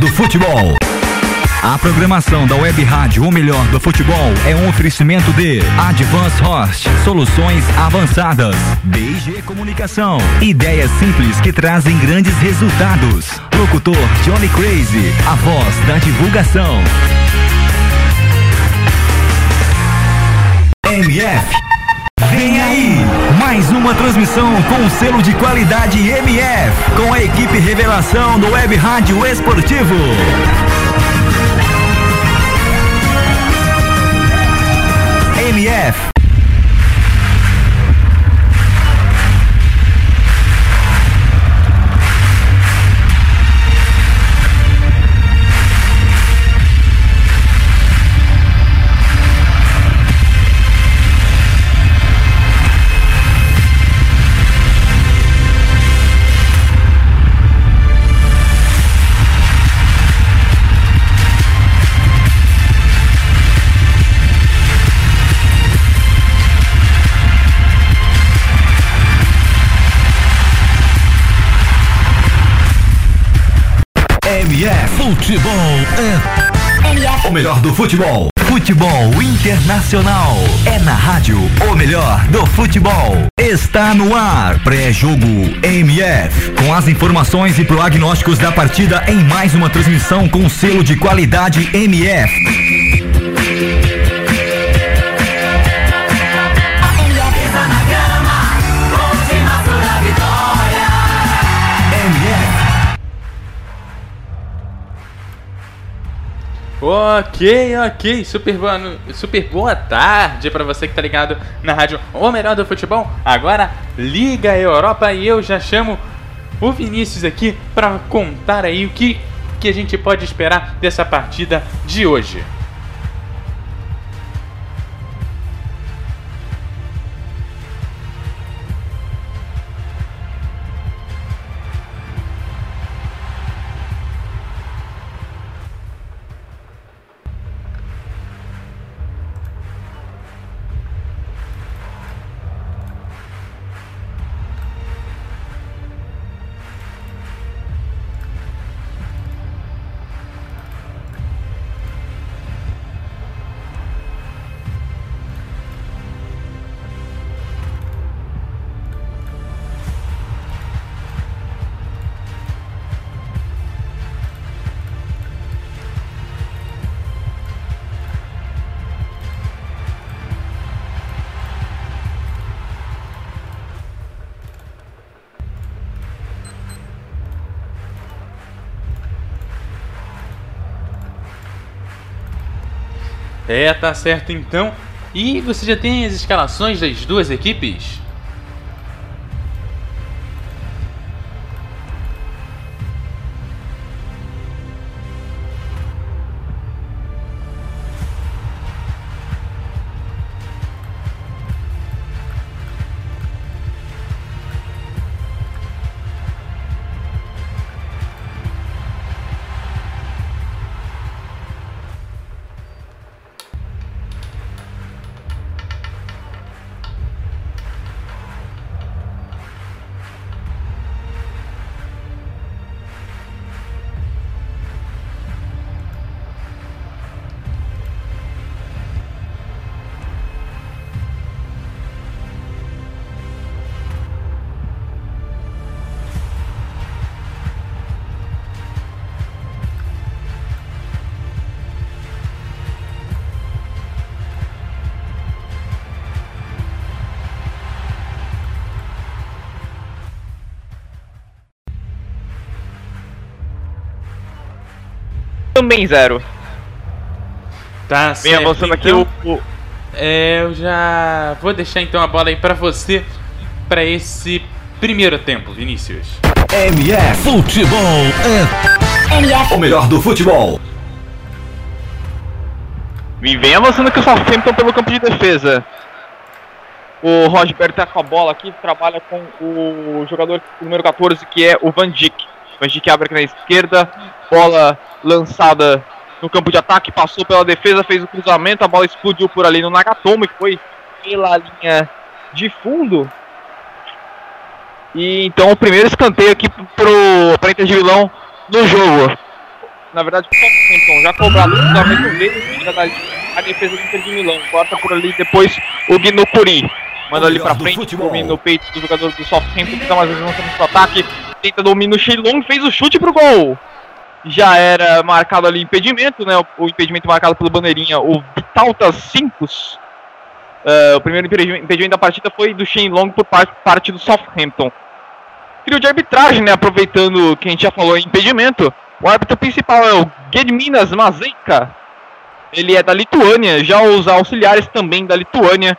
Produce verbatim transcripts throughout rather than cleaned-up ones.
do futebol. A programação da Web Rádio O Melhor do Futebol é um oferecimento de Advance Host, soluções avançadas, D G Comunicação, ideias simples que trazem grandes resultados. Locutor Johnny Crazy, a voz da divulgação. M F. Vem aí, mais uma transmissão com o selo de qualidade M F, com a equipe revelação do Web Rádio Esportivo. M F. M F Futebol é M F. O melhor do futebol. Futebol internacional. É na rádio O Melhor do Futebol. Está no ar. Pré-jogo M F. Com as informações e prognósticos da partida em mais uma transmissão com selo de qualidade M F. Ok, ok, super boa, super boa tarde pra você que tá ligado na rádio O Melhor do Futebol. Agora Liga Europa e eu já chamo o Vinícius aqui pra contar aí o que, que a gente pode esperar dessa partida de hoje. É, tá certo então. E você já tem as escalações das duas equipes? Também zero. Tá Vem certo. avançando Então, aqui o, o... É, eu já vou deixar então a bola aí pra você, pra esse primeiro tempo, Vinícius. M F Futebol é M F. O melhor do futebol. E vem avançando aqui o Southampton pelo campo de defesa. O Rosberg tá com a bola aqui, trabalha com o jogador número quatorze, que é o Van Dijk. Van Dijk abre aqui na esquerda, bola lançada no campo de ataque, passou pela defesa, fez o cruzamento, a bola explodiu por ali no Nagatomo e foi pela linha de fundo. E então o primeiro escanteio aqui pro, pra Inter de Milão no jogo. na verdade, o Southampton já cobrado o cruzamento dele, já dá a defesa do Inter de Milão. Corta por ali depois o Gnocuri. Manda ali pra frente, domina no peito do jogador do Southampton, que tá mais vezes lançando pro ataque. Tenta domina o Sheilong, fez o chute pro gol. Já era marcado ali impedimento, né? O, o impedimento marcado pelo bandeirinha, o Vitautas Simpos. Uh, o primeiro impedimento da partida foi do Sheilong por parte, parte do Southampton. Trio de arbitragem, né? Aproveitando que a gente já falou em impedimento. O árbitro principal é o Gediminas Mazeika. Ele é da Lituânia. Já os auxiliares também da Lituânia.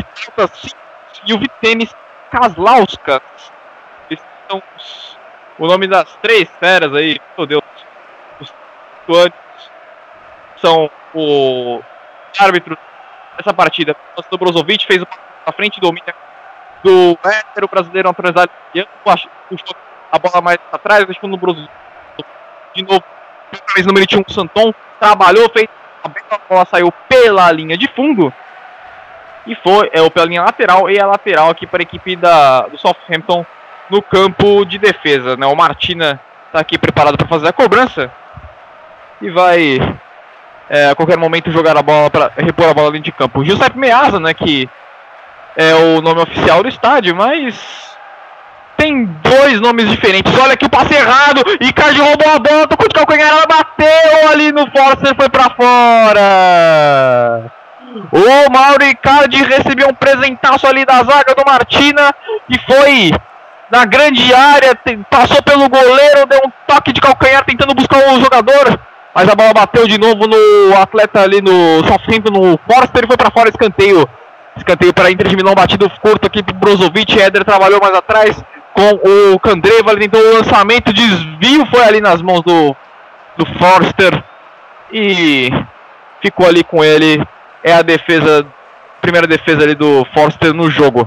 E o Vitenis Kazlauskas. Esses são os, o nome das três feras aí. Meu Deus. Os lituânicos são o árbitro dessa partida. O Brozovic fez o na frente do domínio do hétero brasileiro autorizado. Puxou a bola mais atrás, deixou no Brozovic. De novo, vez número vinte e um, o Santon trabalhou, fez a bola, saiu pela linha de fundo. E foi, é, pela linha lateral e a lateral aqui para a equipe da, do Southampton no campo de defesa, né? O Martina está aqui preparado para fazer a cobrança e vai é, a qualquer momento jogar a bola para repor a bola dentro de campo. Giuseppe Meazza, né? Que é o nome oficial do estádio, mas tem dois nomes diferentes. Olha aqui o passe errado. Icardi roubou a bola, tocou de calcanhar, ela bateu ali no Forster, foi para fora. O Mauro Icardi recebeu um presentaço ali da zaga do Martina e foi na grande área, passou pelo goleiro, deu um toque de calcanhar tentando buscar o jogador, mas a bola bateu de novo no atleta ali no Southampton, no Forster, e foi para fora. Escanteio. Escanteio para a Inter de Milão, batido curto aqui pro Brozovic. Éder trabalhou mais atrás com o Candreva, ele tentou o lançamento, desvio foi ali nas mãos do, do Forster e ficou ali com ele. É a defesa, primeira defesa ali do Forster no jogo.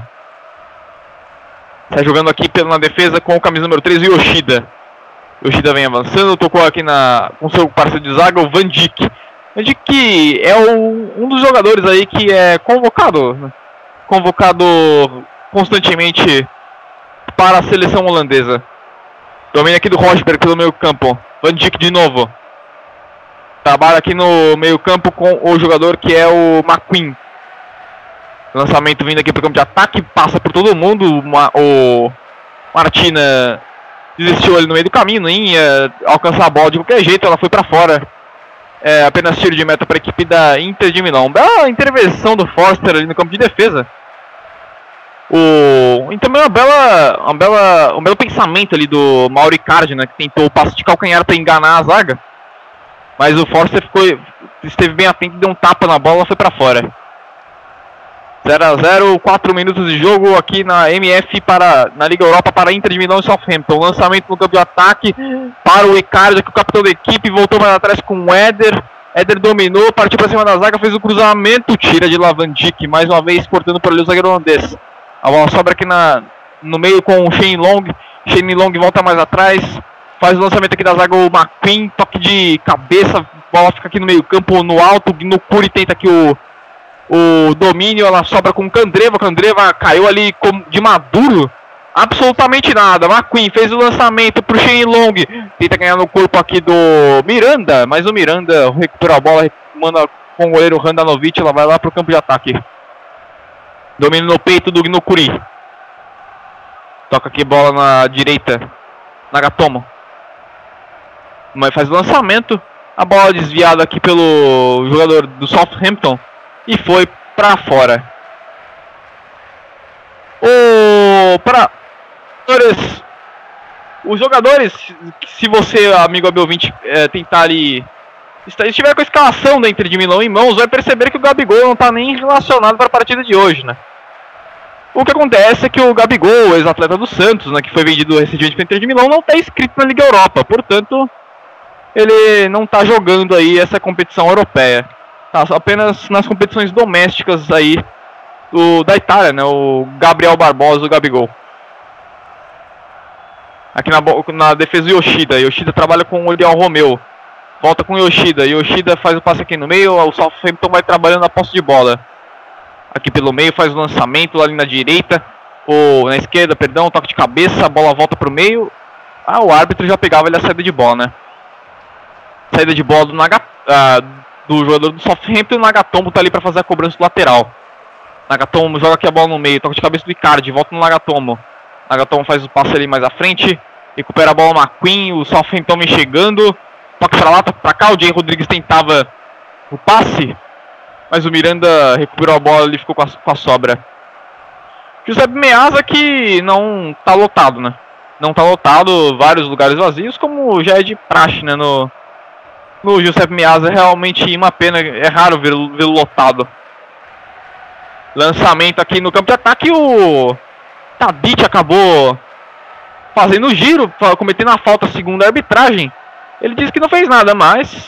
Está jogando aqui na defesa com o camisa número três, o Yoshida. Yoshida vem avançando, tocou aqui na, com seu parceiro de zaga, o Van Dijk. Van Dijk é o, um dos jogadores aí que é convocado, convocado constantemente para a seleção holandesa. Domínio aqui do Rosberg pelo meio campo. Van Dijk de novo. Trabalha aqui no meio campo com o jogador que é o McQueen. Lançamento vindo aqui para o campo de ataque. Passa por todo mundo. O Martina desistiu ali no meio do caminho. Não ia alcançar a bola de qualquer jeito. Ela foi para fora. É apenas tiro de meta para a equipe da Inter de Milão. Bela intervenção do Forster ali no campo de defesa. O... E também uma bela, uma bela, um belo pensamento ali do Mauro Icardi, né, que tentou o passe de calcanhar para enganar a zaga. Mas o Forster ficou, esteve bem atento, deu um tapa na bola e foi para fora. zero a zero, quatro minutos de jogo aqui na M F, para, na Liga Europa, para Inter de Milão e Southampton. Lançamento no campo de ataque para o Icardi, que é o capitão da equipe, voltou mais atrás com o Éder. Éder dominou, partiu para cima da zaga, fez o cruzamento, tira de Van Dijk, mais uma vez cortando por ali o zagueiro holandês. A bola sobra aqui na, no meio com o Sheilong. Sheilong volta mais atrás. Faz o lançamento aqui da zaga o McQueen. Toque de cabeça. A bola fica aqui no meio campo, no alto. No Curi tenta aqui o, o domínio. Ela sobra com o Candreva. O Candreva caiu ali de maduro. Absolutamente nada. McQueen fez o lançamento pro Sheilong. Tenta ganhar no corpo aqui do Miranda. Mas o Miranda recupera a bola. Manda com o goleiro Handanovic. Ela vai lá pro campo de ataque. Domínio no peito do Gnocuri. Toca aqui bola na direita. Nagatomo. Mas faz o lançamento. A bola desviada aqui pelo jogador do Southampton. E foi pra fora. O... Para... Os jogadores, se você, amigo ouvinte, é, tentar ali... Se estiver com a escalação da Inter de Milão em mãos, vai perceber que o Gabigol não está nem relacionado para a partida de hoje, né? O que acontece é que o Gabigol, ex-atleta do Santos, né, que foi vendido recentemente para a Inter de Milão, não está inscrito na Liga Europa. Portanto, ele não está jogando aí essa competição europeia. Tá apenas nas competições domésticas aí do, da Itália, né? O Gabriel Barbosa, o Gabigol. Aqui na, na defesa o Yoshida. Yoshida trabalha com o Oriol Romeu. Volta com o Yoshida. Yoshida faz o passe aqui no meio. O Southampton vai trabalhando na posse de bola. Aqui pelo meio faz o lançamento lá ali na direita. Ou na esquerda, perdão. Toque de cabeça. A bola volta pro meio. Ah, o árbitro já pegava ele a saída de bola, né? Saída de bola do, Naga, uh, do jogador do Southampton. O Nagatomo tá ali para fazer a cobrança do lateral. Nagatomo joga aqui a bola no meio, toca de cabeça do Icardi, volta no Nagatomo. Nagatomo faz o passe ali mais à frente, recupera a bola no McQueen, o Southampton vem chegando, toca pra lá, toca pra cá, o Jay Rodrigues tentava o passe, mas o Miranda recuperou a bola e ficou com a, com a sobra. Giuseppe Meazza que não tá lotado, né? Não tá lotado, vários lugares vazios, como já é de praxe, né? No, no Giuseppe Meazza, realmente uma pena, é raro vê-lo vê-lo lotado. Lançamento aqui no campo de ataque, o Tadic acabou fazendo o giro, cometendo a falta segundo a arbitragem. Ele disse que não fez nada, mas...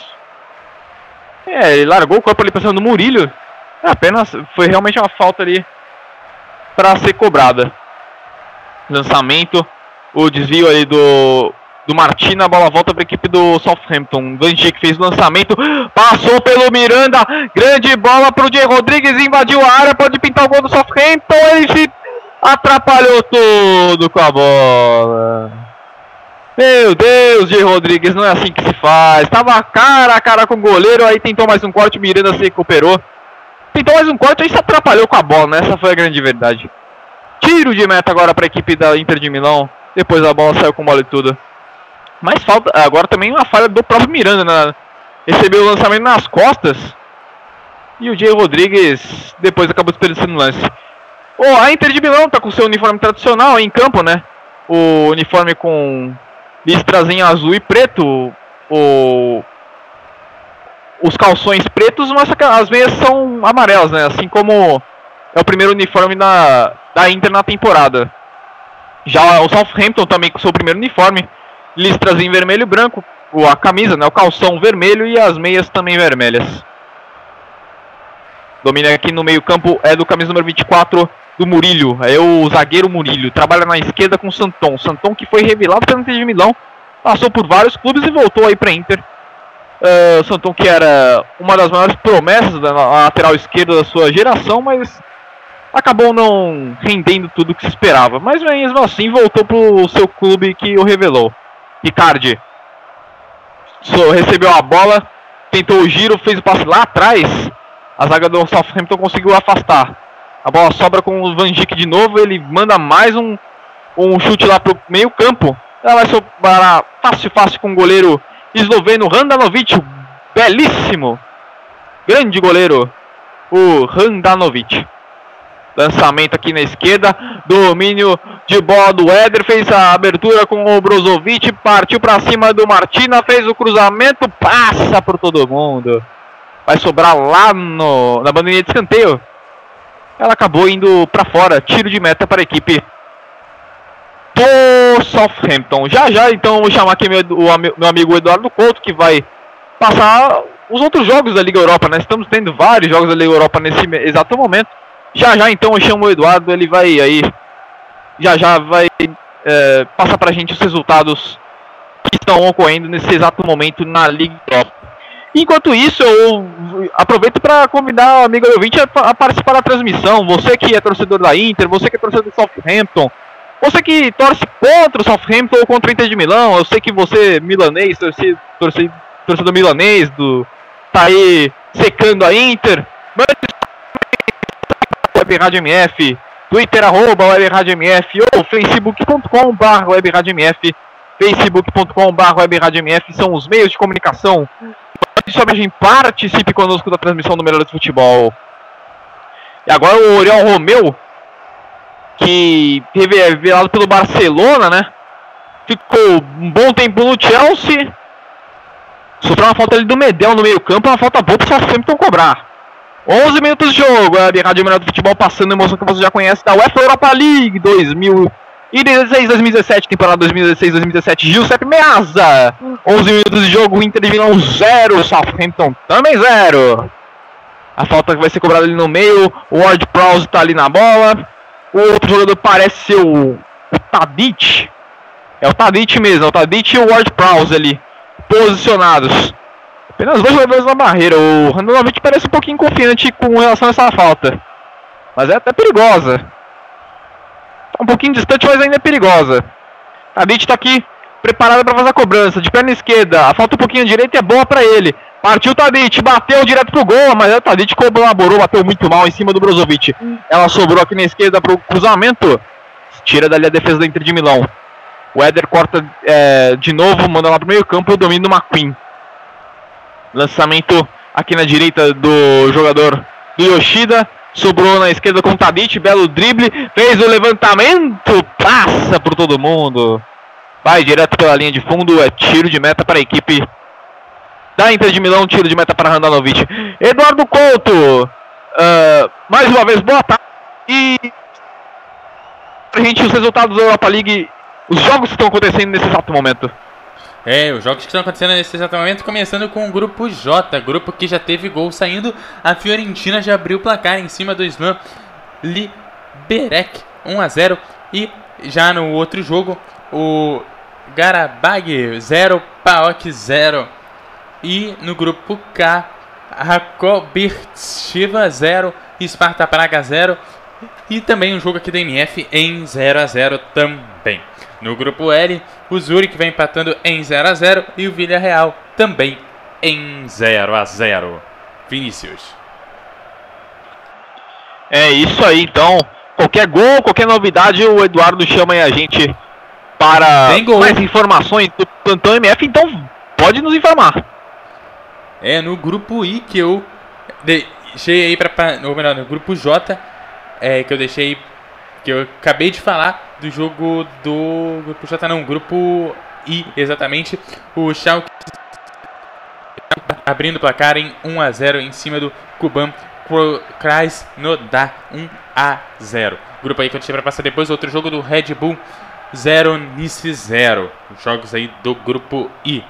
É, ele largou o corpo ali pensando no Murilho. É, apenas foi realmente uma falta ali para ser cobrada. Lançamento, o desvio ali do... do Martina, a bola volta para a equipe do Southampton. Van Dijk fez o lançamento, passou pelo Miranda, grande bola para o Jay Rodrigues, invadiu a área, pode pintar o gol do Southampton, ele se atrapalhou todo com a bola. Meu Deus, Jay Rodrigues, não é assim que se faz. Estava cara a cara com o goleiro, aí tentou mais um corte, o Miranda se recuperou. Tentou mais um corte, aí se atrapalhou com a bola, né? Essa foi a grande verdade. Tiro de meta agora para a equipe da Inter de Milão, depois a bola saiu com bola e tudo. Mas falta agora também uma falha do próprio Miranda, né? Recebeu o lançamento nas costas e o Jay Rodrigues depois acabou desperdiçando o lance. Oh, a Inter de Milão tá com seu uniforme tradicional em campo, né? O uniforme com listras em azul e preto, o... os calções pretos, mas as meias são amarelas, né? Assim como é o primeiro uniforme da, da Inter na temporada. Já o Southampton também com seu primeiro uniforme, listras em vermelho e branco, a camisa, né, o calção vermelho e as meias também vermelhas. Domina aqui no meio campo é do camisa número vinte e quatro, do Murillo, é o zagueiro Murillo, trabalha na esquerda com o Santon, Santon que foi revelado pela Inter de Milão, passou por vários clubes e voltou aí para Inter. Uh, Santon que era uma das maiores promessas da lateral esquerda da sua geração, mas acabou não rendendo tudo o que se esperava, mas mesmo assim voltou para o seu clube que o revelou. Icardi so, recebeu a bola, tentou o giro, fez o passe lá atrás, a zaga do Southampton conseguiu afastar. A bola sobra com o Van Dijk de novo, ele manda mais um, um chute lá pro meio campo. Ela vai sobrar fácil, fácil com o goleiro esloveno Handanovic, belíssimo, grande goleiro, o Handanovic. Lançamento aqui na esquerda, domínio de bola do Éder, fez a abertura com o Brozovic, partiu para cima do Martina, fez o cruzamento, passa por todo mundo. Vai sobrar lá no, na bandeirinha de escanteio. Ela acabou indo para fora, tiro de meta para a equipe do Southampton. Já já então eu vou chamar aqui meu, o meu amigo Eduardo Couto, que vai passar os outros jogos da Liga Europa, né? Estamos tendo vários jogos da Liga Europa nesse exato momento. Já já então eu chamo o Eduardo, ele vai aí, já já vai é, passar pra gente os resultados que estão ocorrendo nesse exato momento na Liga Europa. Enquanto isso, eu aproveito para convidar o amigo ouvinte a, a participar da transmissão. Você que é torcedor da Inter, você que é torcedor do Southampton, você que torce contra o Southampton ou contra o Inter de Milão, eu sei que você, milanês, torce, torce, torcedor milanês, do, tá aí secando a Inter, mas Web Rádio M F, Twitter arroba Web Rádio M F ou facebook ponto com barra Web Rádio M F, facebook ponto com barra Web Rádio M F são os meios de comunicação. Somente participe conosco da transmissão do Melhor do Futebol. E agora o Oriol Romeu, que teve revelado pelo Barcelona, né? Ficou um bom tempo no Chelsea. Sofreu uma falta ali do Medel no meio campo, uma falta boa para o Southampton cobrar. onze minutos de jogo, a Rádio Melhor do Futebol passando a emoção que você já conhece da UEFA Europa League dois mil e dezesseis dois mil e dezessete, temporada dois mil e dezesseis dois mil e dezessete, Giuseppe Meazza. onze minutos de jogo, Inter de Milão zero, Southampton também zero. A falta que vai ser cobrada ali no meio, o Ward-Prowse está ali na bola. O outro jogador parece ser o, o Tadic. É o Tadic mesmo, é o Tadic e o Ward-Prowse ali, posicionados. Apenas dois jogadores na barreira. O Handanovic parece um pouquinho confiante com relação a essa falta, mas é até perigosa. Tá um pouquinho distante, mas ainda é perigosa. Tadic tá aqui preparada para fazer a cobrança, de perna esquerda, a falta um pouquinho à direita é boa para ele. Partiu o Tadic, bateu direto pro gol, mas o Tadic colaborou, bateu muito mal em cima do Brozovic. Ela sobrou aqui na esquerda pro cruzamento, tira dali a defesa da Inter de Milão. O Éder corta é, de novo, manda lá pro meio campo, o domínio do McQueen. Lançamento aqui na direita do jogador do Yoshida, sobrou na esquerda com o Tadic, belo drible, fez o levantamento, passa por todo mundo. Vai direto pela linha de fundo, é tiro de meta para a equipe da Inter de Milão, tiro de meta para Handanovic. Eduardo Couto, uh, mais uma vez, boa tarde. E pra gente, os resultados da Europa League, os jogos que estão acontecendo nesse exato momento. É, os jogos que estão acontecendo nesse exato momento, começando com o grupo J, grupo que já teve gol saindo. A Fiorentina já abriu o placar em cima do Slam Liberec, um a zero. E já no outro jogo, o Garabag zero, Paok zero. E no grupo K, Rakobirtshiva zero, Sparta Praga zero. E também um jogo aqui da M F em zero a zero também. No grupo L, o Zurich vem empatando em zero a zero e o Villarreal também em zero a zero. Vinícius. É isso aí, então. Qualquer gol, qualquer novidade, o Eduardo chama aí a gente para mais informações do plantão M F, então pode nos informar. É, no grupo I que eu deixei aí para, ou melhor, no grupo J, é, que eu deixei, que eu acabei de falar do jogo do grupo J, não, grupo I, exatamente, o Schalke abrindo o placar em um a zero em cima do Kuban Krasnodar, um a zero. Grupo aí que eu deixei para passar depois, outro jogo do Red Bull zero, Nice zero. Jogos aí do grupo I.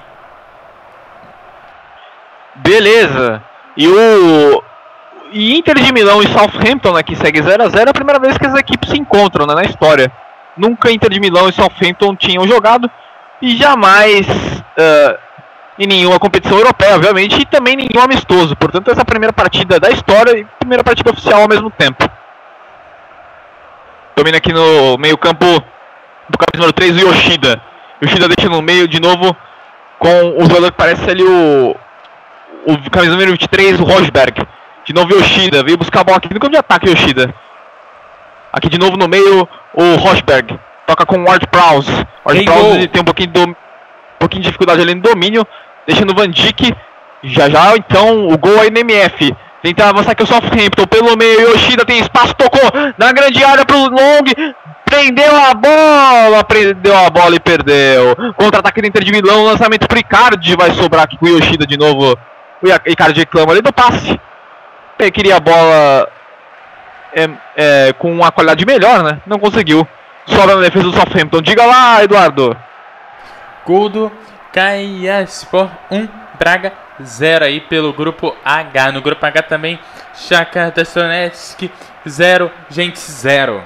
Beleza. E o e Inter de Milão e Southampton, né, que segue zero a zero, é a primeira vez que as equipes se encontram, né, na história. Nunca Inter de Milão e Southampton tinham jogado e jamais uh, em nenhuma competição europeia, obviamente, e também nenhum amistoso. Portanto, essa é a primeira partida da história e primeira partida oficial ao mesmo tempo. Domina aqui no meio campo do camisa número três, o Yoshida. Yoshida deixa no meio de novo com o jogador que parece ali o, o camisa número vinte e três, o Rosberg. De novo Yoshida, veio buscar a bola aqui no campo de ataque, Yoshida. Aqui de novo no meio, o Rosberg. Toca com o Ward-Prowse. Ward-Prowse tem um pouquinho, do, um pouquinho de dificuldade ali no domínio. Deixando o Van Dijk. Já já, então, o gol aí no M F. Tenta avançar aqui o Southampton pelo meio. Yoshida tem espaço, tocou na grande área pro Long. Prendeu a bola, prendeu a bola e perdeu. Contra-ataque do Inter de Milão, lançamento pro Icardi. Vai sobrar aqui com o Yoshida de novo. O Icardi reclama ali do passe. Ele queria a bola é, é, com uma qualidade melhor, né? Não conseguiu. Sobra na defesa do Southampton. Diga lá, Eduardo. Gol do Kayaspor um, Braga zero aí pelo grupo H. No grupo H também, Shakhtar Donetsk zero, Gente zero.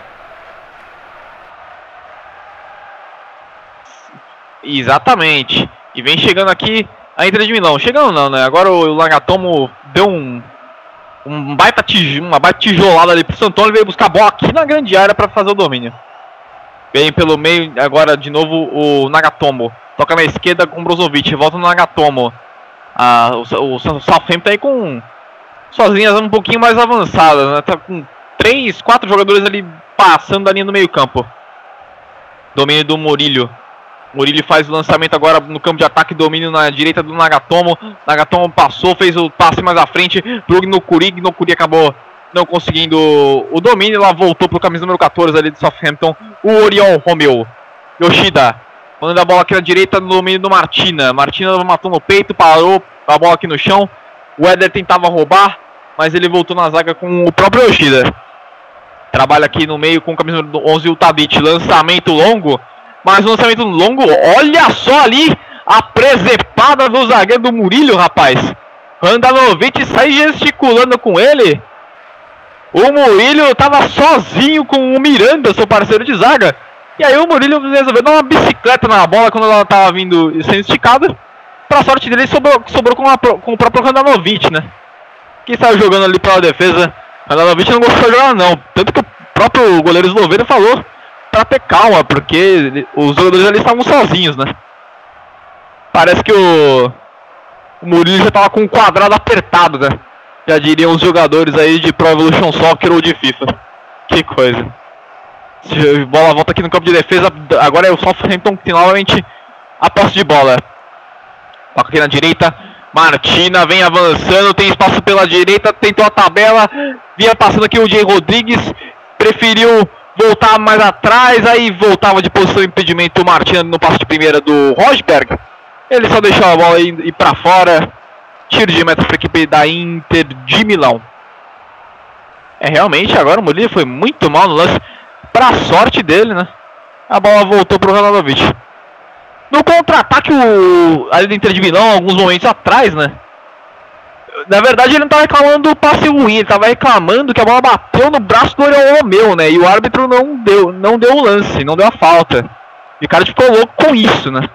Exatamente. E vem chegando aqui a Inter de Milão. Chegando não, né? Agora o Nagatomo deu um, um baita tij uma baita tijolada ali pro Santoro. Ele veio buscar a bola aqui na grande área para fazer o domínio. Vem pelo meio agora de novo o Nagatomo. Toca na esquerda com o Brozovic. Volta no Nagatomo. Ah, o, o Southampton aí com suas linhas um pouquinho mais avançadas, né? Tá com três, quatro jogadores ali passando da linha do meio campo. Domínio do Murillo. Murillo faz o lançamento agora no campo de ataque. Domínio na direita do Nagatomo. Nagatomo passou, fez o passe mais à frente pro Gnokuri. Gnokuri acabou não conseguindo o domínio. Ela voltou pro camisa número quatorze ali do Southampton, o Oriol Romeu. Yoshida manda a bola aqui na direita no domínio do Martina. Martina matou no peito, parou a bola aqui no chão. O Éder tentava roubar, mas ele voltou na zaga com o próprio Yoshida. Trabalha aqui no meio com o camisa número onze, o Tadic. Lançamento longo, mas lançamento longo, olha só ali a presepada do zagueiro do Murillo, rapaz. Handanovic sai gesticulando com ele. O Murillo estava sozinho com o Miranda, seu parceiro de zaga. E aí o Murillo resolveu dar uma bicicleta na bola quando ela estava vindo sendo esticada. Pra sorte dele, sobrou, sobrou com, a, com o próprio Handanovic, né? Que saiu jogando ali pela defesa. Handanovic não gostou de jogar não. Tanto que o próprio goleiro esloveno falou pra ter calma, porque os jogadores ali estavam sozinhos, né? Parece que o, o Murilo já tava com um quadrado apertado, né? Já diriam os jogadores aí de Pro Evolution Soccer ou de FIFA. Que coisa. Bola volta aqui no campo de defesa. Agora é o Southampton que tem novamente a posse de bola. Toca aqui na direita. Martina vem avançando. Tem espaço pela direita. Tentou a tabela. Vinha passando aqui o Jay Rodrigues. Preferiu voltar mais atrás. Aí voltava de posição de impedimento o Martina no passe de primeira do Rosberg. Ele só deixou a bola ir, ir pra fora. Tiro de meta para a equipe da Inter de Milão. É, realmente, agora o Murilo foi muito mal no lance. Pra sorte dele, né? A bola voltou pro Handanovic. No contra-ataque, o ali do Inter de Milão, alguns momentos atrás, né? Na verdade, ele não estava reclamando do passe ruim. Ele estava reclamando que a bola bateu no braço do Oriol Romeu, né? E o árbitro não deu, não deu o lance, não deu a falta. E o cara ficou louco com isso, né?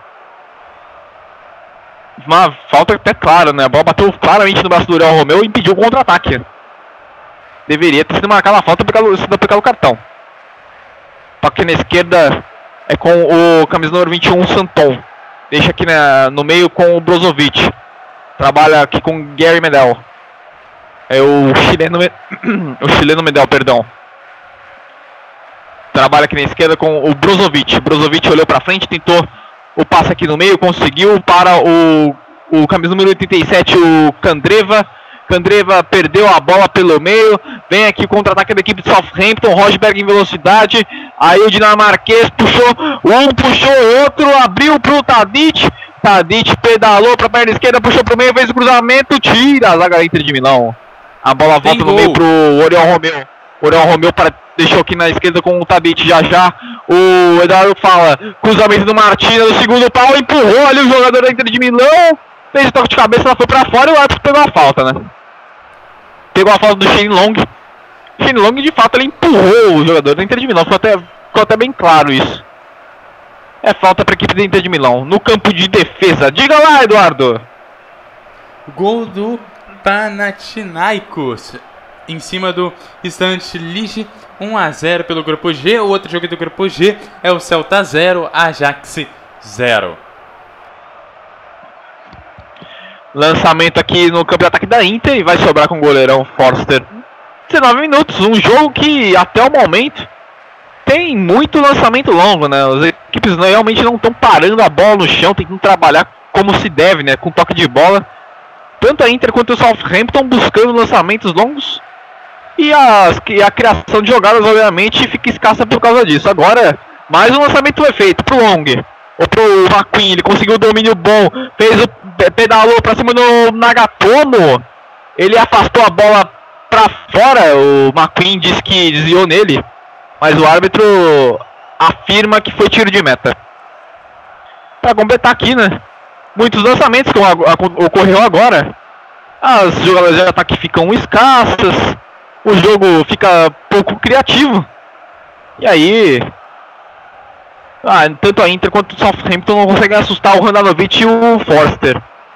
Uma falta até clara, né? A bola bateu claramente no braço do Oriol Romeu e impediu o contra-ataque. Deveria ter sido marcada a falta por causa do cartão. Toque na esquerda é com o camisa número vinte e um, Santon. Deixa aqui na, no meio com o Brozovic. Trabalha aqui com o Gary Medel. É o chileno, o chileno Medel, perdão. Trabalha aqui na esquerda com o Brozovic. Brozovic olhou pra frente, tentou o passe aqui no meio, conseguiu para o, o camisa número oitenta e sete, o Candreva. Candreva perdeu a bola pelo meio. Vem aqui o contra-ataque da equipe de Southampton. Rosberg em velocidade. Aí o dinamarquês puxou um, puxou outro. Abriu pro Tadic. Tadic pedalou pra perna esquerda, puxou pro meio, fez o cruzamento. Tira a zaga da Inter de Milão. A bola volta no meio pro Oriol Romeu. Oriol Romeu para, deixou aqui na esquerda com o Tadic. Já já o Eduardo fala. Cruzamento do Martina no segundo pau. Empurrou ali o jogador da Inter de Milão. Fez o toque de cabeça, ela foi pra fora e o árbitro pegou a falta, né? Pegou a falta do Shane Long. Shane Long, de fato, ele empurrou o jogador da Inter de Milão. Ficou até, ficou até bem claro isso. É falta para a equipe da Inter de Milão. No campo de defesa. Diga lá, Eduardo. Gol do Panathinaikos. Em cima do Stante Lige. um a zero pelo grupo G. O outro jogo do grupo G é o Celta zero, Ajax zero. Lançamento aqui no campo de ataque da Inter e vai sobrar com o goleirão Forster. dezenove minutos, um jogo que até o momento tem muito lançamento longo, né? As equipes realmente não estão parando a bola no chão, tentando trabalhar como se deve, né? Com toque de bola. Tanto a Inter quanto o Southampton buscando lançamentos longos. E, as, e a criação de jogadas, obviamente, fica escassa por causa disso. Agora, mais um lançamento foi feito pro Long. Ou pro McQueen, ele conseguiu o domínio bom, fez o pedalou pra cima do Nagatomo, ele afastou a bola pra fora, o McQueen disse que desviou nele, mas o árbitro afirma que foi tiro de meta. Pra completar aqui, né, muitos lançamentos que ocorreu agora, as jogadas de ataque ficam escassas, o jogo fica pouco criativo, e aí... Ah, tanto a Inter quanto o Southampton não conseguem assustar o Handanovic e o Forster.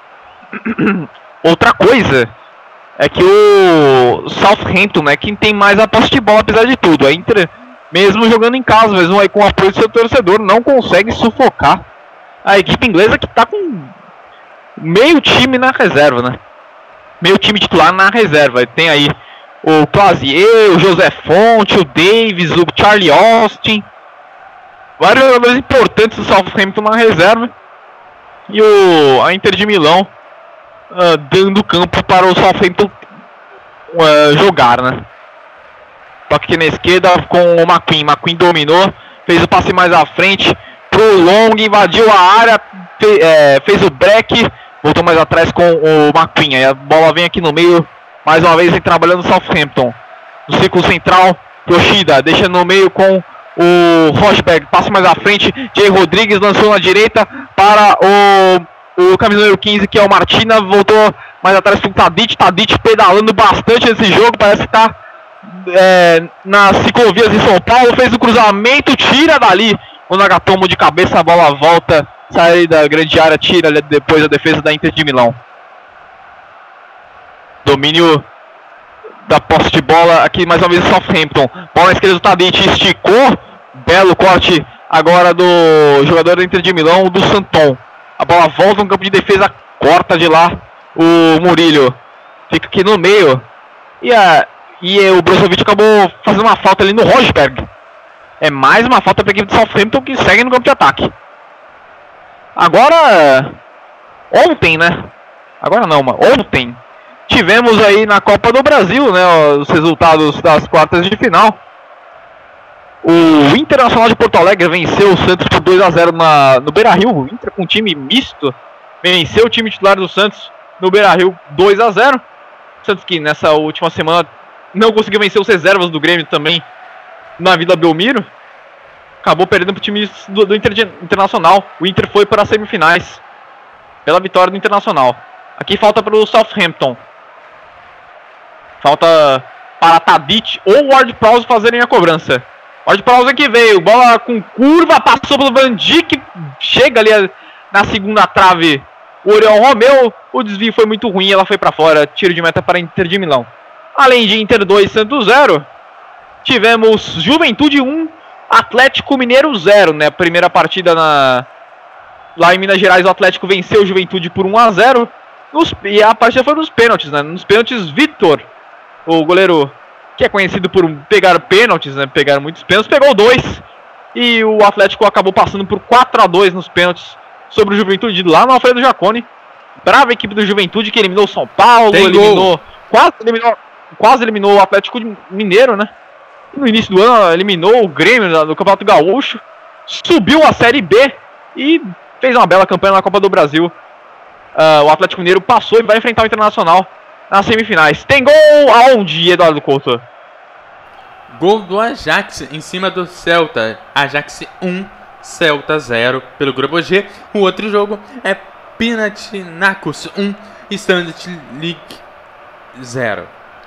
Outra coisa é que o Southampton, né, quem tem mais a posse de bola apesar de tudo. A Inter, mesmo jogando em casa, mesmo aí com o apoio do seu torcedor, não consegue sufocar a equipe inglesa que está com meio time na reserva, né? Meio time titular na reserva. Tem aí o Clazier, o José Fonte, o Davis, o Charlie Austin. Vários jogadores importantes do Southampton na reserva. E o, a Inter de Milão uh, dando campo para o Southampton uh, jogar, né? Toque aqui na esquerda com o McQueen. McQueen dominou, fez o passe mais à frente pro Long, invadiu a área, fe, é, fez o break, voltou mais atrás com o McQueen. Aí a bola vem aqui no meio, mais uma vez vem trabalhando o Southampton. No círculo central, Yoshida deixa no meio com o Rosberg, passa mais à frente, Jay Rodrigues lançou na direita para o, o camisa número quinze, que é o Martina, voltou mais atrás com o Tadic, Tadic pedalando bastante nesse jogo, parece que está é, nas ciclovias de São Paulo, fez o cruzamento, tira dali o Nagatomo de cabeça, a bola volta, sai da grande área, tira depois a defesa da Inter de Milão. Domínio da posse de bola aqui mais uma vez o Southampton. Bola na esquerda do Tadic, esticou. Belo corte agora do jogador da Inter de Milão, do Santon. A bola volta no campo de defesa, corta de lá o Murillo. Fica aqui no meio. E, a, e o Brozovic acabou fazendo uma falta ali no Rosberg. É mais uma falta para a equipe de Southampton que segue no campo de ataque. Agora, ontem, né? Agora não, mas ontem tivemos aí na Copa do Brasil, né, os resultados das quartas de final. O Internacional de Porto Alegre venceu o Santos por dois a zero na, no Beira-Rio. O Inter com um time misto venceu o time titular do Santos no Beira-Rio dois a zero. O Santos que nessa última semana não conseguiu vencer os reservas do Grêmio também na Vila Belmiro. Acabou perdendo para o time do, do Inter, Internacional. O Inter foi para as semifinais pela vitória do Internacional. Aqui falta para o Southampton. Falta para Tadic ou Ward-Prowse fazerem a cobrança. Ward-Prowse que veio, bola com curva, passou pelo Van Dijk, chega ali na segunda trave o Oriol Romeu. O desvio foi muito ruim, ela foi para fora. Tiro de meta para Inter de Milão. Além de Inter dois, Santos zero, tivemos Juventude um, Atlético Mineiro zero, né? Primeira partida na... lá em Minas Gerais, o Atlético venceu o Juventude por um a zero. Nos... E a partida foi nos pênaltis, né? Nos pênaltis, Vitor, o goleiro que é conhecido por pegar pênaltis, né? Pegar muitos pênaltis, pegou dois. E o Atlético acabou passando por quatro a dois nos pênaltis sobre o Juventude lá no Alfredo Jaconi. Brava equipe do Juventude que eliminou o São Paulo, Tem eliminou quase, eliminou... quase eliminou o Atlético Mineiro, né? No início do ano eliminou o Grêmio no Campeonato Gaúcho, subiu a Série B e fez uma bela campanha na Copa do Brasil. Uh, o Atlético Mineiro passou e vai enfrentar o Internacional nas semifinais. Tem gol aonde, Eduardo Couto? Gol do Ajax em cima do Celta. Ajax um, Celta zero pelo Grupo G. O outro jogo é Panathinaikos um, Standard League zero.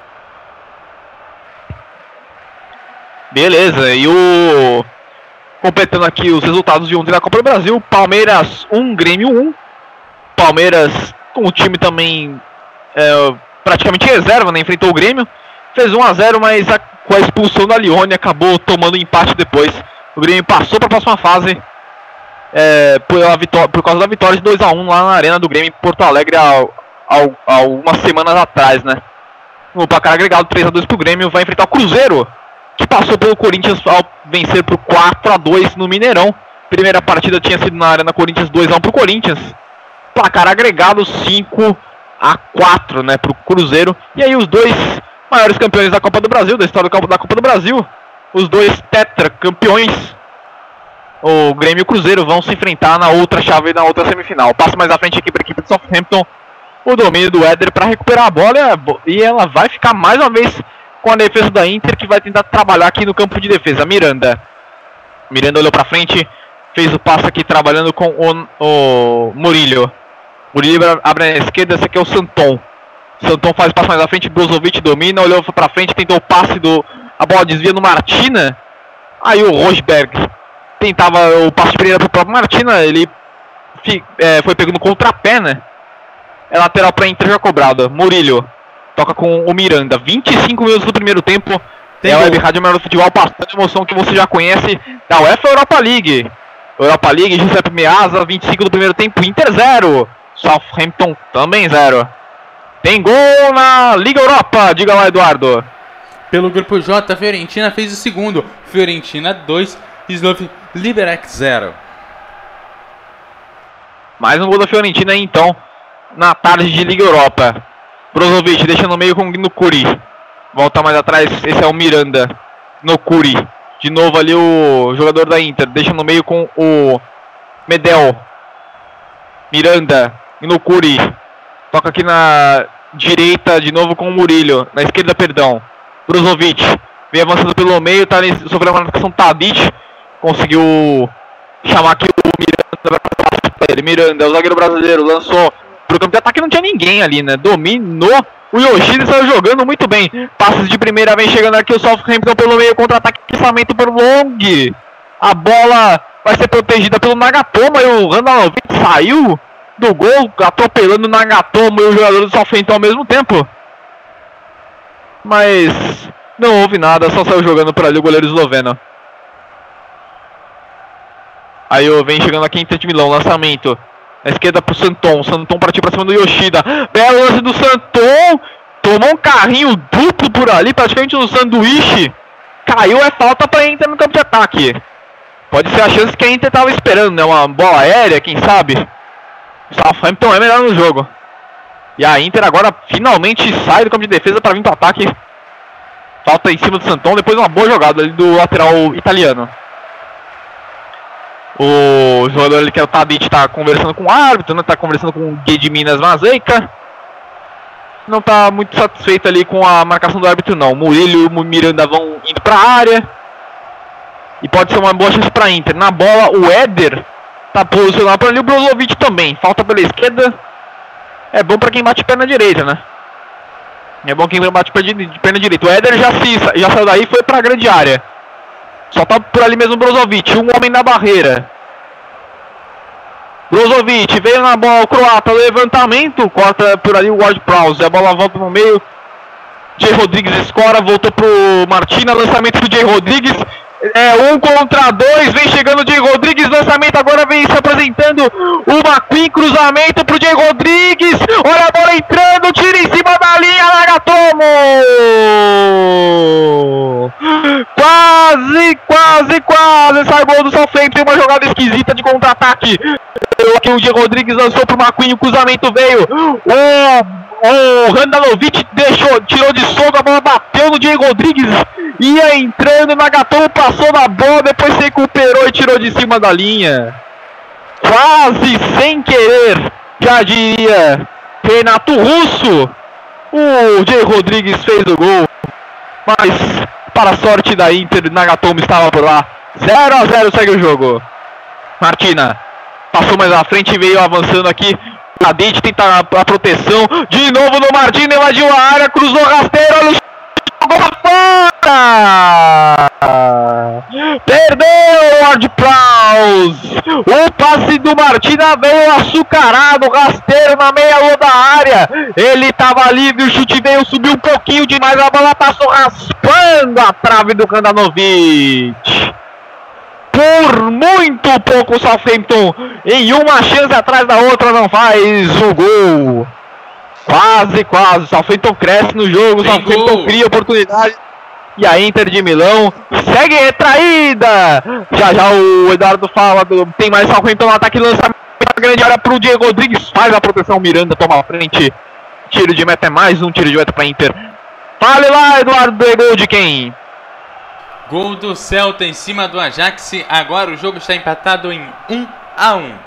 Beleza, e o... completando aqui os resultados de ontem da Copa do Brasil. Palmeiras um, Grêmio um. Palmeiras com o time também é, praticamente reserva, né? Enfrentou o Grêmio. Fez um a zero, mas a, com a expulsão da Lione acabou tomando empate depois. O Grêmio passou para a próxima fase é, por, vitória, por causa da vitória de dois a um lá na Arena do Grêmio em Porto Alegre há, há, há algumas semanas atrás, né? O placar agregado três a dois para o Grêmio, vai enfrentar o Cruzeiro, que passou pelo Corinthians ao vencer por quatro a dois no Mineirão. Primeira partida tinha sido na Arena Corinthians, dois a um para o Corinthians. Placar agregado cinco a quatro, né, para o Cruzeiro. E aí os dois maiores campeões da Copa do Brasil, da história da Copa do Brasil, os dois tetracampeões, o Grêmio e o Cruzeiro, vão se enfrentar na outra chave, na outra semifinal. Passa mais à frente aqui para a equipe de Southampton, o domínio do Éder para recuperar a bola, e ela vai ficar mais uma vez com a defesa da Inter, que vai tentar trabalhar aqui no campo de defesa. Miranda. Miranda olhou para frente, fez o passe aqui trabalhando com o, o Murillo. Murillo abre na esquerda, esse aqui é o Santon. Santon faz o passe mais à frente, Brozovic domina, olhou para frente, tentou o passe, do, a bola desvia no Martina. Aí o Rosberg tentava o passe de primeira para o próprio Martina, ele é, foi pegando contrapé, né? É lateral para Inter já cobrada. Murillo toca com o Miranda. vinte e cinco minutos do primeiro tempo. Tem é a Web Rádio Maior do Futebol, passando emoção que você já conhece da UEFA Europa League. Europa League, Giuseppe Meazza, vinte e cinco do primeiro tempo, Inter zero. Southampton também zero. Tem gol na Liga Europa, diga lá, Eduardo. Pelo grupo J, Fiorentina fez o segundo. Fiorentina dois, Slov Liberec zero. Mais um gol da Fiorentina aí, então, na tarde de Liga Europa. Brozovic deixa no meio com o Nukuri. Volta mais atrás, esse é o Miranda. Nukuri. De novo ali o jogador da Inter. Deixa no meio com o Medel. Miranda. Nukuri. Toca aqui na direita de novo com o Murillo. Na esquerda, perdão. Brozovic. Vem avançando pelo meio. Tá sofrendo uma marcação Tadic. Conseguiu chamar aqui o Miranda. Miranda, o zagueiro brasileiro, lançou pro campo de ataque, não tinha ninguém ali, né? Dominou. O Yoshida saiu jogando muito bem. Passes de primeira, vem chegando aqui o Southampton pelo meio, contra-ataque, lançamento por Long. A bola vai ser protegida pelo Nagatomo. E o Randalovic saiu do gol, atropelando o Nagatomo e o jogador do Southampton ao mesmo tempo. Mas não houve nada, só saiu jogando por ali o goleiro esloveno. Aí vem chegando aqui em Inter de Milão, lançamento. Na esquerda pro Santon. Santon partiu pra cima do Yoshida. Belo lance do Santon. Tomou um carrinho duplo por ali, praticamente um sanduíche. Caiu, é falta pra Inter no campo de ataque. Pode ser a chance que a Inter tava esperando, né? Uma bola aérea, quem sabe? O Southampton é melhor no jogo. E a Inter agora finalmente sai do campo de defesa para vir pro ataque. Falta em cima do Santon, depois uma boa jogada ali do lateral italiano. O jogador ali que é o Tadic está conversando com o árbitro, né? Tá conversando com o Gediminas Mazeika. Não está muito satisfeito ali com a marcação do árbitro não. O Murilo e o Miranda vão indo para a área. E pode ser uma boa chance para a Inter. Na bola o Éder está posicionado para ali, o Brozovic também. Falta pela esquerda. É bom para quem bate perna direita, né? É bom quem bate de perna direita. O Éder já, se, já saiu daí e foi para a grande área. Só tá por ali mesmo o Brozovic, um homem na barreira. Brozovic veio na bola, o croata, levantamento, corta por ali o Ward-Prowse, a bola volta no meio. Jay Rodrigues escora, voltou pro Martina, lançamento do Jay Rodrigues. É um contra dois, vem chegando o Jay Rodrigues, lançamento agora vem se apresentando o McQueen, cruzamento pro Jay Rodrigues, olha a bola entrando, tira em cima da linha, Nagatomo! Quase, quase, quase, sai gol do Southampton, tem uma jogada esquisita de contra-ataque. Aqui o Jay Rodrigues lançou pro McQueen, o cruzamento veio, o... O Handanovic deixou, tirou de soco, a bola bateu no Jay Rodrigues, ia entrando, Nagatomo passou na bola, depois se recuperou e tirou de cima da linha. Quase sem querer, já diria Renato Russo, o Jay Rodrigues fez o gol, mas para a sorte da Inter, Nagatomo estava por lá. zero a zero segue o jogo. Martina passou mais à frente e veio avançando aqui. Tadic tenta a, a proteção, de novo no Martina, invadiu a área, cruzou rasteiro, olha o jogou fora! Perdeu o Ward-Prowse, o passe do Martina veio açucarado, rasteiro na meia-lua da área, ele estava livre, o chute veio, subiu um pouquinho demais, a bola passou raspando a trave do Handanovic. Por muito pouco o Southampton, em uma chance atrás da outra, não faz o gol. Quase, quase. O Southampton cresce no jogo, o Southampton cria oportunidade. E a Inter de Milão segue retraída. Já já o Eduardo fala, do, tem mais Southampton no ataque, lançamento na grande área para o Diego Rodrigues. Faz a proteção, Miranda toma a frente. Tiro de meta, é mais um tiro de meta para a Inter. Fale lá, Eduardo, é gol de quem? Gol do Celta em cima do Ajax. Agora o jogo está empatado em um a um.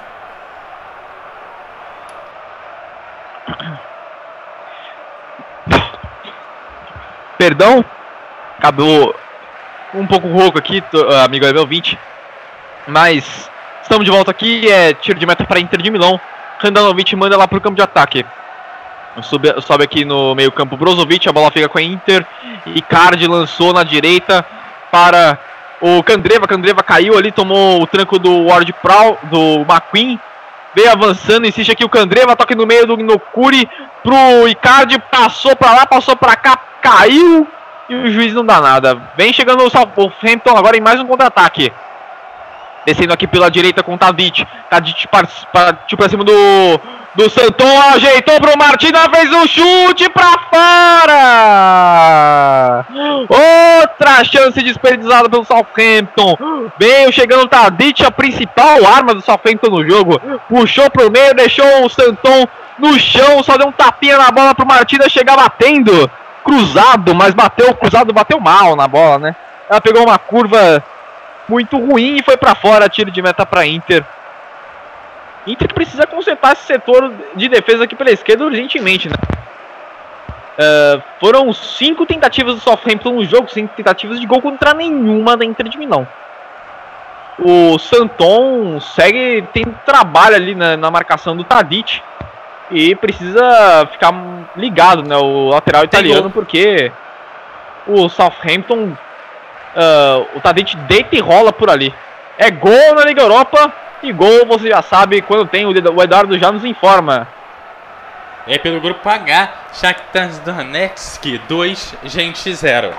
Perdão, acabou um pouco rouco aqui, amigo é meu vinte. Mas estamos de volta aqui. É tiro de meta para Inter de Milão. Handanovic manda lá para o campo de ataque. Sobe, sobe aqui no meio campo Brozovic. A bola fica com a Inter. Icardi lançou na direita para o Candreva, Candreva caiu ali, tomou o tranco do Ward-Prowse, do McQueen, veio avançando, insiste aqui o Candreva, toque no meio do Nokuri pro Icardi, passou para lá, passou para cá, caiu e o juiz não dá nada. Vem chegando o Southampton agora em mais um contra-ataque. Descendo aqui pela direita com o Tadic. Tadic partiu pra cima do, do Santon, ajeitou pro Martina, fez um chute pra fora! Outra chance desperdiçada pelo Southampton. Veio chegando o Tadic, a principal arma do Southampton no jogo. Puxou pro meio, deixou o Santon no chão, só deu um tapinha na bola pro Martina chegar batendo. Cruzado, mas bateu, cruzado bateu mal na bola, né? Ela pegou uma curva muito ruim e foi pra fora, tiro de meta pra Inter. Inter que precisa consertar esse setor de defesa aqui pela esquerda urgentemente, né? Uh, foram cinco tentativas do Southampton no jogo, cinco tentativas de gol contra nenhuma da Inter de Milão. O Santon segue, tem trabalho ali na, na marcação do Tadic e precisa ficar ligado, né? O lateral italiano, porque o Southampton... Uh, o Tadic deita e rola por ali. É gol na Liga Europa. E gol, você já sabe, quando tem, o Eduardo já nos informa. É pelo grupo H, Shakhtar Donetsk dois, Gente zero.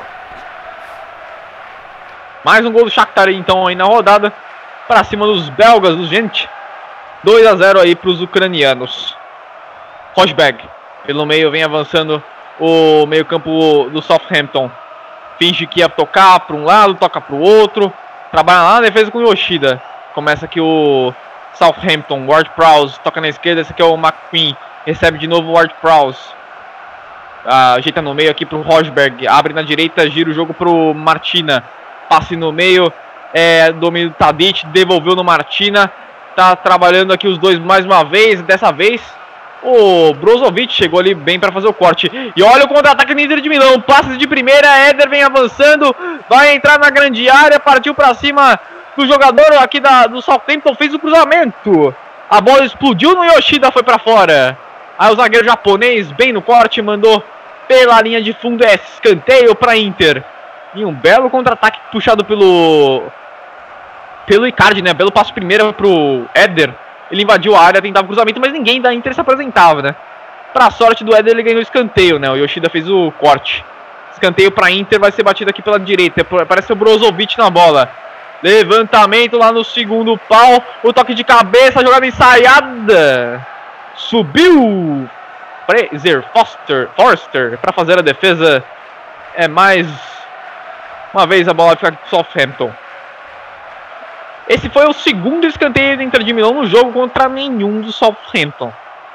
Mais um gol do Shakhtar então aí na rodada, para cima dos belgas, do Gente. dois a zero aí para os ucranianos. Rosberg, pelo meio, vem avançando o meio campo do Southampton. Finge que ia tocar para um lado, toca para o outro. Trabalha lá na defesa com o Yoshida. Começa aqui o Southampton, Ward-Prowse, toca na esquerda, esse aqui é o McQueen. Recebe de novo o Ward-Prowse. Ah, ajeita no meio aqui para o Rosberg. Abre na direita, gira o jogo para o Martina. Passe no meio, é, domínio do Tadic, devolveu no Martina. Tá trabalhando aqui os dois mais uma vez. Dessa vez o Brozovic chegou ali bem para fazer o corte. E olha o contra-ataque do Inter de Milão. Passes de primeira, Éder vem avançando. Vai entrar na grande área, partiu para cima do jogador aqui da, do Southampton. Fez o cruzamento. A bola explodiu no Yoshida, foi para fora. Aí o zagueiro japonês, bem no corte, mandou pela linha de fundo. É escanteio para Inter. E um belo contra-ataque puxado pelo pelo Icardi, né? Belo passo primeiro pro Éder. Ele invadiu a área, tentava cruzamento, mas ninguém da Inter se apresentava, né? Pra sorte do Éder, ele ganhou o escanteio, né? O Yoshida fez o corte. Escanteio pra Inter, vai ser batido aqui pela direita. Parece o Brozovic na bola. Levantamento lá no segundo pau. O toque de cabeça, jogada ensaiada. Subiu Fraser Foster, Forster pra fazer a defesa. É mais uma vez a bola fica com o Southampton. Esse foi o segundo escanteio do Inter de Milão no jogo contra nenhum do Southampton.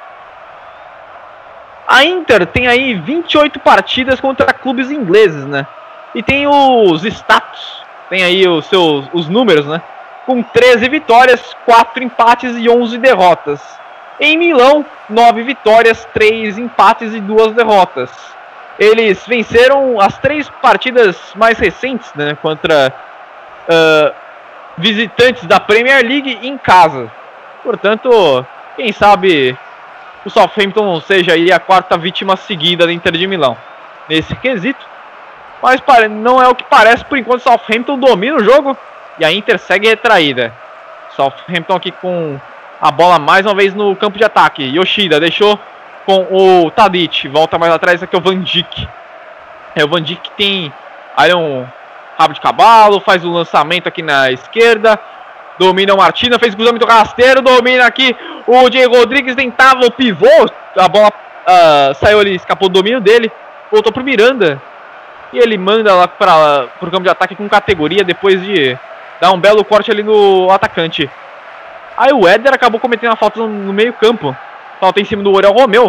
A Inter tem aí vinte e oito partidas contra clubes ingleses, né? E tem os status, tem aí os seus os números, né? Com treze vitórias, quatro empates e onze derrotas. Em Milão, nove vitórias, três empates e duas derrotas. Eles venceram as três partidas mais recentes, né? Contra Uh, visitantes da Premier League em casa. Portanto, quem sabe o Southampton seja aí a quarta vítima seguida da Inter de Milão nesse quesito. Mas não é o que parece. Por enquanto o Southampton domina o jogo e a Inter segue retraída. Southampton aqui com a bola mais uma vez no campo de ataque. Yoshida deixou com o Tadic. Volta mais atrás, aqui é o Van Dijk. É, o Van Dijk tem aí um rabo de cavalo, faz o lançamento aqui na esquerda. Domina o Martina, fez cruzamento rasteiro. Domina aqui o Diego Rodrigues, tentava o pivô. A bola uh, saiu ali, escapou do domínio dele. Voltou pro Miranda. E ele manda lá para o campo de ataque com categoria, depois de dar um belo corte ali no atacante. Aí o Éder acabou cometendo a falta no, no meio campo. Falta em cima do Oriol Romeu.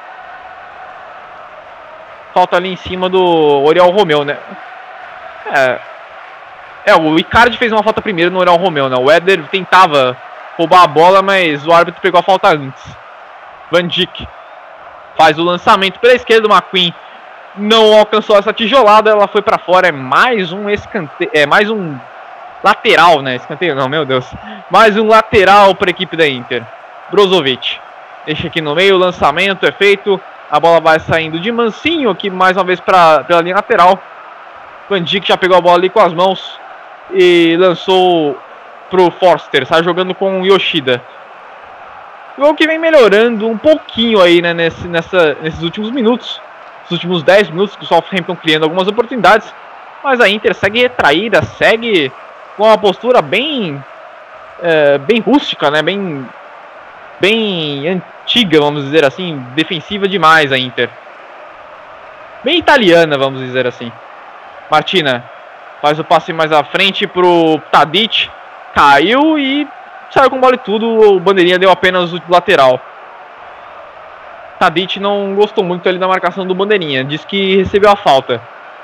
Falta ali em cima do Oriol Romeu, né? É, é, o Icardi fez uma falta primeiro no Oriol Romeu, né? O Éder tentava roubar a bola, mas o árbitro pegou a falta antes. Van Dijk faz o lançamento pela esquerda, o McQueen não alcançou essa tijolada, ela foi pra fora. É mais um escanteio, é mais um lateral, né? Escanteio não, meu Deus. Mais um lateral para a equipe da Inter. Brozovic deixa aqui no meio, o lançamento é feito. A bola vai saindo de mansinho aqui mais uma vez pra, pela linha lateral. Van Dijk já pegou a bola ali com as mãos e lançou pro Forster. Sai jogando com o Yoshida. O gol que vem melhorando um pouquinho aí, né, nesse, nessa, nesses últimos minutos. Nos últimos dez minutos que o Southampton criando algumas oportunidades. Mas a Inter segue retraída, segue com uma postura bem, é, bem rústica, né, bem, bem antiga, vamos dizer assim. Defensiva demais a Inter. Bem italiana, vamos dizer assim. Martina faz o passe mais à frente pro Tadic. Caiu e saiu com bola e tudo. O bandeirinha deu apenas o lateral. Tadic não gostou muito ali da marcação do bandeirinha. Diz que recebeu a falta.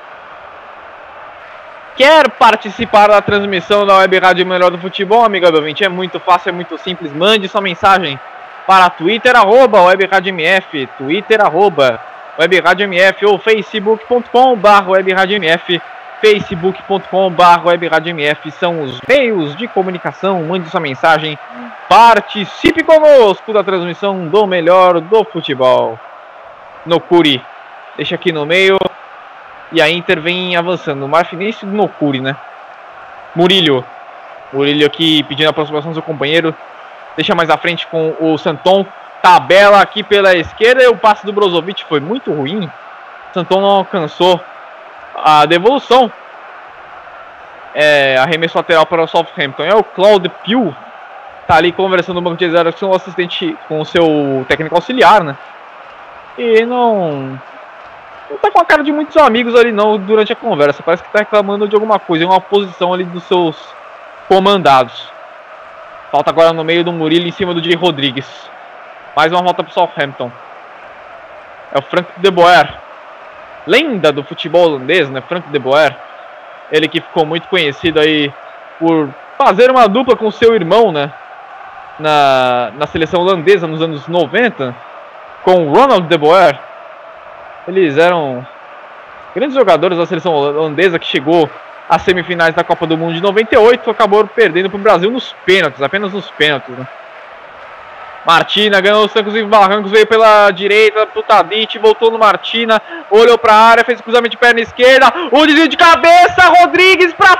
Quer participar da transmissão da Web Rádio Melhor do Futebol, amiga do ouvinte? É muito fácil, é muito simples. Mande sua mensagem para Twitter, arroba Web Rádio M F. Twitter, arroba Web Rádio M F ou facebook ponto com barra Web Rádio M F, facebook ponto com barra Web Rádio M F são os meios de comunicação. Mande sua mensagem, participe conosco da transmissão do melhor do futebol. Nokuri deixa aqui no meio e a Inter vem avançando. Marfinense do Nokuri, né? Murillo, Murillo aqui pedindo a aproximação do seu companheiro. Deixa mais à frente com o Santon. Tabela aqui pela esquerda e o passe do Brozovic foi muito ruim. Santon não alcançou a devolução. É, arremesso lateral para o Southampton. É o Claude Puel. tá ali conversando no banco de reserva com o assistente, com o seu técnico auxiliar, né? E não... Não tá com a cara de muitos amigos ali não durante a conversa. Parece que tá reclamando de alguma coisa, em uma posição ali dos seus comandados. Falta agora no meio do Murilo em cima do Jay Rodrigues. Mais uma volta pro Southampton. É o Frank de Boer. Lenda do futebol holandês, né? Frank de Boer. Ele que ficou muito conhecido aí por fazer uma dupla com seu irmão, né? Na, na seleção holandesa nos anos noventa. Com o Ronald de Boer. Eles eram grandes jogadores da seleção holandesa que chegou às semifinais da Copa do Mundo de noventa e oito. Acabou perdendo para o Brasil nos pênaltis, apenas nos pênaltis, né? Martina ganhou os trancos e barrancos, veio pela direita pro Tadic, voltou no Martina, olhou pra área, fez cruzamento de perna esquerda, o desvio de cabeça, Rodrigues pra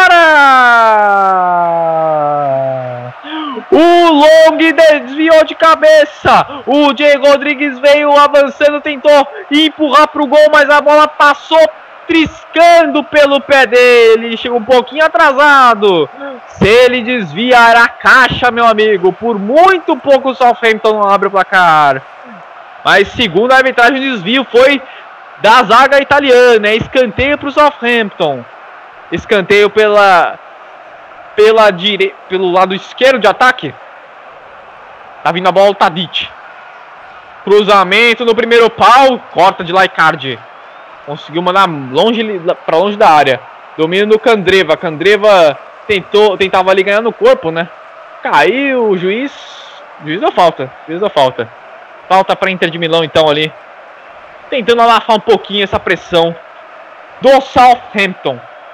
fora! O Long desviou de cabeça, o Diego Rodrigues veio avançando, tentou empurrar pro gol, mas a bola passou triscando pelo pé dele, chegou um pouquinho atrasado. Se ele desvia, era caixa, meu amigo. Por muito pouco o Southampton não abre o placar. Mas segundo a arbitragem, o desvio foi da zaga italiana. É escanteio para o Southampton. Escanteio pela, pela dire... pelo lado esquerdo de ataque. Tá vindo a bola o Tadic. Cruzamento no primeiro pau. Corta de Laicard. Conseguiu mandar longe, para longe da área. Domínio no Candreva. Candreva tentou, tentava ali ganhar no corpo, né? Caiu o juiz. O juiz deu falta. O juiz deu falta. Falta para Inter de Milão então ali. Tentando abafar um pouquinho essa pressão do Southampton.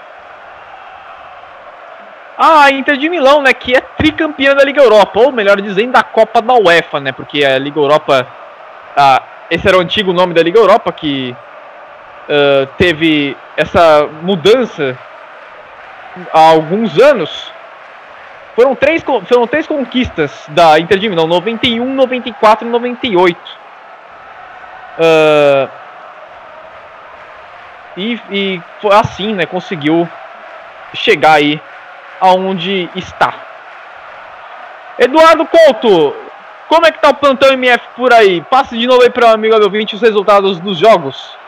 A Inter de Milão, né? Que é tricampeã da Liga Europa. Ou melhor dizendo, da Copa da UEFA, né? Porque a Liga Europa... Ah, esse era o antigo nome da Liga Europa que... Uh, teve essa mudança há alguns anos. Foram três, foram três conquistas da Inter de Milão, noventa e um, noventa e quatro e noventa e oito. Uh, e, e foi assim, né, conseguiu chegar aí aonde está. Eduardo Couto, como é que tá o plantão M F por aí? Passe de novo aí para o amigo ouvinte os resultados dos jogos.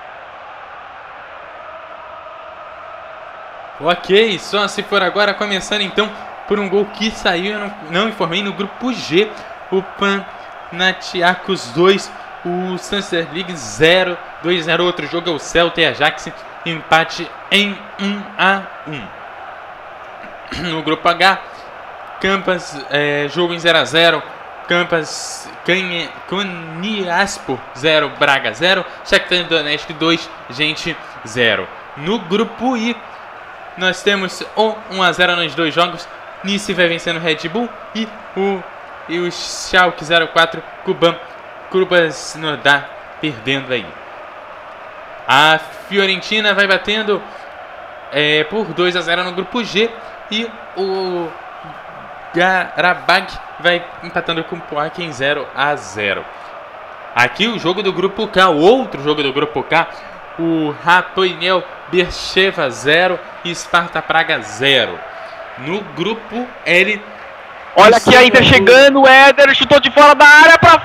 Ok, só se for agora, começando então por um gol que saiu, eu não, não informei, no grupo G, o Panathinaikos dois, o Sunster League zero, dois a zero, outro jogo é o Celta e Ajax, empate em um a um. No grupo H, Campas, é, jogo em zero a zero, Campas, Konyaspor zero, Braga zero, Shakhtar Donetsk dois, gente zero. No grupo I, nós temos um a zero nos dois jogos. Nice vai vencendo o Red Bull e o, e o Schalke zero quatro, Kuban Krasnodar perdendo aí. A Fiorentina vai batendo é, por dois a zero no grupo G e o Qarabag vai empatando com o Poac em zero a zero. Aqui o jogo do grupo K, o outro jogo do grupo K, o Hapoel Beersheva zero e Sparta Praga zero. No grupo L, olha aqui a Inter chegando, o Éder chutou de fora da área para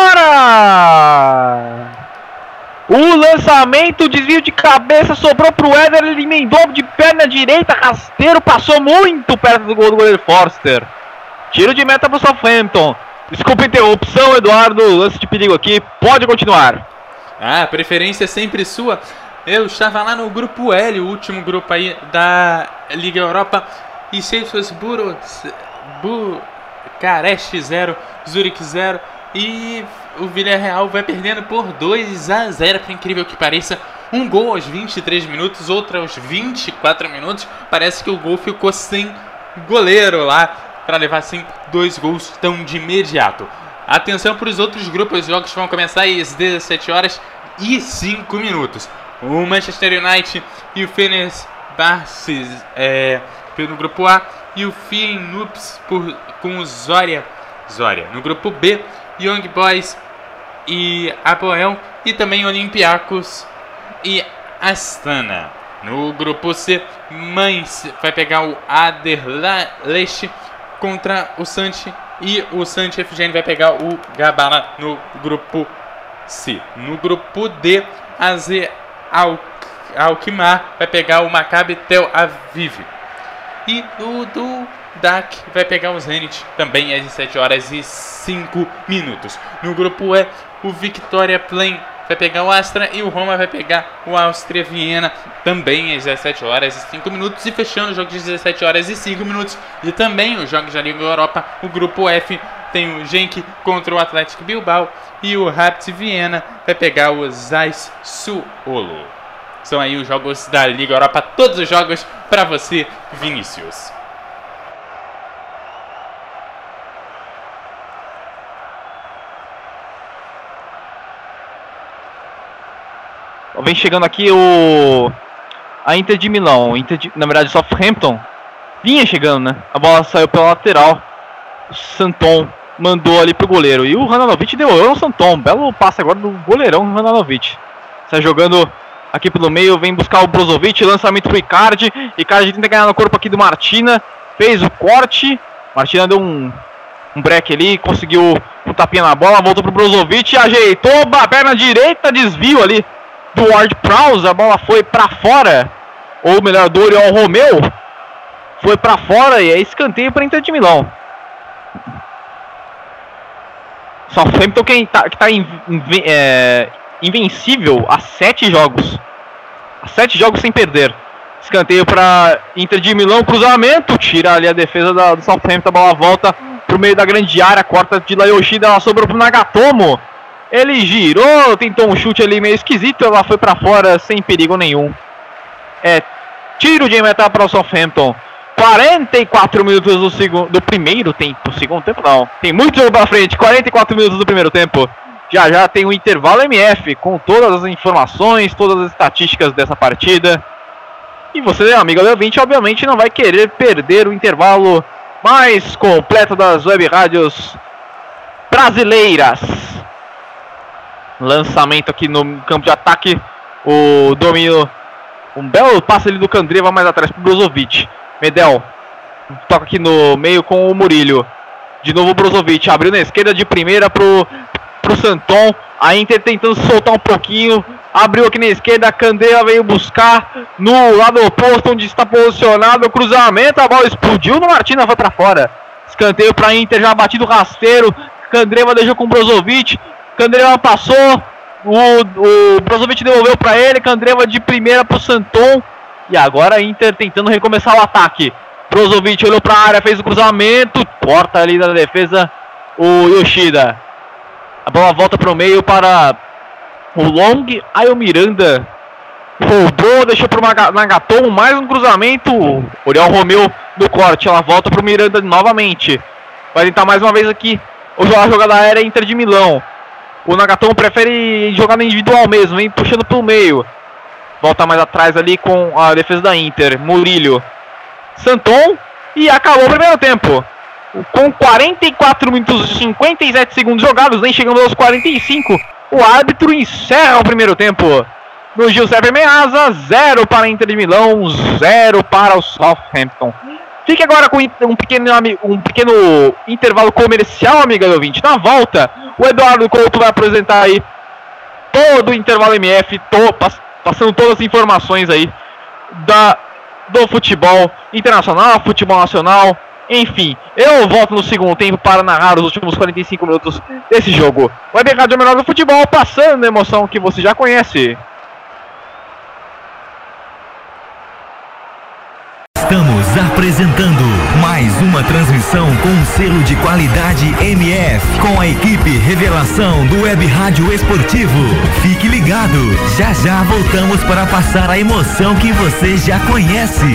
fora. O lançamento, o desvio de cabeça sobrou para o Éder, ele emendou de perna direita, rasteiro, passou muito perto do gol do goleiro Forster. Tiro de meta para o Southampton. Desculpa a interrupção, Eduardo, lance de perigo aqui, pode continuar. Ah, preferência sempre sua. Eu estava lá no grupo L, o último grupo aí da Liga Europa. E Seyfesburo, Bucareste zero, Zurique zero. E o Villarreal vai perdendo por dois a zero, por incrível que pareça. Um gol aos vinte e três minutos, outro aos vinte e quatro minutos. Parece que o gol ficou sem goleiro lá, para levar assim dois gols tão de imediato. Atenção para os outros grupos, os jogos vão começar às dezessete horas e cinco minutos. O Manchester United e o Fenerbahçe é, pelo grupo A e o Feyenoord por com o Zorya, Zorya. No grupo B, Young Boys e Apoel e também Olympiacos e Astana. No grupo C, Mainz vai pegar o Anderlecht contra o Santi. E o Santi F G N vai pegar o Gabala no grupo C. No grupo D, a Z Alkmaar vai pegar o Maccabi Tel Aviv. E o do D A C vai pegar o Zenit também às dezessete horas e cinco minutos. No grupo E, o Victoria Plzen vai pegar o Astra e o Roma vai pegar o Áustria Viena também às dezessete horas e cinco minutos. E fechando o jogo de dezessete horas e cinco minutos e também os jogos da Liga Europa, o grupo F tem o Genk contra o Atlético Bilbao e o Rapid Viena vai pegar o Sassuolo. São aí os jogos da Liga Europa, todos os jogos para você, Vinícius. Vem chegando aqui o a Inter de Milão, Inter de, na verdade Southampton vinha chegando, né? A bola saiu pela lateral, o Santon mandou ali pro goleiro e o Handanovic devolveu no Santon, belo passe agora do goleirão Handanovic. Sai jogando aqui pelo meio, vem buscar o Brozovic, lançamento pro Icardi, Icardi tenta ganhar no corpo aqui do Martina, fez o corte, Martina deu um, um break ali, conseguiu um tapinha na bola, voltou pro Brozovic, ajeitou, a perna direita, desvio ali do Ward-Prowse, a bola foi pra fora, ou melhor, do Oriol Romeu, foi pra fora e é escanteio para Inter de Milão. Southampton que tá, que tá in, in, é, invencível há sete jogos, há sete jogos sem perder. Escanteio para Inter de Milão, cruzamento, tira ali a defesa da, do Southampton, a bola volta pro meio da grande área, corta de Yoshida, ela sobrou pro Nagatomo. Ele girou, tentou um chute ali meio esquisito, ela foi pra fora sem perigo nenhum. É tiro de meta para o Southampton. quarenta e quatro minutos do, segundo, do primeiro tempo. Segundo tempo não, tem muito jogo pra frente. quarenta e quatro minutos do primeiro tempo. Já já tem o intervalo M F com todas as informações, todas as estatísticas dessa partida. E você, amigo ouvinte, obviamente não vai querer perder o intervalo mais completo das web rádios brasileiras. Lançamento aqui no campo de ataque, o domínio, um belo passe ali do Candreva mais atrás para o Brozovic. Medel toca aqui no meio com o Murillo, de novo o Brozovic, abriu na esquerda de primeira pro, pro Santon, a Inter tentando soltar um pouquinho, abriu aqui na esquerda, a Candreva veio buscar no lado oposto onde está posicionado o cruzamento, a bola explodiu no Martina, foi para fora, escanteio para a Inter, já batido rasteiro, Candreva deixou com o Brozovic, Candreva passou, o, o Brozovic devolveu para ele, Candreva de primeira para o Santon. E agora a Inter tentando recomeçar o ataque. Brozovic olhou para a área, fez o cruzamento, corta ali da defesa o Yoshida. A bola volta para o meio para o Long, aí o Miranda rodou, deixou para o Nagatomo, mais um cruzamento. O Oriol Romeu do corte, ela volta para o Miranda novamente. Vai tentar mais uma vez aqui a jogada aérea Inter de Milão. O Nagatomo prefere jogar no individual mesmo, vem puxando pelo meio. Volta mais atrás ali com a defesa da Inter. Murillo, Santon e acabou o primeiro tempo. Com quarenta e quatro minutos e cinquenta e sete segundos jogados, nem chegando aos quarenta e cinco, o árbitro encerra o primeiro tempo. No Giuseppe Meazza, zero para a Inter de Milão, zero para o Southampton. Fique agora com um pequeno, um pequeno intervalo comercial, amiga do ouvinte. Na volta, o Eduardo Couto vai apresentar aí todo o intervalo M F, to, passando todas as informações aí da, do futebol internacional, futebol nacional, enfim. Eu volto no segundo tempo para narrar os últimos quarenta e cinco minutos desse jogo. Web Rádio Melhor do Futebol, passando a emoção que você já conhece. Estamos apresentando mais uma transmissão com selo de qualidade M F, com a equipe Revelação do Web Rádio Esportivo. Fique ligado, já já voltamos para passar a emoção que você já conhece.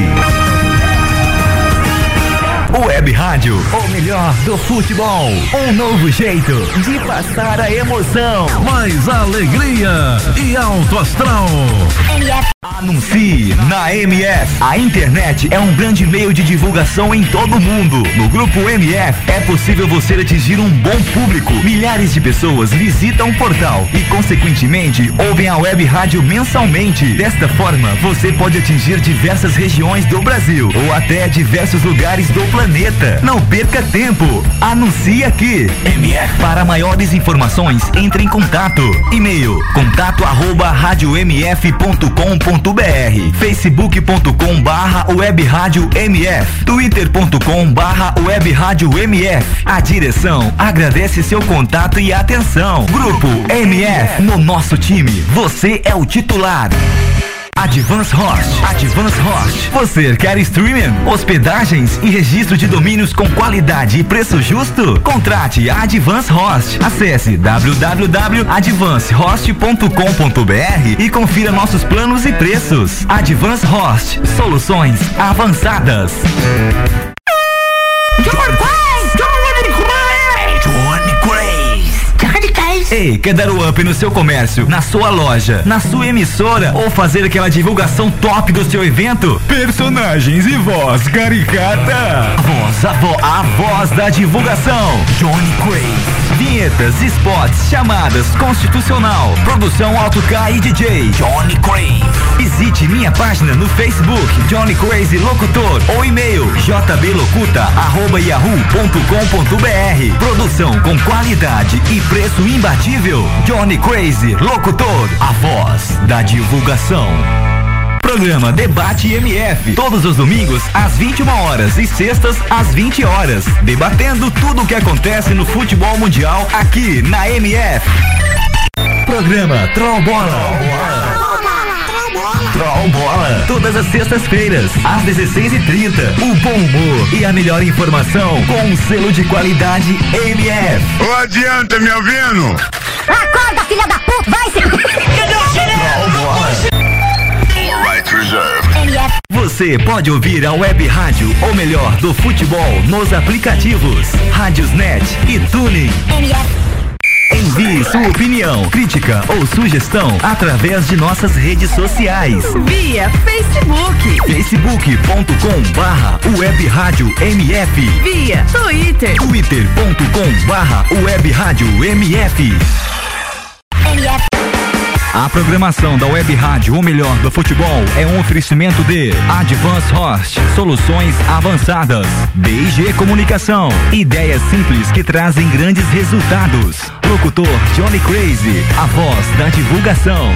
Web Rádio, o melhor do futebol. Um novo jeito de passar a emoção. Mais alegria e alto astral. M F. Anuncie na M F. A internet é um grande meio de divulgação em todo o mundo. No Grupo M F é possível você atingir um bom público. Milhares de pessoas visitam o portal e, consequentemente, ouvem a web rádio mensalmente. Desta forma, você pode atingir diversas regiões do Brasil ou até diversos lugares do planeta. Não perca tempo. Anuncie aqui. M F. Para maiores informações, entre em contato. E-mail contato arroba rádio m f ponto com ponto b r, facebook ponto com barra web rádio M F, twitter ponto com barra web rádio M F. A direção agradece seu contato e atenção. Grupo M F, no nosso time, você é o titular. Advance Host. Advance Host. Você quer streaming, hospedagens e registro de domínios com qualidade e preço justo? Contrate a Advance Host. Acesse w w w ponto advance host ponto com ponto b r e confira nossos planos e preços. Advance Host. Soluções avançadas. Ei, quer dar o up no seu comércio, na sua loja, na sua emissora ou fazer aquela divulgação top do seu evento? Personagens e voz caricata. A voz, a, vo, a voz da divulgação. Johnny Craze. Vinhetas, spots, chamadas, constitucional, produção Auto K e D J. Johnny Craze. Visite minha página no Facebook, Johnny Craze Locutor, ou e-mail j b locuta arroba yahoo ponto com ponto b r. Produção com qualidade e preço imbatível. Johnny Craze Locutor, a voz da divulgação. Programa Debate M F, todos os domingos às vinte e uma horas e sextas às vinte horas, debatendo tudo o que acontece no futebol mundial aqui na M F. Programa Troll Bola. Troll Bola, todas as sextas-feiras, às dezesseis e trinta. O bom humor e a melhor informação com um selo de qualidade M F. Não adianta, me ouvindo? Acorda, filha da puta, vai se... Troll Bola. Right reserve. M F. Você pode ouvir a web rádio, ou melhor, do futebol, nos aplicativos Rádiosnet e Tuning. M F. Envie sua opinião, crítica ou sugestão através de nossas redes sociais. Via Facebook. facebook ponto com barra web rádio M F. Via Twitter. twitter ponto com barra web rádio M F. M F. A programação da Web Rádio, o melhor do futebol, é um oferecimento de Advance Host, soluções avançadas, D I G Comunicação, ideias simples que trazem grandes resultados. Locutor Johnny Craze, a voz da divulgação.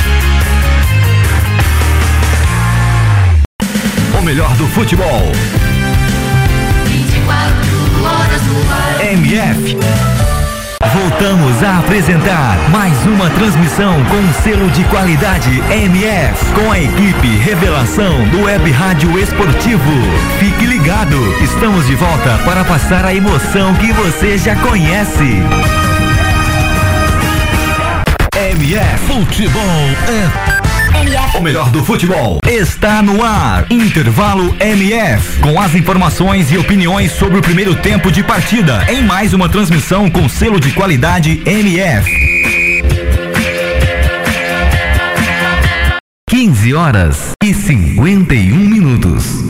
O melhor do futebol. vinte e quatro horas no ar. M F. Voltamos a apresentar mais uma transmissão com um selo de qualidade M F, com a equipe Revelação do Web Rádio Esportivo. Fique ligado, estamos de volta para passar a emoção que você já conhece. M F Futebol é... M F. O melhor do futebol está no ar. Intervalo M F, com as informações e opiniões sobre o primeiro tempo de partida, em mais uma transmissão com selo de qualidade M F. quinze horas e cinquenta e um minutos.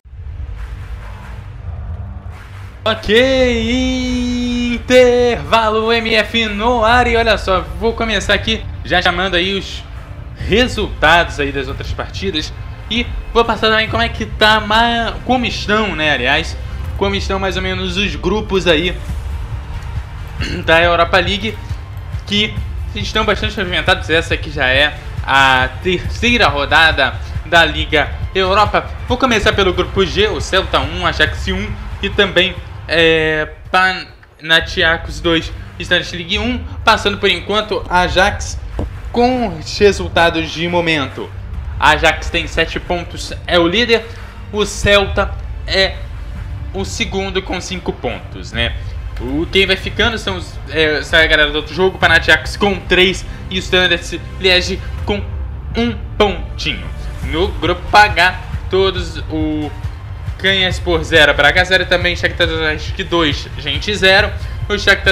Ok, intervalo M F no ar. E olha só, vou começar aqui já chamando aí os resultados aí das outras partidas e vou passar também como é que tá, como estão, né, aliás, como estão mais ou menos os grupos aí da Europa League, que estão bastante movimentados. Essa aqui já é a terceira rodada da Liga Europa. Vou começar pelo grupo G, o Celta um, Ajax um e também é, Panathinaikos dois, Standard League um, passando por enquanto Ajax com os resultados de momento. A Ajax tem sete pontos, é o líder. O Celta é o segundo com cinco pontos, né? O, quem vai ficando são, os, é, são a galera do outro jogo. Panathinaikos com três e o Standard Liège com um pontinho. No grupo H, todos o Kanyaspor zero, Braga zero, também Shakhtar Donetsk dois, gente zero. O Shakhtar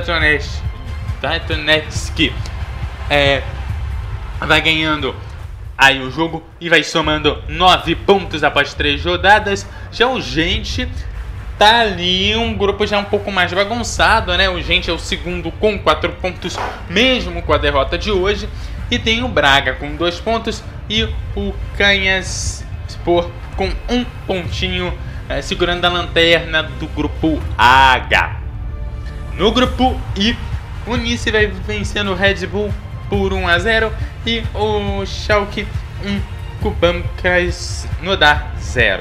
Donetsk É, vai ganhando aí o jogo e vai somando nove pontos após três rodadas. Já o Gente tá ali um grupo já um pouco mais bagunçado, né? O Gente é o segundo com quatro pontos, mesmo com a derrota de hoje. E tem o Braga com dois pontos e o Canhaspor com um pontinho, é, segurando a lanterna do grupo H. No grupo I, o Nice vai vencendo o Red Bull por um a zero e o Schalke um Kuban Krasnodar zero.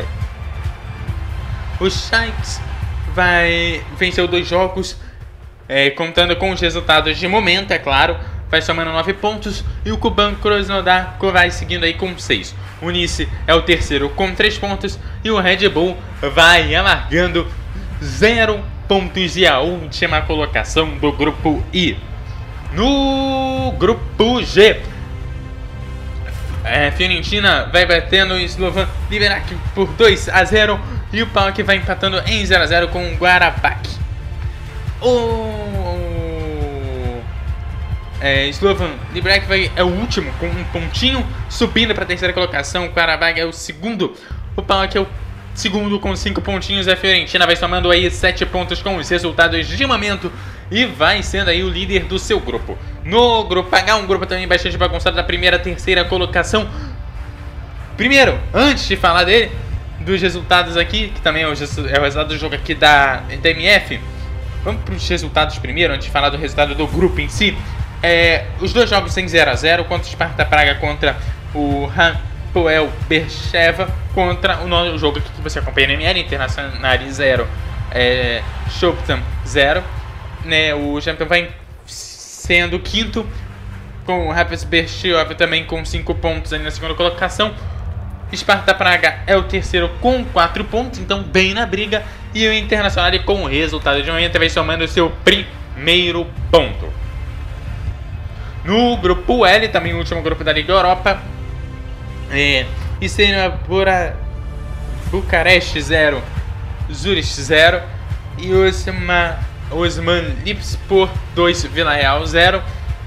O Schalke vai vencer dois jogos, é, contando com os resultados de momento, é claro, vai somando nove pontos, e o Kuban Krasnodar vai seguindo aí com seis. O Nice é o terceiro com três pontos e o Red Bull vai amargando zero pontos e a última colocação do grupo I. No grupo G, é, Fiorentina vai batendo o Slovan Liberec por dois a zero e o PAOK vai empatando em zero a zero com o Qarabağ. O é, Slovan Liberec vai, é o último com um pontinho, subindo para a terceira colocação. O Qarabağ é o segundo, o PAOK é o segundo com cinco pontinhos. A Fiorentina vai somando aí sete pontos com os resultados de momento e vai sendo aí o líder do seu grupo. No grupo H, um grupo também bastante bagunçado da primeira a terceira colocação. Primeiro, antes de falar dele, dos resultados aqui, que também é o, é o resultado do jogo aqui da, da M F, vamos para os resultados primeiro, antes de falar do resultado do grupo em si. É, os dois jogos em zero a zero, contra o Sparta Praga contra o Hapoel Beersheva, contra o novo jogo aqui que você acompanha na M L, Internacional zero, é, Shopton zero. Né, o Jampton vai sendo quinto, com o Hapoel Beersheva também com cinco pontos ali na segunda colocação. Sparta Praga é o terceiro com quatro pontos, então bem na briga. E o Internacional com o resultado de momento vai somando o seu primeiro ponto. No grupo L, também o último grupo da Liga Europa, é, Steaua Bucareste zero, Zurich zero e Osma, Osman Lipspor dois, Vila Real zero.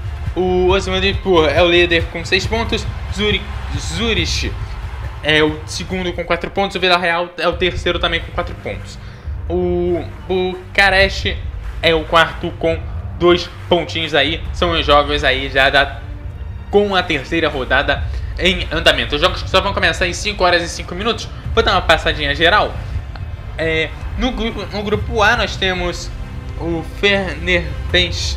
O Osman Lipspor é o líder com seis pontos, Zurich, Zurich é o segundo com quatro pontos, o Vila Real é o terceiro também com quatro pontos. O Bucareste é o quarto com dois pontinhos aí. São os jogos aí já da, com a terceira rodada em andamento. Os jogos que só vão começar em cinco horas e cinco minutos. Vou dar uma passadinha geral. É, no, grupo, no grupo A nós temos o Fenerbahçe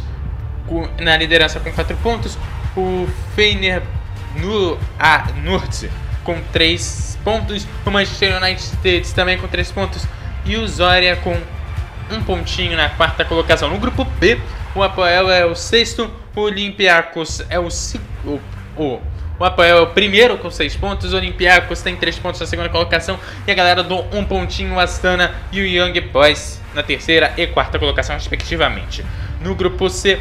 na liderança com quatro pontos. O Feyenoord no, a Nurt com três pontos. O Manchester United também com três pontos. E o Zorya com um pontinho na quarta colocação. No grupo B, o Apoel é o sexto, o Olympiacos é o o, o, o Apoel é o primeiro com seis pontos, o Olympiacos tem três pontos na segunda colocação e a galera do um pontinho, o Astana e o Young Boys na terceira e quarta colocação respectivamente. No grupo C,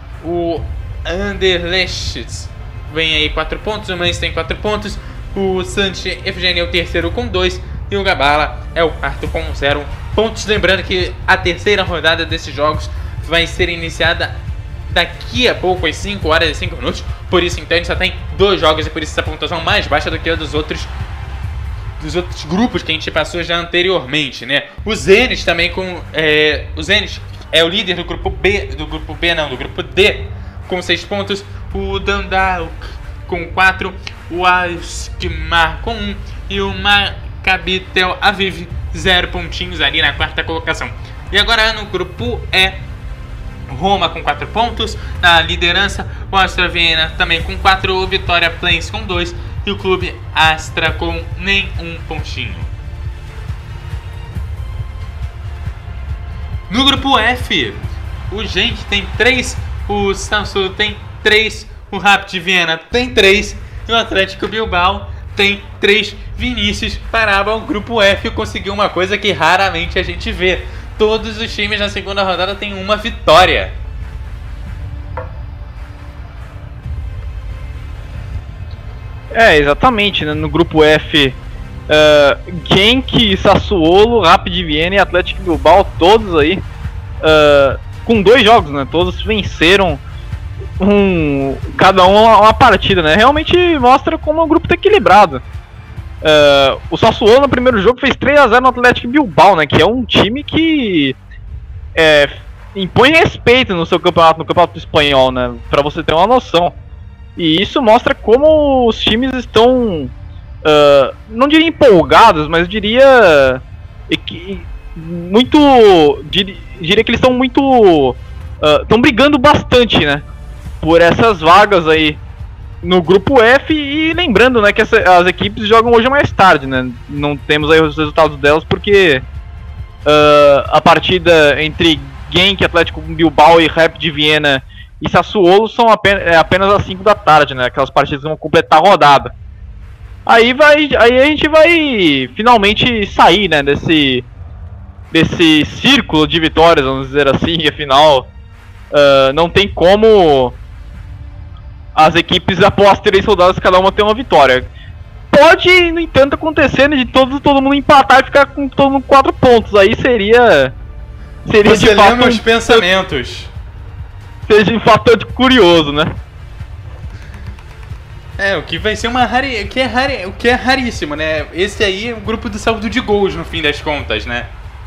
o Anderlecht vem aí quatro pontos, o Mainz tem quatro pontos, o Santi Efgênia é o terceiro com dois e o Gabala é o quarto com zero pontos. Lembrando que a terceira rodada desses jogos vai ser iniciada daqui a pouco, às cinco horas e cinco minutos. Por isso, então, a gente só tem dois jogos e por isso essa pontuação mais baixa do que a dos outros dos outros grupos que a gente passou já anteriormente, né? O Zenit também com... É, o Zenit é o líder do grupo B, do grupo B não, do grupo D, com seis pontos. O Dundalk com quatro, o Alkmaar com um e o Maccabi Tel Aviv zero pontinhos ali na quarta colocação. E agora no grupo E, Roma com quatro pontos na liderança, o Astra Viena também com quatro, o Vitória Plains com dois e o Clube Astra com nenhum pontinho. No grupo F, o Genk tem três, o Samsung tem três, o Rapid Viena tem três e o Atlético Bilbao tem três. Vinícius Paraba, o grupo F, conseguiu uma coisa que raramente a gente vê. Todos os times na segunda rodada têm uma vitória. É, exatamente, né? No grupo F, uh, Genk, Sassuolo, Rapid Viena e Atlético Bilbao, todos aí uh, com dois jogos, né? Todos venceram um, cada um uma partida, né? Realmente mostra como o grupo tá equilibrado. Uh, o Sassuolo no primeiro jogo fez três a zero no Atlético Bilbao, né? Que é um time que é, impõe respeito no seu campeonato, no campeonato espanhol, né? Pra você ter uma noção. E isso mostra como os times estão, uh, não diria empolgados, mas diria que, muito, dir, diria que eles estão muito, estão uh, brigando bastante, né? Por essas vagas aí no grupo F. E lembrando, né, que essa, as equipes jogam hoje mais tarde, né? Não temos aí os resultados delas porque uh, a partida entre Genk, Atlético Bilbao e Rapid Viena e Sassuolo são apenas, é, apenas às cinco da tarde, né? Aquelas partidas que vão completar a rodada. Aí vai, aí a gente vai finalmente sair, né, desse desse círculo de vitórias, vamos dizer assim. Afinal, uh, não tem como as equipes, após três rodadas, cada uma ter uma vitória. Pode, no entanto, acontecer, né, de todo, todo mundo empatar e ficar com todo mundo quatro pontos. Aí seria... Seria Você de fato lembra um, os pensamentos. Seja um fator curioso, né? É, o que vai ser uma rari... o, que é rari... o que é raríssimo, né? Esse aí é o grupo do saldo de gols, no fim das contas, né?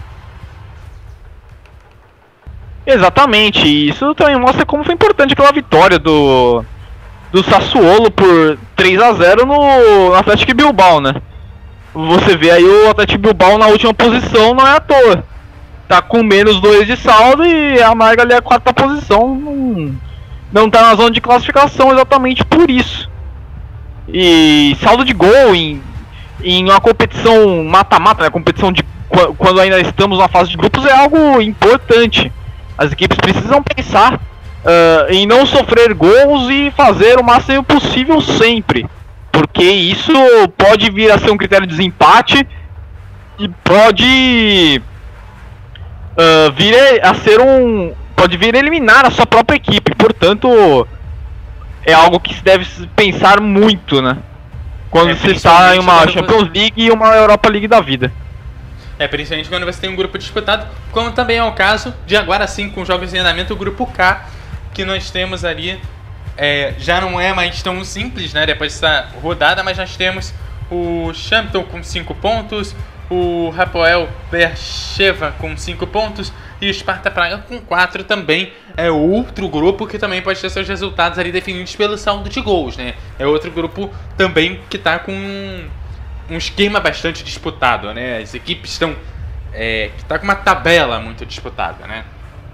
Exatamente, e isso também mostra como foi importante aquela vitória do... do Sassuolo por três a zero no Atlético Bilbao, né? Você vê aí o Atlético Bilbao na última posição, não é à toa. Tá com menos dois de saldo e amarga ali a quarta posição. Não, não tá na zona de classificação exatamente por isso. E saldo de gol em, em uma competição mata-mata, né? Competição de quando ainda estamos na fase de grupos, é algo importante. As equipes precisam pensar Uh, em não sofrer gols e fazer o máximo possível sempre, porque isso pode vir a ser um critério de desempate e pode uh, vir a ser um pode vir a eliminar a sua própria equipe. Portanto, é algo que se deve pensar muito, né, quando é, você está em uma Champions League e uma Europa League da vida. É, principalmente quando você tem um grupo disputado, como também é o caso de agora sim, com jogos em andamento, o grupo K, que nós temos ali, é, já não é mais tão simples, né, depois dessa rodada, mas nós temos o Shakhtar com cinco pontos, o Hapoel Beersheva com cinco pontos e o Sparta Praga com quatro também. É outro grupo que também pode ter seus resultados ali definidos pelo saldo de gols, né? É outro grupo também que está com um, um esquema bastante disputado, né? As equipes estão, é, que está com uma tabela muito disputada, né?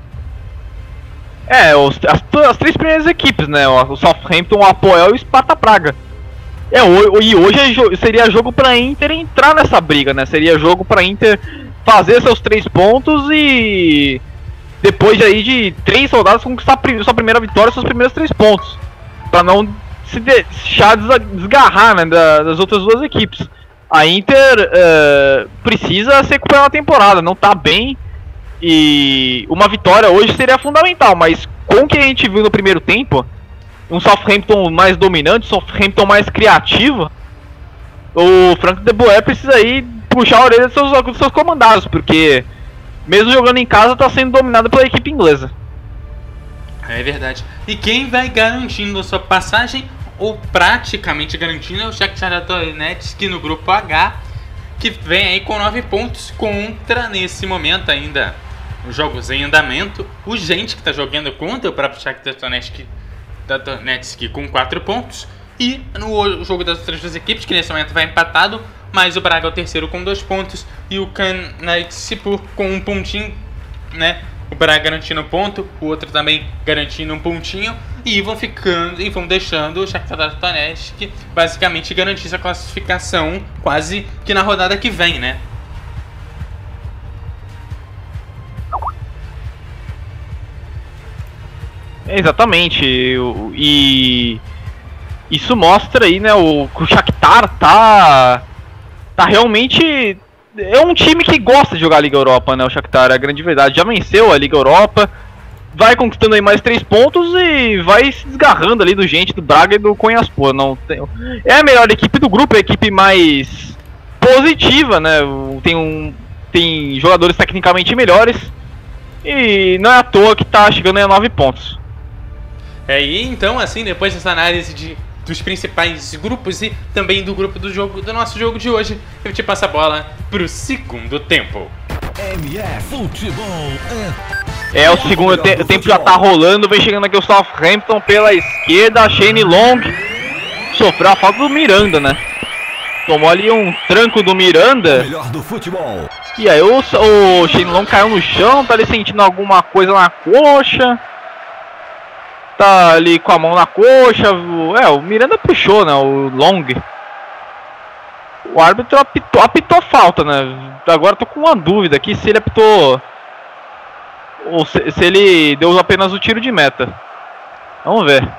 É, os, as, as três primeiras equipes, né? O Southampton, o Hapoel e o Sparta Praga. É, o, e hoje é jo- seria jogo pra Inter entrar nessa briga, né? Seria jogo pra Inter fazer seus três pontos e depois aí de três rodadas conquistar a sua primeira vitória, seus primeiros três pontos. Pra não se deixar desgarrar, né, da, das outras duas equipes. A Inter uh, precisa se recuperar na temporada, não tá bem. E uma vitória hoje seria fundamental, mas com o que a gente viu no primeiro tempo, um Southampton mais dominante, um Southampton mais criativo, o Frank de Boer precisa aí puxar a orelha dos seus, dos seus comandados, porque mesmo jogando em casa está sendo dominado pela equipe inglesa. É verdade. E quem vai garantindo a sua passagem, ou praticamente garantindo, é o Shakhtar Donetsk no grupo H, que vem aí com nove pontos contra, nesse momento ainda, os jogos em andamento, o Gent, que está jogando contra o próprio Shakhtar Donetsk, Donetsk com quatro pontos, e no jogo das outras duas equipes, que nesse momento vai empatado, mas o Braga é o terceiro com dois pontos, e o Kanaiksipur com um pontinho, né? O Braga garantindo um ponto, o outro também garantindo um pontinho, e vão ficando e vão deixando o Shakhtar Donetsk basicamente garantir essa classificação quase que na rodada que vem, né? Exatamente, e isso mostra aí, né, o, o Shakhtar tá, tá realmente, é um time que gosta de jogar a Liga Europa, né, o Shakhtar, é a grande verdade, já venceu a Liga Europa, vai conquistando aí mais três pontos e vai se desgarrando ali do Gent, do Braga e do Konyaspor. Não tem, é a melhor equipe do grupo, é a equipe mais positiva, né, tem, um, tem jogadores tecnicamente melhores e não é à toa que tá chegando aí a nove pontos. É, e então, assim, depois dessa análise de, dos principais grupos e também do grupo do jogo do nosso jogo de hoje, eu te passo a bola pro segundo tempo. M F Futebol é... É, o segundo te o tempo já tá rolando, vem chegando aqui o Southampton pela esquerda, Shane Long sofreu a falta do Miranda, né? Tomou ali um tranco do Miranda. Melhor do futebol. E aí o, o Shane Long caiu no chão, tá ali sentindo alguma coisa na coxa. Tá ali com a mão na coxa. É, o Miranda puxou, né? O Long. O árbitro apitou, apitou falta, né? Agora tô com uma dúvida aqui se ele apitou ou se, se ele deu apenas o tiro de meta. Vamos ver.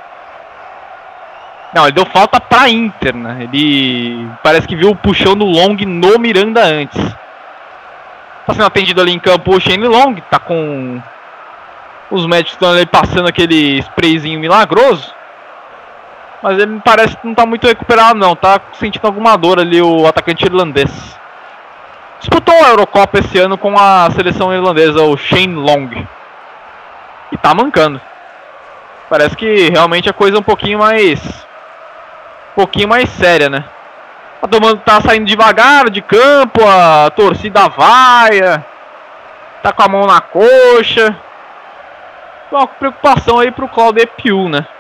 Não, ele deu falta pra Inter, né? Ele parece que viu o puxão do Long no Miranda antes. Tá sendo atendido ali em campo o Shane Long, tá com os médicos estão ali passando aquele sprayzinho milagroso. Mas ele parece que não tá muito recuperado não, tá sentindo alguma dor ali o atacante irlandês. Disputou a Eurocopa esse ano com a seleção irlandesa, o Shane Long. E tá mancando. Parece que realmente a coisa é um pouquinho mais... Um pouquinho mais séria, né? Tá, tomando, tá saindo devagar de campo, a torcida vaia. Tá com a mão na coxa. Uma preocupação aí pro Claude Piu, né?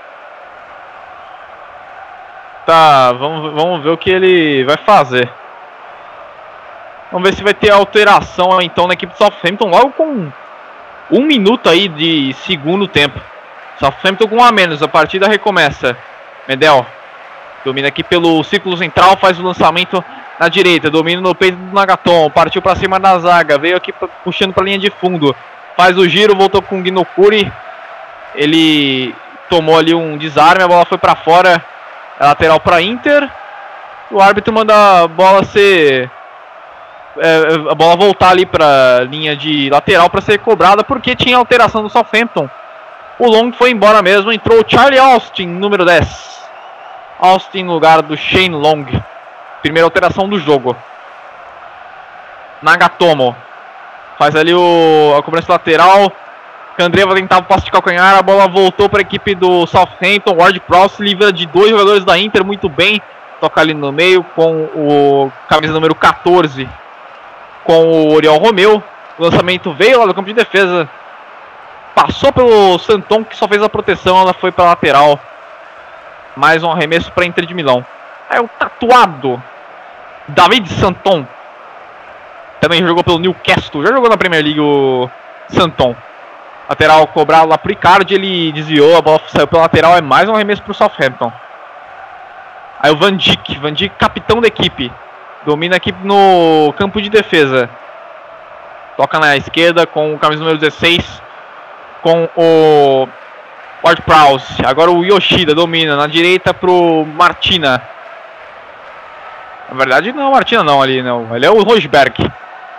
Tá, vamos, vamos ver o que ele vai fazer. Vamos ver se vai ter alteração então na equipe do Southampton logo com um minuto aí de segundo tempo. Southampton com um a menos, a partida recomeça. Medel domina aqui pelo círculo central, faz o lançamento na direita, domina no peito do Nagatomo, partiu para cima da zaga, veio aqui puxando para a linha de fundo, faz o giro, voltou com o Ginokuri, ele tomou ali um desarme, a bola foi para fora, é lateral para Inter, o árbitro manda a bola ser, é, a bola voltar ali para a linha de lateral para ser cobrada, porque tinha alteração do Southampton. O Long foi embora mesmo, entrou o Charlie Austin, número dez. Austin no lugar do Shane Long. Primeira alteração do jogo. Nagatomo faz ali o, a cobrança lateral. Candreva tentava o passe de calcanhar. A bola voltou para a equipe do Southampton. Ward-Prowse livra de dois jogadores da Inter muito bem. Toca ali no meio com o camisa número quatorze. Com o Oriol Romeu. O lançamento veio lá do campo de defesa. Passou pelo Santon, que só fez a proteção. Ela foi para a lateral. Mais um arremesso para Inter de Milão. Aí o tatuado David Santon. Também jogou pelo Newcastle. Já jogou na Premier League o Santon. Lateral cobrado lá pro Icardi. Ele desviou. A bola saiu pela lateral. É mais um arremesso para o Southampton. Aí o Van Dijk. Van Dijk, capitão da equipe. Domina aqui no campo de defesa. Toca na esquerda com o camisa número dezesseis. Com o Ward-Prowse. Agora o Yoshida domina na direita pro Martina. Na verdade não, Martina não ali, não. Ele é o Rosberg.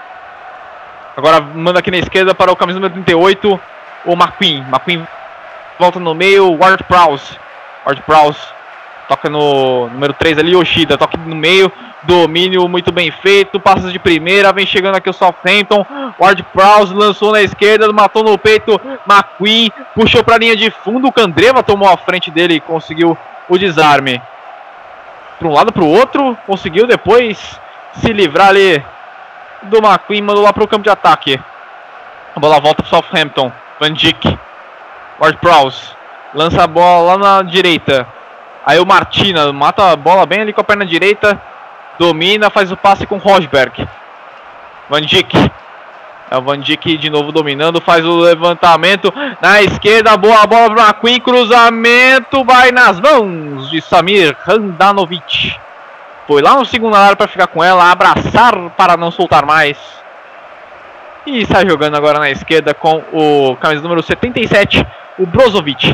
Agora manda aqui na esquerda para o camisa número trinta e oito, o McQueen. McQueen volta no meio, Ward-Prowse. Ward-Prowse toca no número três ali, Yoshida. Toca no meio, domínio muito bem feito, passos de primeira, vem chegando aqui o Southampton. Ward-Prowse lançou na esquerda, matou no peito, McQueen puxou para a linha de fundo, o Candreva tomou a frente dele e conseguiu o desarme. Para um lado para o outro, conseguiu depois se livrar ali do McQueen, mandou lá para o campo de ataque. A bola volta para o Southampton, Van Dijk. Ward-Prowse lança a bola lá na direita. Aí o Martina mata a bola bem ali com a perna direita. Domina, faz o passe com Rosberg. Van Dijk. É o Van Dijk de novo dominando, faz o levantamento na esquerda, boa bola para McQueen, cruzamento, vai nas mãos de Samir Handanovic. Foi lá no segundo área para ficar com ela, abraçar para não soltar mais. E sai jogando agora na esquerda com o camisa número setenta e sete, o Brozovic.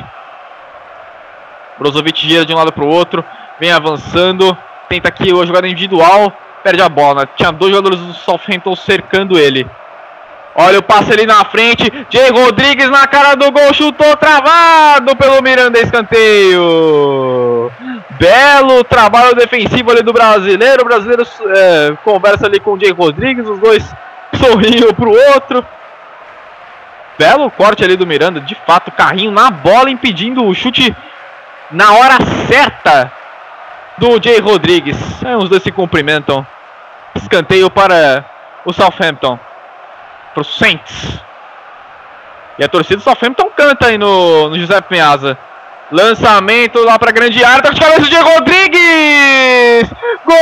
Brozovic gira de um lado para o outro, vem avançando, tenta aqui a jogada individual, perde a bola. Tinha dois jogadores do Southampton cercando ele. Olha o passe ali na frente, Diego Rodrigues na cara do gol, chutou travado pelo Miranda, escanteio. Belo trabalho defensivo ali do brasileiro, o brasileiro é, conversa ali com o Diego Rodrigues, os dois sorriam pro outro. belo corte ali do Miranda, de fato, carrinho na bola, impedindo o chute na hora certa do Jay Rodrigues. É, os dois se cumprimentam. Escanteio para o Southampton, para o Saints. E a torcida do Southampton canta aí no, no Giuseppe Meazza. Lançamento lá para a grande área, toque de cabeça do Jay Rodrigues! Gol!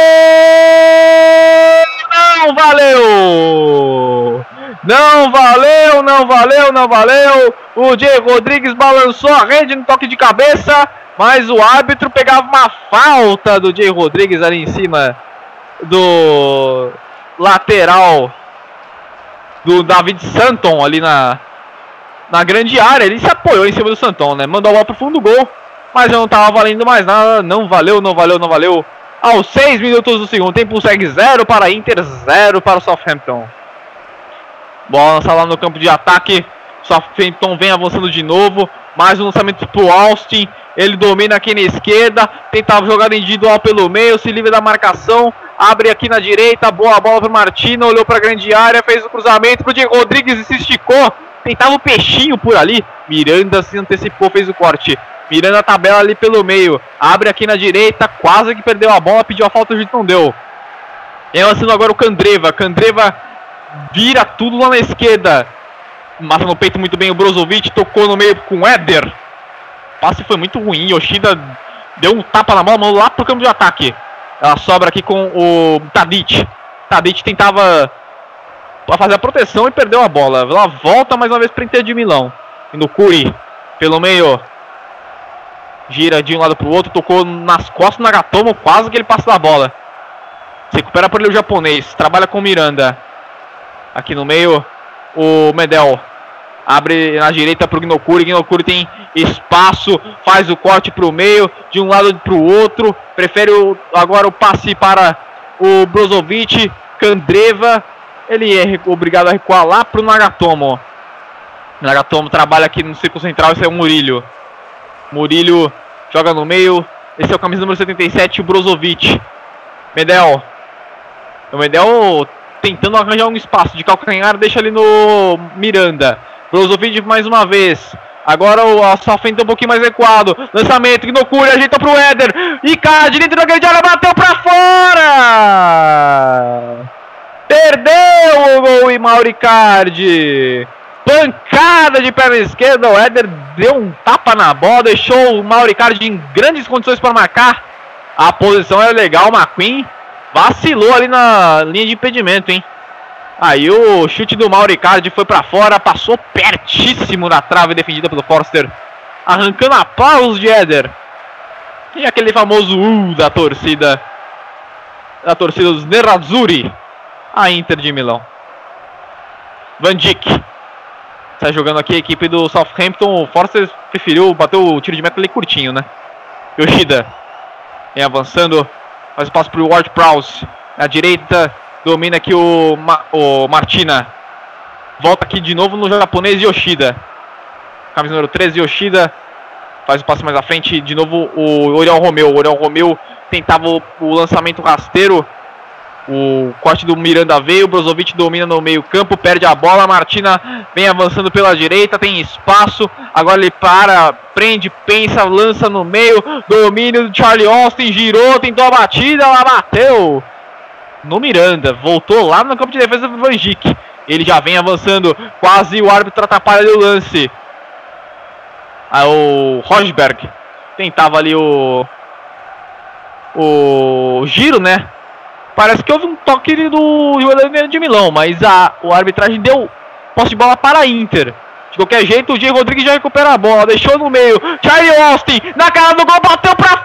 Não valeu! Não valeu, não valeu, não valeu! O Jay Rodrigues balançou a rede no toque de cabeça, mas o árbitro pegava uma falta do Jay Rodrigues ali em cima do lateral do David Santon ali na, na grande área. Ele se apoiou em cima do Santon, né? Mandou a bola pro fundo do gol, mas não estava valendo mais nada. Não valeu, não valeu, não valeu. Aos seis minutos do segundo tempo, segue zero para a Inter, zero para o Southampton. Bola lançada lá no campo de ataque. Southampton vem avançando de novo. Mais um lançamento pro Austin. Ele domina aqui na esquerda. Tentava jogar individual pelo meio. Se livra da marcação. Abre aqui na direita. Boa bola pro Martino. Olhou para a grande área. Fez o cruzamento pro Diego Rodrigues e se esticou. Tentava o peixinho por ali. Miranda se antecipou. Fez o corte. Miranda a tabela ali pelo meio. Abre aqui na direita. Quase que perdeu a bola. Pediu a falta. O juiz não deu. E lançando agora o Candreva. Candreva vira tudo lá na esquerda. Mata no peito muito bem o Brozovic. Tocou no meio com o Éder. O passe foi muito ruim. Yoshida deu um tapa na bola, mandou lá pro campo de ataque. Ela sobra aqui com o Tadic. Tadic tentava fazer a proteção e perdeu a bola. Ela volta mais uma vez para Inter de Milão. E no Curi, pelo meio. Gira de um lado pro outro. Tocou nas costas do Nagatomo. Quase que ele passa da bola. Se recupera por ele o japonês. Trabalha com o Miranda. Aqui no meio, o Medel abre na direita para o Gnokuri. Gnokuri tem espaço, faz o corte para o meio, de um lado para o outro. Prefere o, agora o passe para o Brozovic. Candreva, ele é obrigado a recuar lá para o Nagatomo. Nagatomo trabalha aqui no círculo central. Esse é o Murillo. Murillo joga no meio. Esse é o camisa número setenta e sete, o Brozovic. Medel. O Medel tentando arranjar um espaço de calcanhar, deixa ali no Miranda. Brozovic mais uma vez. Agora o Southampton um pouquinho mais recuado. Lançamento, Gnokuri ajeita pro Éder. Icardi dentro da grande área, bateu pra fora! Perdeu o gol e Mauro Icardi. Pancada de perna esquerda. O Éder deu um tapa na bola, deixou o Mauro Icardi em grandes condições para marcar. A posição era legal, o McQueen vacilou ali na linha de impedimento, hein? Aí o chute do Mauro Icardi foi pra fora, passou pertíssimo da trave defendida pelo Forster, arrancando aplausos de Éder. E aquele famoso uh da torcida, da torcida dos Nerazzurri, a Inter de Milão. Van Dijk está jogando aqui a equipe do Southampton. O Forster preferiu bater o tiro de meta ali curtinho, né? Yoshida vem avançando. Faz espaço para o Ward-Prowse. Na direita, domina aqui o, Ma o Martina. Volta aqui de novo no japonês Yoshida. Camisa número treze, Yoshida. Faz o passe mais à frente. De novo o Oriol Romeu. O Oriol Romeu tentava o, o lançamento rasteiro. O corte do Miranda veio. O Brozovic domina no meio campo. Perde a bola. Martina vem avançando pela direita. Tem espaço. Agora ele para. Prende, pensa, lança no meio. Domínio do Charlie Austin. Girou, tentou a batida. Ela bateu no Miranda. Voltou lá no campo de defesa do Van Dijk. Ele já vem avançando. Quase o árbitro atrapalha o lance. Ah, o Rosberg tentava ali o O giro, né? Parece que houve um toque do jogador de Milão, mas a, a arbitragem deu posse de bola para a Inter. De qualquer jeito, o Jay Rodrigues já recupera a bola, deixou no meio. Charlie Austin, na cara do gol, bateu para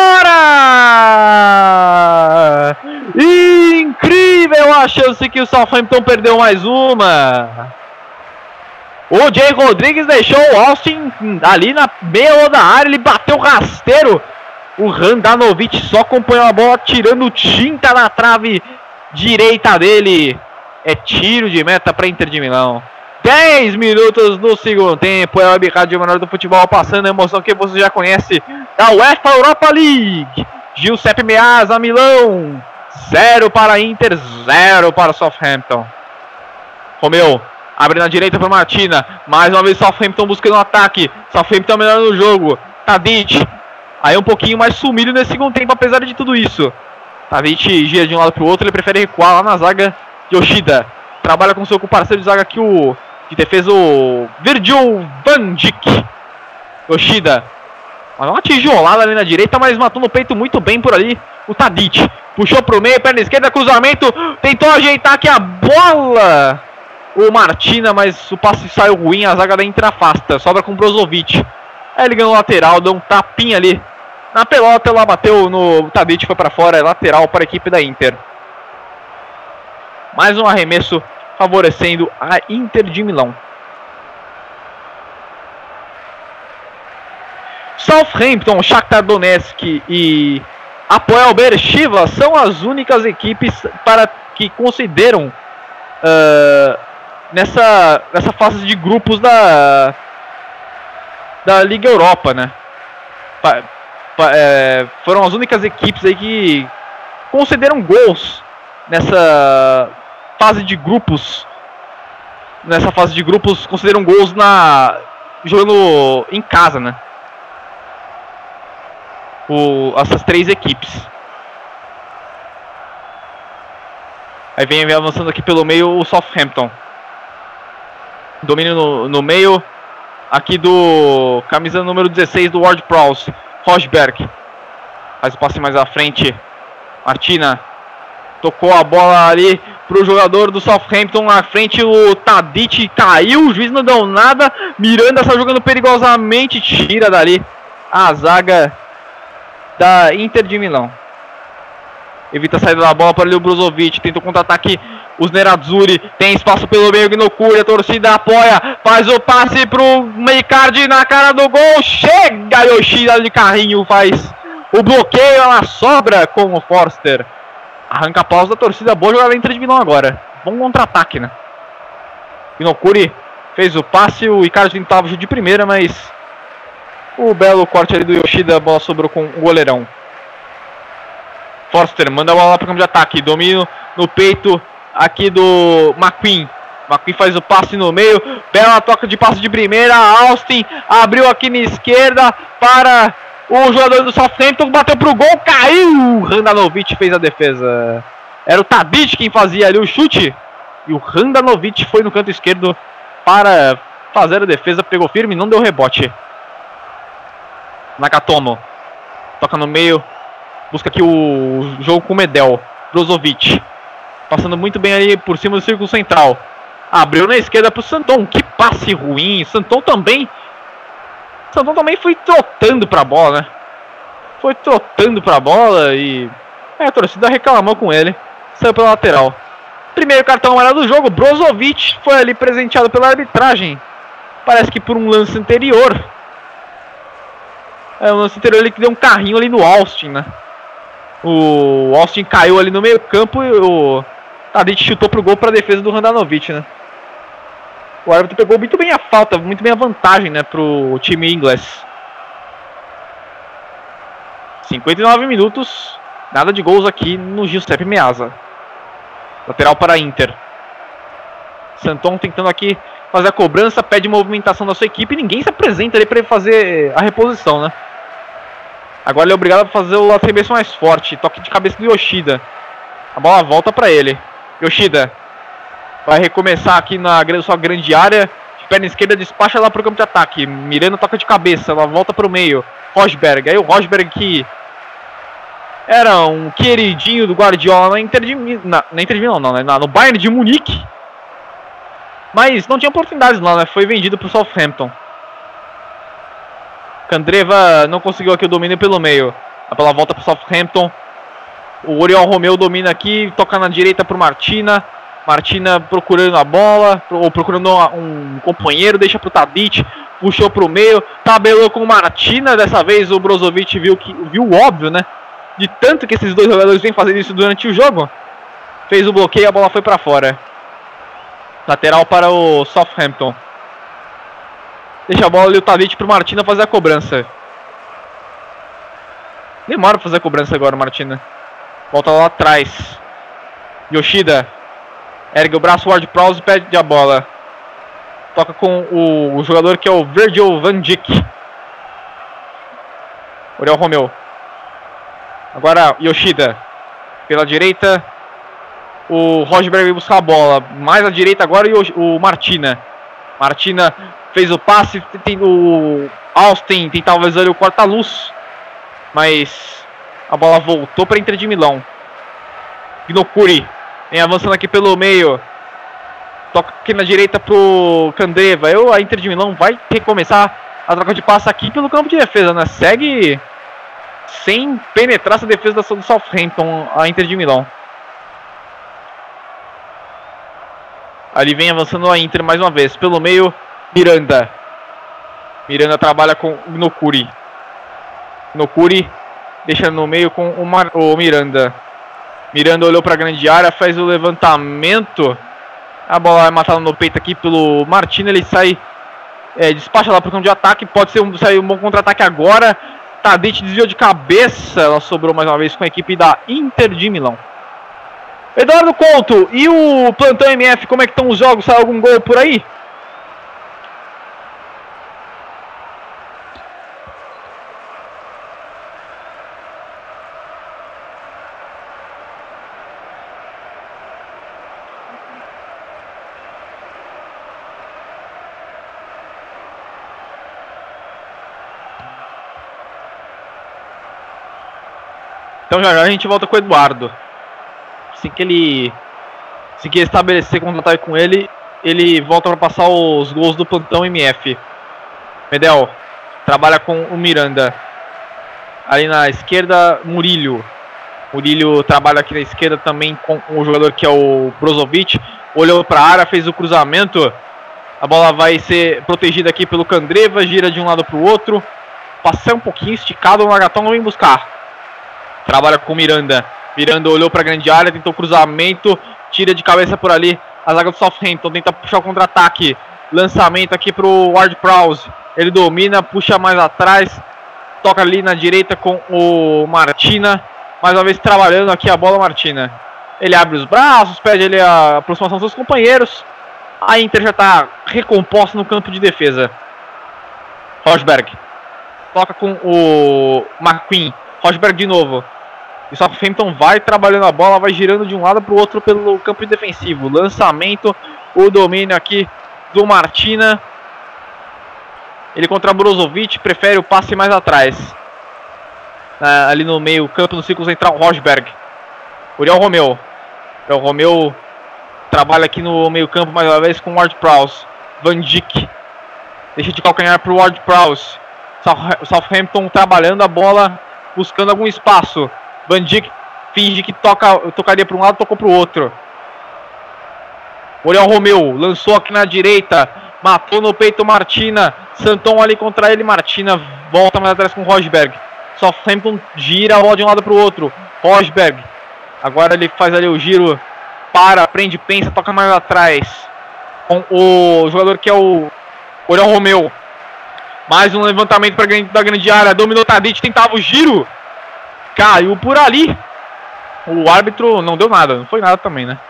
fora! Incrível a chance que o Southampton perdeu mais uma. O Jay Rodrigues deixou o Austin ali na meia da área, ele bateu rasteiro. O Handanovic só acompanhou a bola, tirando tinta na trave direita dele. É tiro de meta para Inter de Milão. dez minutos do segundo tempo. É a Web Rádio Menor do Futebol, passando a emoção que você já conhece da UEFA Europa League. Giuseppe Meazza, Milão. zero para Inter, zero para Southampton. Romeu Abre na direita para Martina. Mais uma vez Southampton buscando um ataque. Southampton melhorando no jogo. Tadic. Aí um pouquinho mais sumido nesse segundo tempo, apesar de tudo isso. Tadic gira de um lado para o outro. Ele prefere recuar lá na zaga. Yoshida trabalha com seu parceiro de zaga aqui, o de defesa, o Virgil van Dijk. Yoshida. Uma tijolada ali na direita, mas matou no peito muito bem por ali o Tadic. Puxou para o meio, perna esquerda, cruzamento. Tentou ajeitar aqui a bola. O Martina, mas o passe saiu ruim, a zaga da Inter afasta. Sobra com o Brozovic. Aí ele ganhou o lateral, deu um tapinha ali na pelota, ela bateu no Tadic, foi para fora, é lateral para a equipe da Inter. Mais um arremesso favorecendo a Inter de Milão. Southampton, Shakhtar Donetsk e Hapoel Beersheva são as únicas equipes para que consideram uh, nessa, nessa fase de grupos da, da Liga Europa, né? Pa, pa, é, foram as únicas equipes aí que concederam gols nessa fase de grupos. Nessa fase de grupos concederam gols na jogando em casa, né? O, essas três equipes. Aí vem, vem avançando aqui pelo meio o Southampton. Domínio no, no meio. Aqui do camisa número dezesseis do Ward Prowse. Rosberg. Faz o passe mais à frente. Martina. Tocou a bola ali pro jogador do Southampton. Na frente o Tadic caiu. O juiz não deu nada. Miranda está jogando perigosamente. Tira dali a zaga da Inter de Milão. Evita a saída da bola para ali o Brozovic. Tenta o contra-ataque os Nerazzurri. Tem espaço pelo meio, Gnocuri. A torcida apoia. Faz o passe pro Meikardi na cara do gol. Chega Yoshida de carrinho. Faz o bloqueio. Ela sobra com o Forster. Arranca a pausa da torcida. Boa jogada da Inter de Milão agora. Bom contra-ataque, né? Gnocuri fez o passe. O Icardi tentava de primeira, mas o belo corte ali do Yoshida, a bola sobrou com o goleirão. Forster manda a bola lá para o campo de ataque. Domínio no peito aqui do McQueen. McQueen faz o passe no meio. Bela toca de passe de primeira. Austin abriu aqui na esquerda para o jogador do Southampton. Bateu para o gol, caiu. Handanovic fez a defesa. Era o Tadic quem fazia ali o chute. E o Handanovic foi no canto esquerdo para fazer a defesa. Pegou firme, não deu rebote. Nakatomo toca no meio, busca aqui o jogo com o Medel. Brozovic passando muito bem ali por cima do círculo central. Abriu na esquerda para o Santon. Que passe ruim. Santon também Santon também foi trotando para a bola, né? Foi trotando para a bola e é, a torcida reclamou com ele. Saiu pela lateral. Primeiro cartão amarelo do jogo. Brozovic foi ali presenteado pela arbitragem. Parece que por um lance anterior. É, o lance anterior ele que deu um carrinho ali no Austin, né? O Austin caiu ali no meio campo e o Tadic chutou pro gol pra defesa do Handanovic, né? O árbitro pegou muito bem a falta, muito bem a vantagem, né, pro time inglês. cinquenta e nove minutos, nada de gols aqui no Giuseppe Meazza. Lateral para a Inter. Santon tentando aqui fazer a cobrança, pede movimentação da sua equipe e ninguém se apresenta ali para fazer a reposição, né? Agora ele é obrigado a fazer o arremesso mais forte. Toque de cabeça do Yoshida. A bola volta para ele. Yoshida vai recomeçar aqui na sua grande área. De perna esquerda despacha lá para o campo de ataque. Miranda toca de cabeça, ela volta para o meio. Rosberg, aí o Rosberg que era um queridinho do Guardiola na Inter de, na, na Inter de Milão, não, né? No Bayern de Munique. Mas não tinha oportunidades lá, né? Foi vendido para o Southampton. Candreva não conseguiu aqui o domínio pelo meio. A bola volta para o Southampton. O Oriol Romeu domina aqui, toca na direita para o Martina. Martina procurando a bola, ou procurando um companheiro, deixa para o Tadic, puxou para o meio, tabelou com o Martina. Dessa vez o Brozovic viu, que, viu o óbvio, né? De tanto que esses dois jogadores vêm fazendo isso durante o jogo. Fez o bloqueio e a bola foi para fora. Lateral para o Southampton. Deixa a bola ali o Tadic para o Martina fazer a cobrança. Demora para fazer a cobrança agora o Martina. Volta lá atrás. Yoshida ergue o braço, Ward Prowse pede a bola. Toca com o, o jogador que é o Virgil van Dijk. Oriol Romeu. Agora Yoshida. Pela direita. O Rosberg vai buscar a bola. Mais à direita agora o, o Martina. Martina fez o passe. Tem, o Austin tentava fazer o corta-luz. Mas a bola voltou para a Inter de Milão. Gnocuri vem avançando aqui pelo meio. Toca aqui na direita pro Candreva. Eu, a Inter de Milão vai recomeçar a troca de passe aqui pelo campo de defesa, né? Segue sem penetrar essa defesa da do Southampton, a Inter de Milão. Ali vem avançando a Inter mais uma vez. Pelo meio, Miranda. Miranda trabalha com o Gnocuri. Gnocuri deixa no meio com o, Mar o Miranda. Miranda olhou para a grande área, faz o levantamento. A bola é matada no peito aqui pelo Martino. Ele sai, é, despacha lá para o campo de ataque. Pode ser um, sair um bom contra-ataque agora. Tadic desviou de cabeça. Ela sobrou mais uma vez com a equipe da Inter de Milão. Eduardo Couto, e o plantão M F, como é que estão os jogos? Sai algum gol por aí? Então já já a gente volta com o Eduardo. Assim que ele se que estabelecer contato com ele, ele volta para passar os gols do plantão M F. Medel trabalha com o Miranda. Ali na esquerda, Murillo. Murillo trabalha aqui na esquerda também com o jogador que é o Brozovic. Olhou para a área, fez o cruzamento. A bola vai ser protegida aqui pelo Candreva, gira de um lado para o outro. Passei um pouquinho esticado, o Nagatomo vem buscar. Trabalha com o Miranda. Miranda olhou para a grande área, tentou cruzamento, tira de cabeça por ali a zaga do Southampton, tenta puxar o contra-ataque. Lançamento aqui para o Ward-Prowse. Ele domina, puxa mais atrás, toca ali na direita com o Martina. Mais uma vez trabalhando aqui a bola, Martina. Ele abre os braços, pede ali a aproximação dos seus companheiros. A Inter já está recomposta no campo de defesa. Rosberg toca com o McQueen. Rosberg de novo. E Southampton vai trabalhando a bola, vai girando de um lado para o outro pelo campo defensivo. Lançamento, o domínio aqui do Martina. Ele contra Brozovic, prefere o passe mais atrás. Ah, ali no meio campo, no círculo central, Rosberg. Oriol Romeu. Oriol Romeu trabalha aqui no meio campo mais uma vez com o Ward-Prowse. Van Dijk. Deixa de calcanhar para o Ward-Prowse. Southampton trabalhando a bola, buscando algum espaço. Van Dijk finge que toca, tocaria para um lado, tocou para o outro. Oriol Romeu lançou aqui na direita, matou no peito Martina. Santon ali contra ele, Martina volta mais atrás com Rosberg. Southampton gira a bola de um lado para o outro. Rosberg, agora ele faz ali o giro, para, prende, pensa, toca mais atrás com o jogador que é o Oriol Romeu. Mais um levantamento para da grande área, dominou Tadic, tentava o giro. Caiu por ali. O árbitro não deu nada, não foi nada também, né?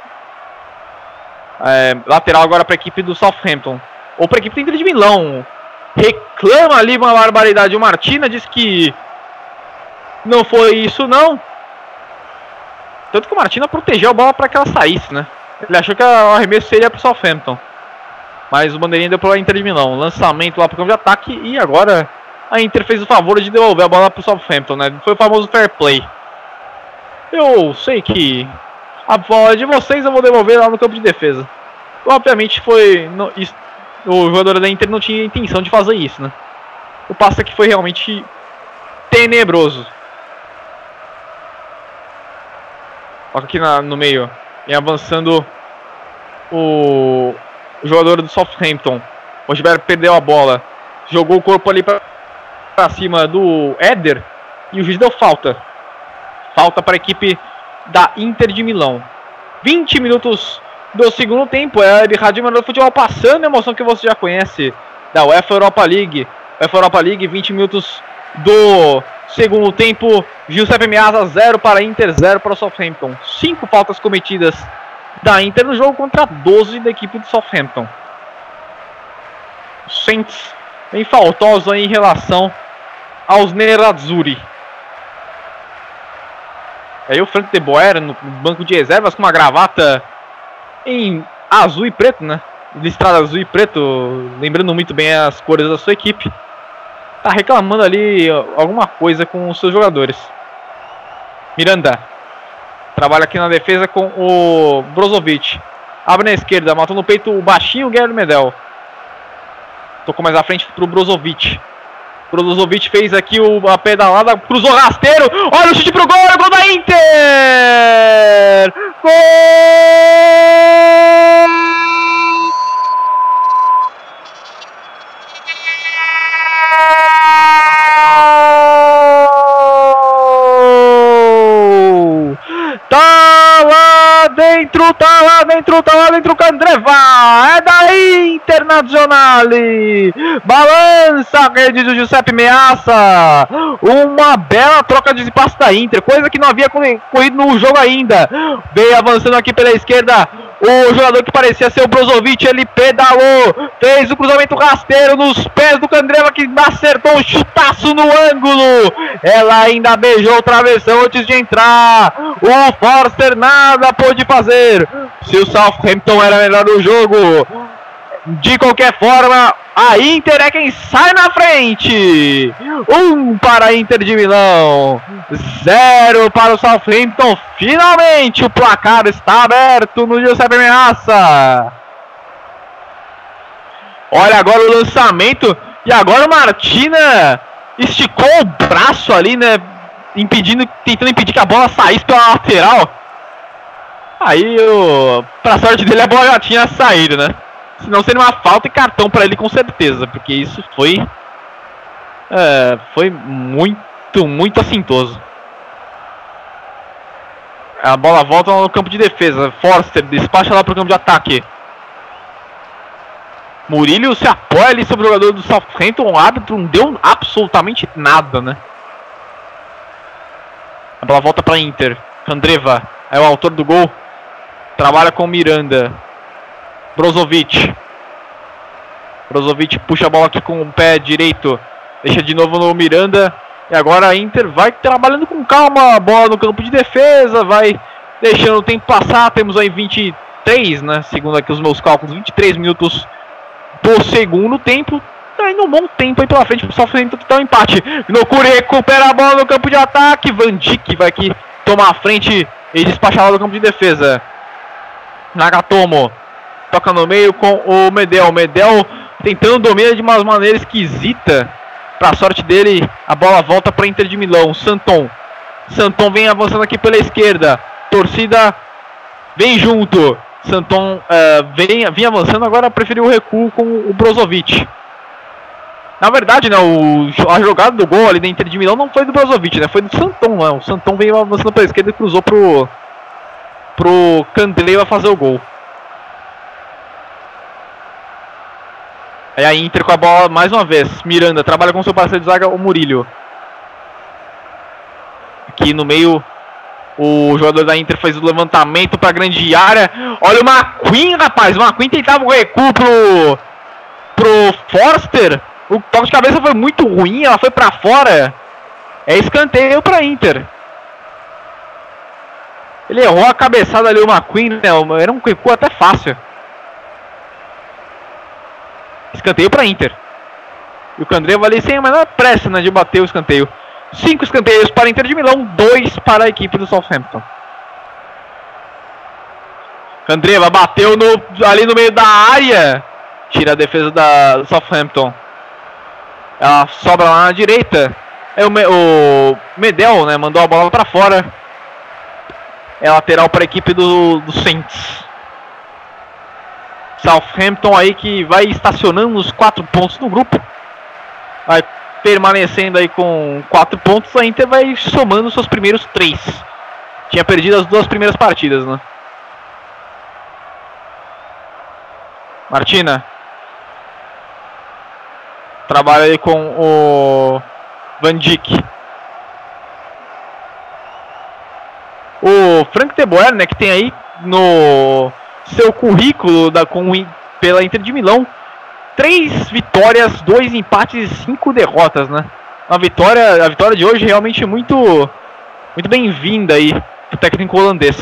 É, lateral agora para a equipe do Southampton. Ou para a equipe do Inter de Milão. Reclama ali uma barbaridade. O Martina diz que não foi isso, não. Tanto que o Martina protegeu a bola para que ela saísse, né? Ele achou que o arremesso seria para o Southampton. Mas o bandeirinha deu para a Inter de Milão. Lançamento lá para o campo de ataque. E agora a Inter fez o favor de devolver a bola para o Southampton, né? Foi o famoso fair play. Eu sei que a bola de vocês eu vou devolver lá no campo de defesa. Obviamente foi... No, isso, o jogador da Inter não tinha intenção de fazer isso, né? O passe aqui foi realmente tenebroso. Olha aqui na, no meio. E avançando o, o jogador do Southampton. O Rosberg perdeu a bola. Jogou o corpo ali para cima do Éder. E o juiz deu falta. Falta para a equipe da Inter de Milão. vinte minutos do segundo tempo. É a Rádio Menor do Futebol passando a emoção que você já conhece da UEFA Europa League. UEFA Europa League, vinte minutos do segundo tempo. Giuseppe Meazza zero para a Inter, zero para o Southampton. cinco faltas cometidas da Inter no jogo contra doze da equipe do Southampton. Saints bem faltosa em relação aos Nerazzurri. Aí o Frank de Boer no banco de reservas com uma gravata em azul e preto, né? Listrada azul e preto, lembrando muito bem as cores da sua equipe. Tá reclamando ali alguma coisa com os seus jogadores. Miranda trabalha aqui na defesa com o Brozovic. Abre na esquerda, matou no peito o baixinho Guilherme Medel. Tocou mais à frente pro Brozovic. Brozovic fez aqui o, a pedalada, cruzou rasteiro. Olha o chute pro gol, é o gol da Inter! Gol! Tá lá dentro, tá lá dentro, tá lá dentro, Candreva, é da Internazionale, balança a rede do Giuseppe Meazza, uma bela troca de espaço da Inter, coisa que não havia corrido no jogo ainda. Veio avançando aqui pela esquerda, o jogador que parecia ser o Brozovic, ele pedalou, fez o cruzamento rasteiro nos pés do Candreva, que acertou um chutaço no ângulo. Ela ainda beijou o travessão antes de entrar. O Forster nada pôde fazer. Se o Southampton era melhor no jogo, de qualquer forma, a Inter é quem sai na frente. Um para a Inter de Milão, zero para o Southampton. Finalmente o placar está aberto no Giuseppe Meazza. Olha agora o lançamento. E agora o Martina esticou o braço ali, né? Impedindo, tentando impedir que a bola saísse pela lateral. Aí, o, pra sorte dele, a bola já tinha saído, né? Senão seria uma falta e cartão pra ele com certeza. Porque isso foi... É, foi muito, muito assintoso. A bola volta no campo de defesa. Forster despacha lá pro campo de ataque. Murillo se apoia ali sobre o jogador do Southampton. O árbitro não deu absolutamente nada, né? A bola volta para Inter. Candreva é o autor do gol. Trabalha com Miranda. Brozovic. Brozovic puxa a bola aqui com o pé direito. Deixa de novo no Miranda. E agora a Inter vai trabalhando com calma. A bola no campo de defesa. Vai deixando o tempo passar. Temos aí vinte e três, né? Segundo aqui os meus cálculos. vinte e três minutos do segundo tempo. Ainda um bom tempo aí pela frente pro Southampton tentar um empate. Nokuri recupera a bola no campo de ataque. Van Dijk vai aqui tomar a frente e despachar lá no campo de defesa. Nagatomo toca no meio com o Medel. Medel tentando dominar de uma maneira esquisita. Pra sorte dele, a bola volta para Inter de Milão. Santon. Santon vem avançando aqui pela esquerda. Torcida vem junto. Santon uh, vem, vem avançando, agora preferiu o recuo com o Brozovic. Na verdade, né, o, a jogada do gol ali da Inter de Milão não foi do Brozovic, né, foi do Santon, né, o Santon veio avançando pela esquerda e cruzou pro, pro Candreva fazer o gol. Aí a Inter com a bola mais uma vez, Miranda trabalha com seu parceiro de zaga, o Murillo. Aqui no meio, o jogador da Inter fez o levantamento para a grande área. Olha o McQueen, rapaz, o McQueen tentava o recuo pro, pro Forster. O toque de cabeça foi muito ruim, ela foi pra fora. É escanteio pra Inter. Ele errou a cabeçada ali, o McQueen, né? Era um recuo até fácil. Escanteio pra Inter. E o Candreva ali sem a menor pressa, né, de bater o escanteio. Cinco escanteios para a Inter de Milão, dois para a equipe do Southampton. Candreva bateu no, ali no meio da área. Tira a defesa da Southampton. Ela sobra lá na direita. É o, o Medel, né, mandou a bola para fora. É lateral para a equipe do, do Saints. Southampton aí que vai estacionando os quatro pontos no grupo. Vai permanecendo aí com quatro pontos. A Inter vai somando seus primeiros três. Tinha perdido as duas primeiras partidas, né? Martina. Trabalha aí com o Van Dijk. O Frank de Boer, né, que tem aí no seu currículo da, com, pela Inter de Milão três vitórias, dois empates e cinco derrotas, né? Uma vitória, a vitória de hoje realmente muito, muito bem-vinda aí pro técnico holandês.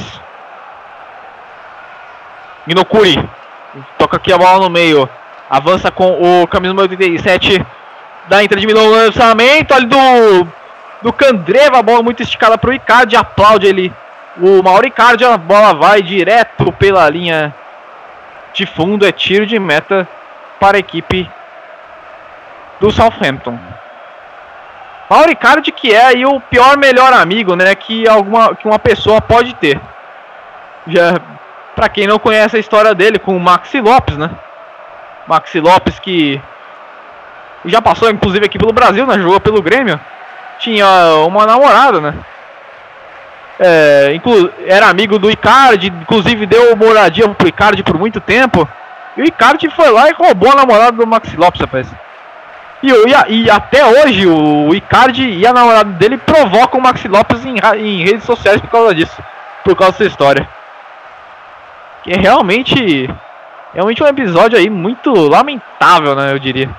Minokuri toca aqui a bola no meio, avança com o camisa número oitenta e sete da Inter de Milão, lançamento ali do, do Candreva, a bola muito esticada para o Icardi, aplaude ele, o Mauro Icardi, a bola vai direto pela linha de fundo, é tiro de meta para a equipe do Southampton. Mauro Icardi, que é aí o pior melhor amigo, né, que, alguma, que uma pessoa pode ter. Já, para quem não conhece a história dele, com o Maxi Lopes, né? Maxi Lopes que já passou inclusive aqui pelo Brasil, né? Jogou pelo Grêmio. Tinha uma namorada, né? É, inclu- era amigo do Icardi, inclusive deu moradia pro Icardi por muito tempo. E o Icardi foi lá e roubou a namorada do Maxi Lopes, rapaz. E, e, e até hoje o Icardi e a namorada dele provocam o Maxi Lopes em, em redes sociais por causa disso. Por causa dessa história. Que é realmente, realmente um episódio aí muito lamentável, né, eu diria.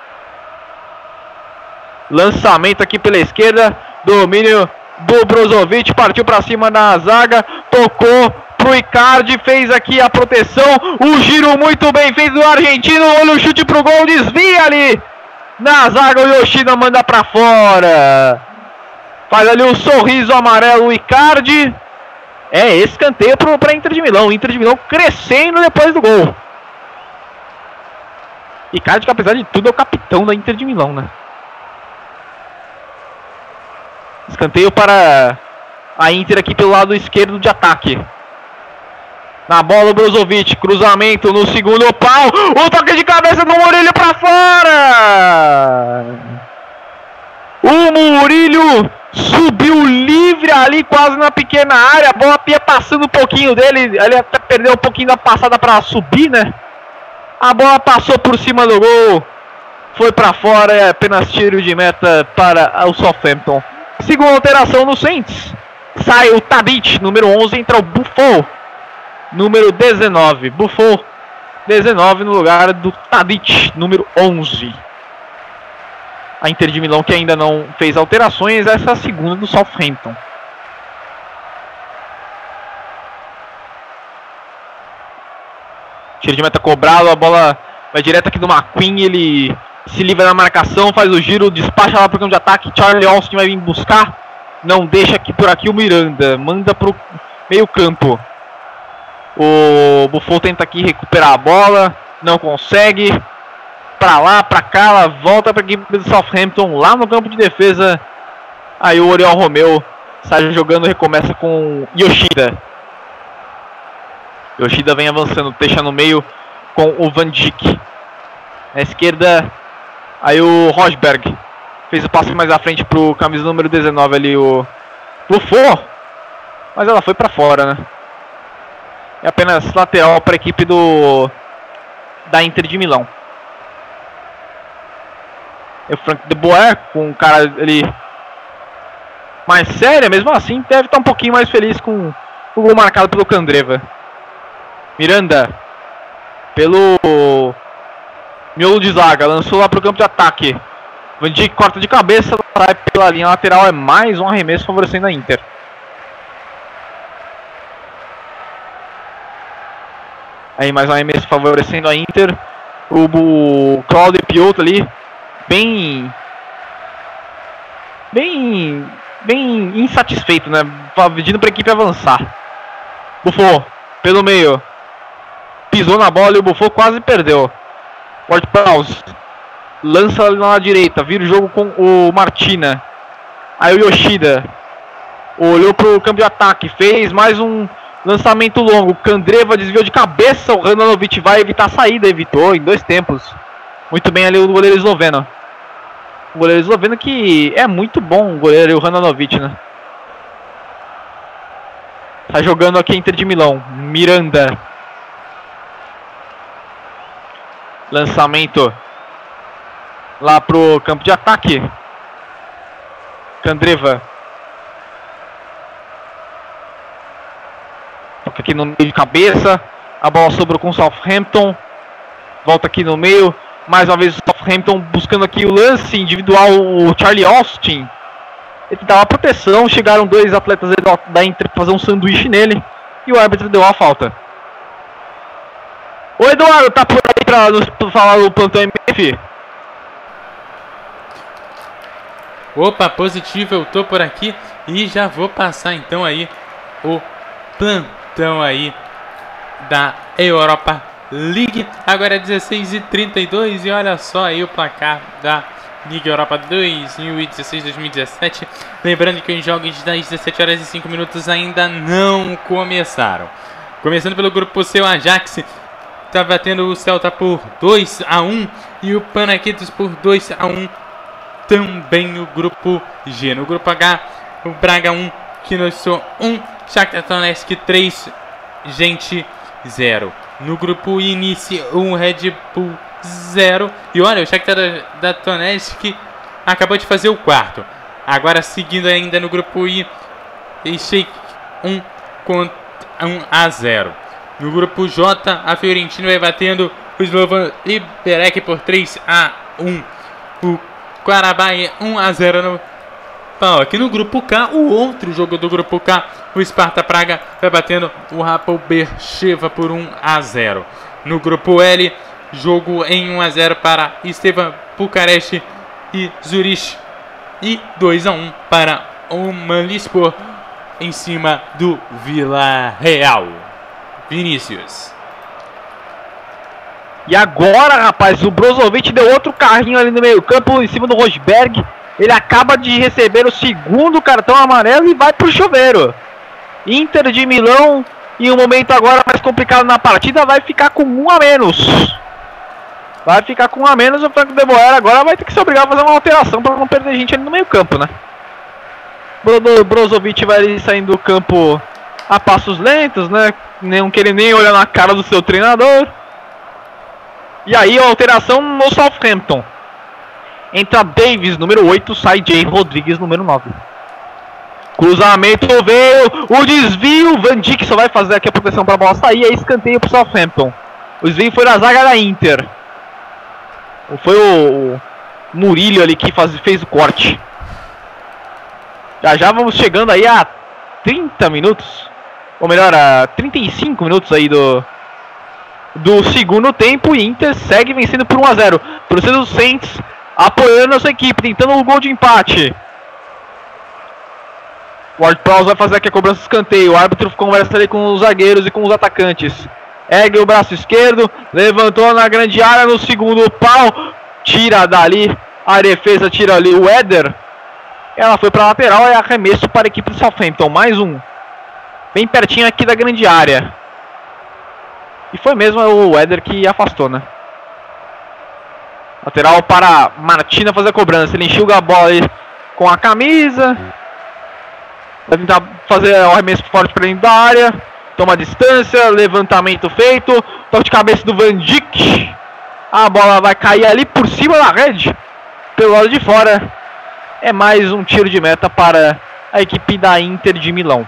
Lançamento aqui pela esquerda, domínio do Brozovic, partiu para cima na zaga, tocou pro Icardi, fez aqui a proteção, o giro muito bem feito do argentino, olha o chute pro gol, desvia ali na zaga, o Yoshida manda para fora, faz ali o sorriso amarelo, o Icardi. É escanteio para a Inter de Milão, Inter de Milão crescendo depois do gol. Icardi, que apesar de tudo é o capitão da Inter de Milão, né? Escanteio para a Inter aqui pelo lado esquerdo de ataque. Na bola o Brozovic, cruzamento no segundo pau. O toque de cabeça do Murillo para fora. O Murillo subiu livre ali quase na pequena área. A bola ia passando um pouquinho dele. Ele até perdeu um pouquinho da passada para subir, né? A bola passou por cima do gol. Foi para fora, é apenas tiro de meta para o Southampton. Segunda alteração no Saints. Sai o Tadic, número onze, entra o Buffon, número dezenove. Buffon, dezenove, no lugar do Tadic, número onze. A Inter de Milão, que ainda não fez alterações, essa é a segunda do Southampton. Tiro de meta cobrado, a bola vai direto aqui do McQueen, ele se livra da marcação, faz o giro, despacha lá pro campo de ataque. Charlie Austin vai vir buscar, não deixa aqui por aqui o Miranda, manda pro meio campo. O Buffon tenta aqui recuperar a bola, não consegue. Pra lá, pra cá, ela volta pra equipe do Southampton, lá no campo de defesa. Aí o Oriol Romeu sai jogando, recomeça com Yoshida. Yoshida vem avançando, deixa no meio com o Van Dijk. Na esquerda, aí o Rosberg fez o passe mais à frente pro camisa número dezenove ali, o Buffon. Mas ela foi pra fora, né? É apenas lateral para a equipe do da Inter de Milão. E o Frank de Boer, com um cara ali mais sério, mesmo assim deve estar um pouquinho mais feliz com o gol marcado pelo Candreva. Miranda, pelo miolo de zaga, lançou lá para o campo de ataque. Van Dijk corta de cabeça, sai pela linha lateral, é mais um arremesso favorecendo a Inter. Aí mais um arremesso favorecendo a Inter. O, o Claudio Pioto ali, bem, bem, bem insatisfeito, né? Pedindo para a equipe avançar. Buffon, pelo meio, pisou na bola e o Buffon quase perdeu. Ward Prowse lança ali na direita, vira o jogo com o Martina. Aí o Yoshida olhou para o campo de ataque, fez mais um lançamento longo. Candreva desviou de cabeça, o Handanovic vai evitar a saída, evitou em dois tempos. Muito bem ali o goleiro esloveno. O goleiro esloveno que é muito bom, o goleiro, o Handanovic, né? Tá jogando aqui Inter de Milão. Miranda. Lançamento lá pro campo de ataque. Candreva. Toca aqui no meio de cabeça. A bola sobrou com o Southampton. Volta aqui no meio. Mais uma vez o Southampton buscando aqui o lance individual, o Charlie Austin. Ele dava proteção, chegaram dois atletas da Inter para fazer um sanduíche nele. E o árbitro deu a falta. Ô Eduardo, tá por aí pra nos falar do plantão M F? Opa, positivo, eu tô por aqui e já vou passar então aí o plantão aí da Europa League. Agora é dezesseis e trinta e dois e olha só aí o placar da Liga Europa dois mil e dezesseis dois mil e dezessete. Lembrando que os jogos das dezessete horas e cinco minutos ainda não começaram. Começando pelo grupo C, o Ajax está batendo o Celta por dois a um e o Panathinaikos por dois a um. Também no grupo G. No grupo H, o Braga um, Kinoso um, Shakhtar Donetsk três, Gente zero. No grupo I, Nice um, Red Bull zero. E olha, o Shakhtar da Donetsk acabou de fazer o quarto. Agora seguindo ainda no grupo I, Sheikh um contra um a zero. No grupo J, a Fiorentina vai batendo o Slovan Liberec por três a um. O Karabakh um a zero no pau. Aqui no grupo K, o outro jogo do grupo K, o Sparta Praga vai batendo o Rapid Beersheva por um a zero. No grupo L, jogo em um a zero para Steaua Bucareste e Zurich e dois a um para o Manlispor em cima do Villarreal. Vinícius. E agora, rapaz, o Brozovic deu outro carrinho ali no meio campo, em cima do Rosberg. Ele acaba de receber o segundo cartão amarelo e vai pro chuveiro. Inter de Milão, em um momento agora mais complicado na partida, vai ficar com um a menos. Vai ficar com um a menos, o Franco De Boer agora vai ter que se obrigar a fazer uma alteração para não perder gente ali no meio campo, né? O Brozovic vai ali saindo do campo a passos lentos, né? Não querendo nem olhar na cara do seu treinador. E aí a alteração no Southampton. Entra Davis, número oito, sai Jay Rodrigues, número nove. Cruzamento veio, o desvio, Van Dijk só vai fazer aqui a proteção para a bola sair, aí escanteio para o Southampton. O desvio foi na zaga da Inter. Foi o, o Murillo ali que faz, fez o corte. Já já vamos chegando aí a trinta minutos, ou melhor, a trinta e cinco minutos aí do... do segundo tempo. E Inter segue vencendo por um a zero. Torcida do Saints apoiando a sua equipe, tentando um gol de empate. O Ward Prowse vai fazer aqui a cobrança de escanteio. O árbitro conversa ali com os zagueiros e com os atacantes. Ergue o braço esquerdo, levantou na grande área no segundo pau, tira dali, a defesa tira ali o Éder. Ela foi para a lateral, é arremesso para a equipe do Southampton. Mais um, bem pertinho aqui da grande área. E foi mesmo o Éder que afastou, né? Lateral para Martina fazer a cobrança. Ele enxuga a bola aí com a camisa. Vai tentar fazer o arremesso forte para dentro da área. Toma distância, levantamento feito. Toque de cabeça do Van Dijk. A bola vai cair ali por cima da rede. Pelo lado de fora. É mais um tiro de meta para a equipe da Inter de Milão.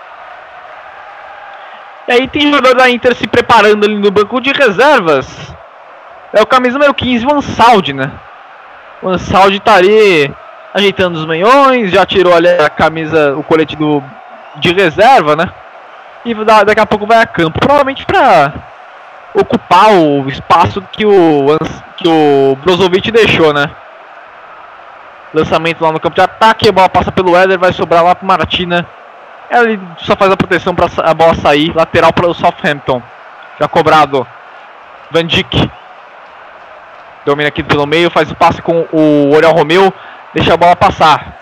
E aí tem jogador da Inter se preparando ali no banco de reservas. É o camisa número quinze, o Ansaldi, né? O Ansaldi tá ali ajeitando os meiões, já tirou ali a camisa, o colete do, de reserva, né? E da, daqui a pouco vai a campo, provavelmente para ocupar o espaço que o, que o Brozovic deixou, né? Lançamento lá no campo de ataque, a bola passa pelo Éder, vai sobrar lá pro Martina. Ele só faz a proteção para a bola sair. Lateral para o Southampton. Já cobrado. Van Dijk. Domina aqui pelo meio. Faz o passe com o Oriol Romeu. Deixa a bola passar.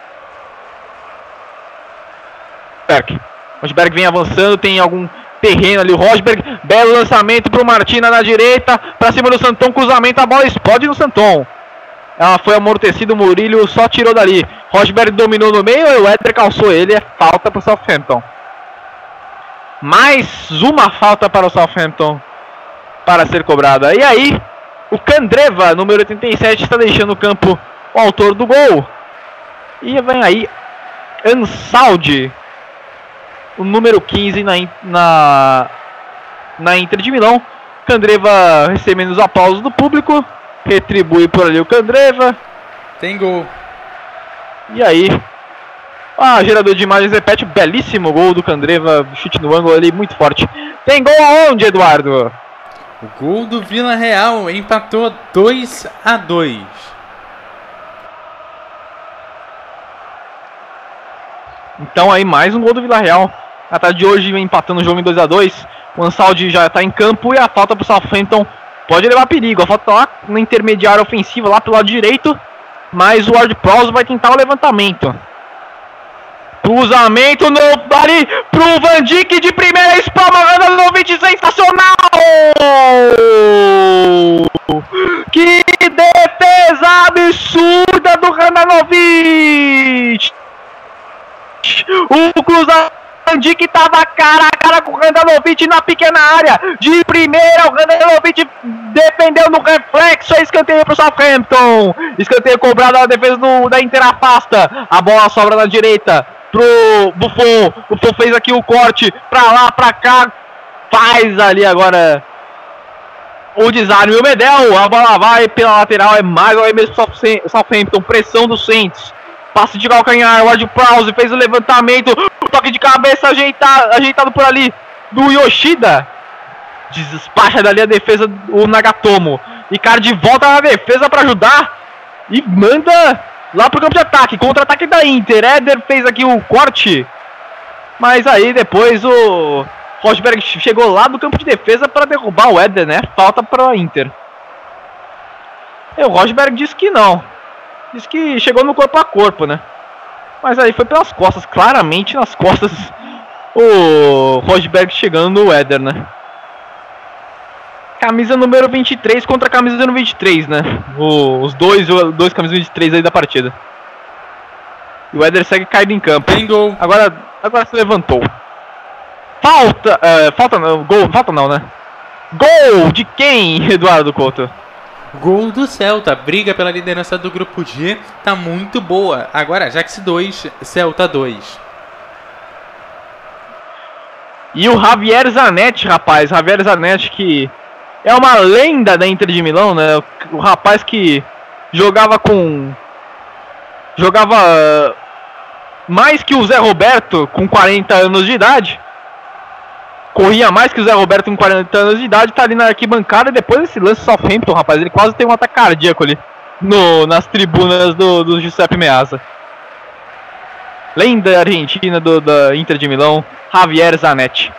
Berg. Rosberg vem avançando. Tem algum terreno ali. O Rosberg. Belo lançamento para o Martina na direita. Para cima do Santon. Cruzamento. A bola explode no Santon. Ela foi amortecida. O Murillo só tirou dali. Rosberg dominou no meio e o Éder calçou ele. É falta para o Southampton. Mais uma falta para o Southampton para ser cobrada. E aí, o Candreva, número oitenta e sete, está deixando o campo o autor do gol. E vem aí Ansaldi, o número quinze na, na, na Inter de Milão. Candreva recebendo os aplausos do público. retribui por ali o Candreva. Tem gol. E aí, ah, gerador de imagens repete, belíssimo gol do Candreva, chute no ângulo ali, muito forte. Tem gol aonde, Eduardo? O gol do Vila Real empatou dois a dois. Então aí mais um gol do Vila Real. A tarde de hoje vem empatando o jogo em dois a dois. O Ansaldi já está em campo e a falta para o Southampton pode levar perigo. A falta tá lá na intermediária ofensiva, lá pelo lado direito. Mas o Ward-Prowse vai tentar o levantamento. Cruzamento no ali pro Van Dijk de primeira, espalma, Handanovic, sensacional! Que defesa absurda do Handanovic! O cruzamento Van Dijk tava cara a cara com o Handanovic na pequena área. De primeira, o Handanovic defendeu no reflexo. É escanteio pro Southampton. Escanteio cobrado na defesa do, da Inter afasta. A bola sobra na direita pro Buffon. Buffon fez aqui o corte pra lá, pra cá. Faz ali agora o desarme. O Medel, a bola vai pela lateral. É mais ou menos Southampton. Pressão do Saints. Passe de calcanhar, o Ward-Prowse fez o levantamento, o toque de cabeça ajeitado, ajeitado por ali do Yoshida. Despacha dali a defesa o Nagatomo. Icardi volta na defesa para ajudar e manda lá pro campo de ataque, contra-ataque da Inter. Éder fez aqui o corte, mas aí depois o Rosberg chegou lá do campo de defesa para derrubar o Éder, né? Falta para a Inter. E o Rosberg disse que não. Diz que chegou no corpo a corpo, né? Mas aí foi pelas costas, claramente nas costas, o Rosberg chegando no Éder, né? Camisa número vinte e três contra a camisa número vinte e três, né? O, os dois, os dois camisas vinte e três aí da partida. E o Éder segue caído em campo. Tem gol. Agora, agora se levantou. Falta, uh, falta não, gol, falta não, né? Gol de quem, Eduardo Couto? Gol do Celta, briga pela liderança do grupo G, tá muito boa. Agora Ajax dois, Celta dois. E o Javier Zanetti, rapaz, Javier Zanetti que é uma lenda da Inter de Milão, né? O, o rapaz que jogava com... Jogava mais que o Zé Roberto com quarenta anos de idade. Corria mais que o Zé Roberto com quarenta anos de idade, tá ali na arquibancada. E depois desse lance Southampton, rapaz, ele quase tem um ataque cardíaco ali no, nas tribunas do, do Giuseppe Meazza. Lenda argentina do, da Inter de Milão, Javier Zanetti.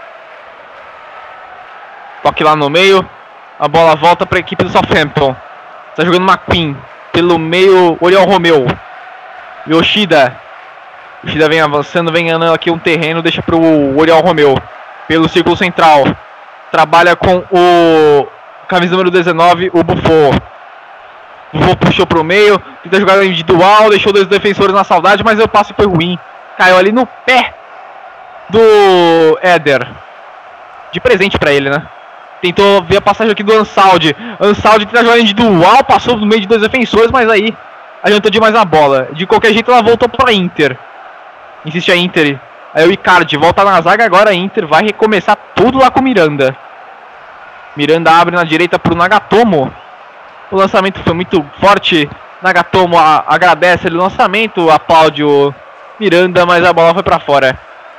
Toque lá no meio, a bola volta para a equipe do Southampton. Tá jogando McQueen pelo meio, Oriol Romeu. Yoshida. Yoshida vem avançando, vem ganhando aqui um terreno, deixa pro Oriol Romeu. Pelo círculo central, trabalha com o camisa número dezenove, o Buffon. Buffon puxou pro meio, tenta jogar individual, deixou dois defensores na saudade, mas o passe foi ruim. Caiu ali no pé do Éder. De presente pra ele, né? Tentou ver a passagem aqui do Ansaldi. Ansaldi tenta jogar individual, passou no meio de dois defensores, mas aí adiantou demais a bola. De qualquer jeito ela voltou pra Inter. Insiste a Inter. Aí o Icardi volta na zaga, agora a Inter vai recomeçar tudo lá com o Miranda. Miranda abre na direita pro Nagatomo. O lançamento foi muito forte. Nagatomo a, agradece o lançamento, aplaude o Miranda, mas a bola foi pra fora.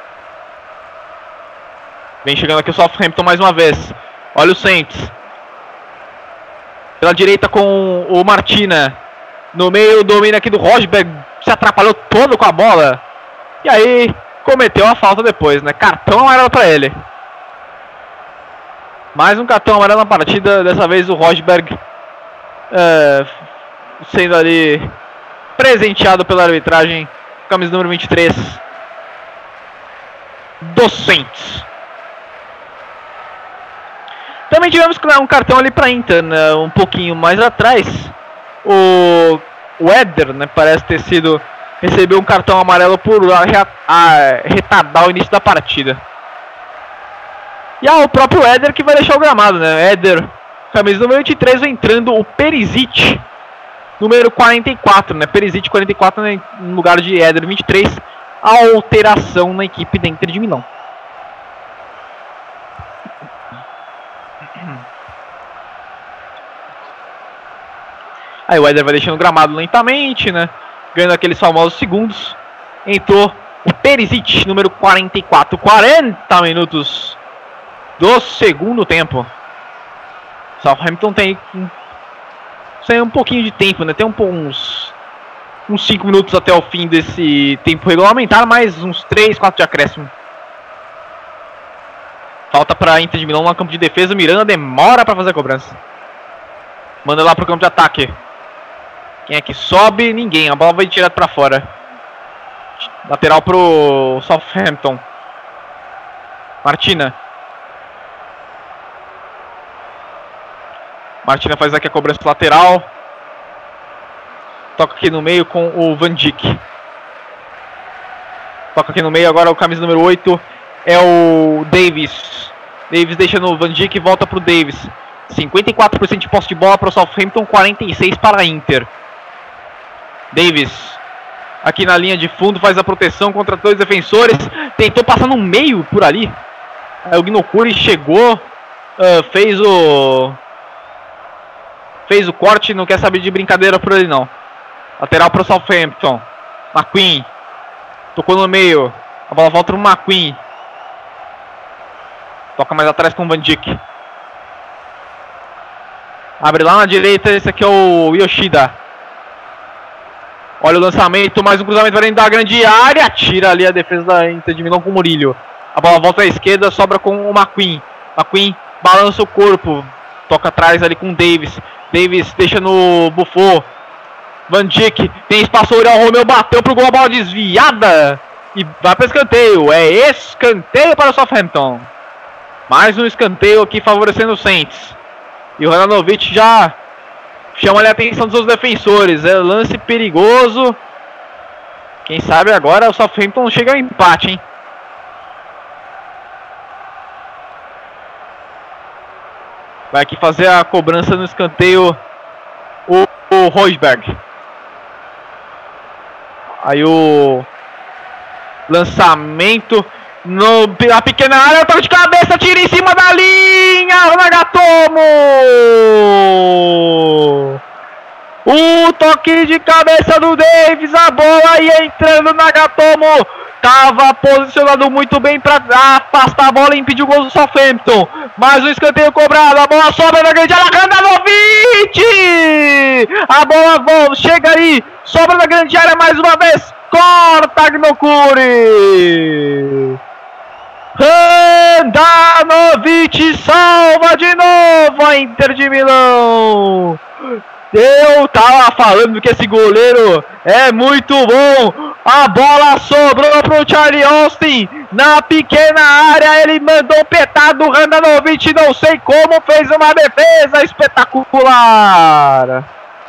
Vem chegando aqui o Southampton mais uma vez. Olha o Saints. Pela direita com o Martina. No meio o domínio aqui do Rosberg. Se atrapalhou todo com a bola. E aí... cometeu a falta depois, né? Cartão amarelo pra ele. Mais um cartão amarelo na partida. Dessa vez o Rosberg é, sendo ali presenteado pela arbitragem. Camisa número vinte e três do Saints. Também tivemos um cartão ali pra Inter, né? Um pouquinho mais atrás. O, o Éder, né? Parece ter sido... recebeu um cartão amarelo por a, a, retardar o início da partida. E ah, o próprio Éder que vai deixar o gramado, né? Éder, camisa número vinte e três, vai entrando o Perisic, número quarenta e quatro, né? Perisic quarenta e quatro, né? No lugar de Éder vinte e três. Alteração na equipe da Inter de Milão. Aí o Éder vai deixando o gramado lentamente, né? Ganhando aqueles famosos segundos. Entrou o Perisic, número quarenta e quatro. quarenta minutos do segundo tempo. Southampton tem um, tem um pouquinho de tempo, né? Tem um, uns, uns cinco minutos até o fim desse tempo regulamentar, mais uns três, quatro de acréscimo. Falta para Inter de Milão no campo de defesa. Miranda demora para fazer a cobrança. Manda lá pro campo de ataque. Quem é que sobe? Ninguém. A bola vai direto para fora. Lateral pro Southampton. Martina. Martina faz aqui a cobrança lateral. Toca aqui no meio com o Van Dijk. Toca aqui no meio agora o camisa número oito. É o Davis. Davis deixa no Van Dijk e volta pro Davis. cinquenta e quatro por cento de posse de bola para o Southampton, quarenta e seis por cento para a Inter. Davis, aqui na linha de fundo, faz a proteção contra dois defensores. Tentou passar no meio por ali. Aí o Gnocuri chegou, uh, fez o... Fez o corte, não quer saber de brincadeira por ali não. Lateral para o Southampton. McQueen. Tocou no meio. A bola volta para o McQueen. Toca mais atrás com o Van Dijk. Abre lá na direita, esse aqui é o Yoshida. Olha o lançamento, mais um cruzamento para dentro da grande área. Tira ali a defesa da Inter de Milão com o Murillo. A bola volta à esquerda, sobra com o McQueen. McQueen balança o corpo. Toca atrás ali com o Davis. Davis deixa no Buffon. Van Dijk, tem espaço, o Romeu bateu pro gol, a bola desviada. E vai para escanteio, é escanteio para o Southampton. Mais um escanteio aqui favorecendo o Saints. E o Handanovic já chama ali a atenção dos seus defensores. É lance perigoso. Quem sabe agora o Southampton chega ao empate, hein? Vai aqui fazer a cobrança no escanteio o, o Rosberg. Aí o lançamento no, na pequena área, toque de cabeça, tira em cima da linha, Nagatomo! O toque de cabeça do Davis, a bola ia entrando, Nagatomo estava posicionado muito bem para afastar a bola e impedir o gol do Southampton. Mais um escanteio cobrado, a bola sobra na grande área, Handanovic! A bola volta, chega aí, sobra na grande área mais uma vez, corta Gnocuri! Handanovic salva de novo a Inter de Milão. Eu tava falando que esse goleiro é muito bom. A bola sobrou pro Charlie Austin na pequena área. Ele mandou um petado. Handanovic, não sei como, fez uma defesa espetacular.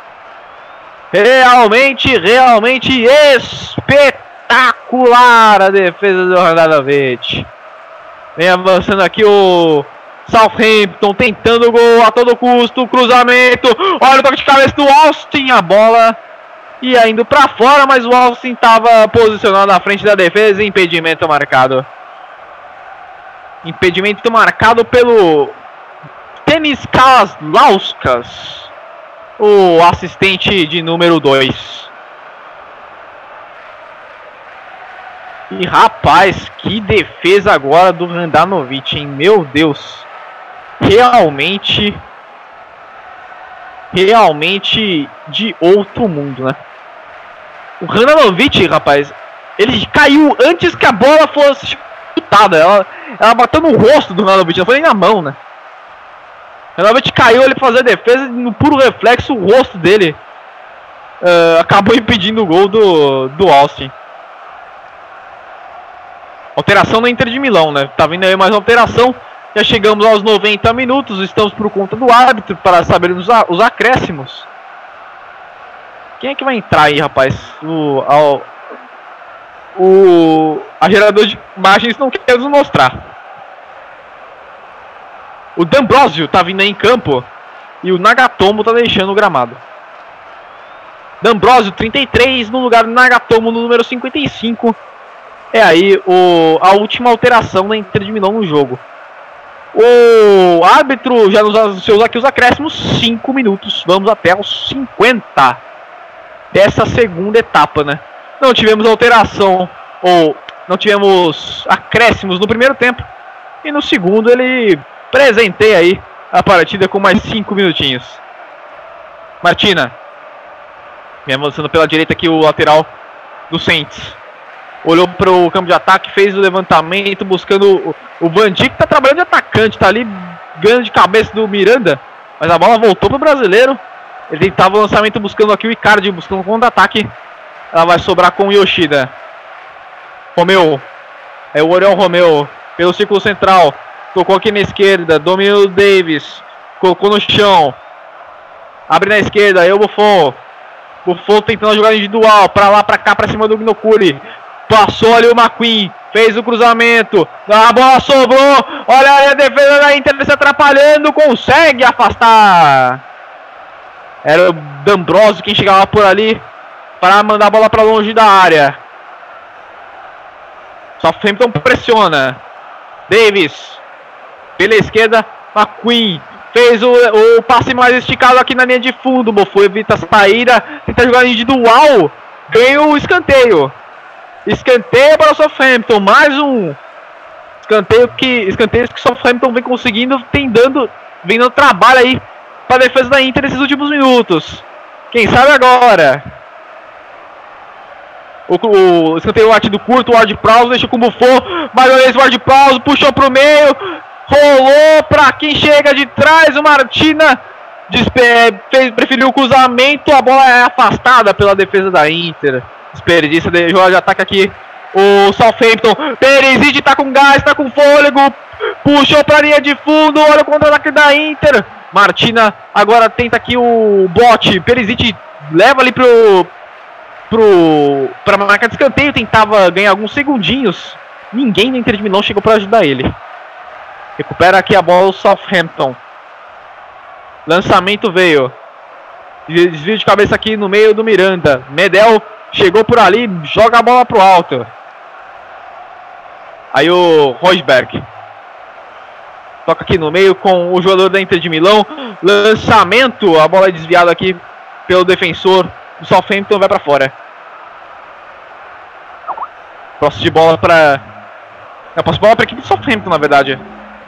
Realmente, realmente espetacular a defesa do Handanovic. Vem avançando aqui o Southampton, tentando o gol a todo custo, cruzamento, olha o toque de cabeça do Austin, a bola ia indo para fora, mas o Austin estava posicionado na frente da defesa, impedimento marcado. Impedimento marcado pelo Denis Kazlauskas, o assistente de número dois. E rapaz, que defesa agora do Handanovic, hein? Meu Deus. Realmente, realmente de outro mundo, né? O Handanovic, rapaz, ele caiu antes que a bola fosse chutada. Ela, ela bateu no rosto do Handanovic, não foi nem na mão, né? O Handanovic caiu, ele fazia a defesa, no puro reflexo, o rosto dele uh, acabou impedindo o gol do, do Austin. Alteração no Inter de Milão, né? Tá vindo aí mais uma alteração. Já chegamos aos noventa minutos. Estamos por conta do árbitro para saber os, os acréscimos. Quem é que vai entrar aí, rapaz? O, ao, o a gerador de imagens não quer nos mostrar. O D'Ambrosio tá vindo aí em campo. E o Nagatomo tá deixando o gramado. D'Ambrosio, trinta e três, no lugar do Nagatomo, no número cinquenta e cinco. É aí o, a última alteração da Inter de Milão no jogo. O árbitro já nos anunciou aqui os acréscimos, cinco minutos. Vamos até os cinquenta dessa segunda etapa, né? Não tivemos alteração, ou não tivemos acréscimos no primeiro tempo. E no segundo ele presenteia aí a partida com mais cinco minutinhos. Martina. Vem avançando pela direita aqui o lateral do Saints. Olhou para o campo de ataque, fez o levantamento, buscando o, o Van Dijk, que tá trabalhando de atacante, tá ali ganhando de cabeça do Miranda, mas a bola voltou pro brasileiro. Ele tentava o lançamento buscando aqui o Icardi, buscando um contra-ataque. Ela vai sobrar com o Yoshida. Romeu, é o Oriol Romeu, pelo círculo central, tocou aqui na esquerda, domina o Davis, colocou no chão, abre na esquerda, aí o Buffon. Buffon tentando jogar individual, pra lá, pra cá, pra cima do Gnocchi. Passou ali o McQueen, fez o cruzamento, a bola sobrou, olha aí a defesa da Inter se atrapalhando, consegue afastar. Era o D'Ambrosio quem chegava por ali para mandar a bola para longe da área. Southampton pressiona. Davis, pela esquerda, McQueen. Fez o, o passe mais esticado aqui na linha de fundo. Buffon evita a saída, tenta jogar individual, ganha o escanteio. Escanteio para o Southampton, mais um escanteio que, escanteios que o Southampton vem conseguindo, tem dando, vem dando trabalho aí para a defesa da Inter nesses últimos minutos. Quem sabe agora? O, o escanteio batido curto, o Ward-Prowse deixa com o Buffon, mais uma vez o Ward-Prowse puxou para o meio, rolou para quem chega de trás, o Martina despe- fez, preferiu o cruzamento, a bola é afastada pela defesa da Inter. Desperdiça de jogo de ataque aqui o Southampton. Perisic tá com gás, tá com fôlego, puxou pra linha de fundo, olha o contra-ataque da Inter. Martina agora tenta aqui o bote, Perisic leva ali pro pro pra marca de escanteio, tentava ganhar alguns segundinhos, ninguém na Inter de Milão chegou pra ajudar ele. Recupera aqui a bola o Southampton. Lançamento veio, desvio de cabeça aqui no meio do Miranda. Medel chegou por ali, joga a bola pro alto. Aí o Rosberg toca aqui no meio com o jogador da Inter de Milão. Lançamento, a bola é desviada aqui pelo defensor do Southampton, vai para fora. Posse de bola para a posse de bola para a equipe do Southampton, na verdade.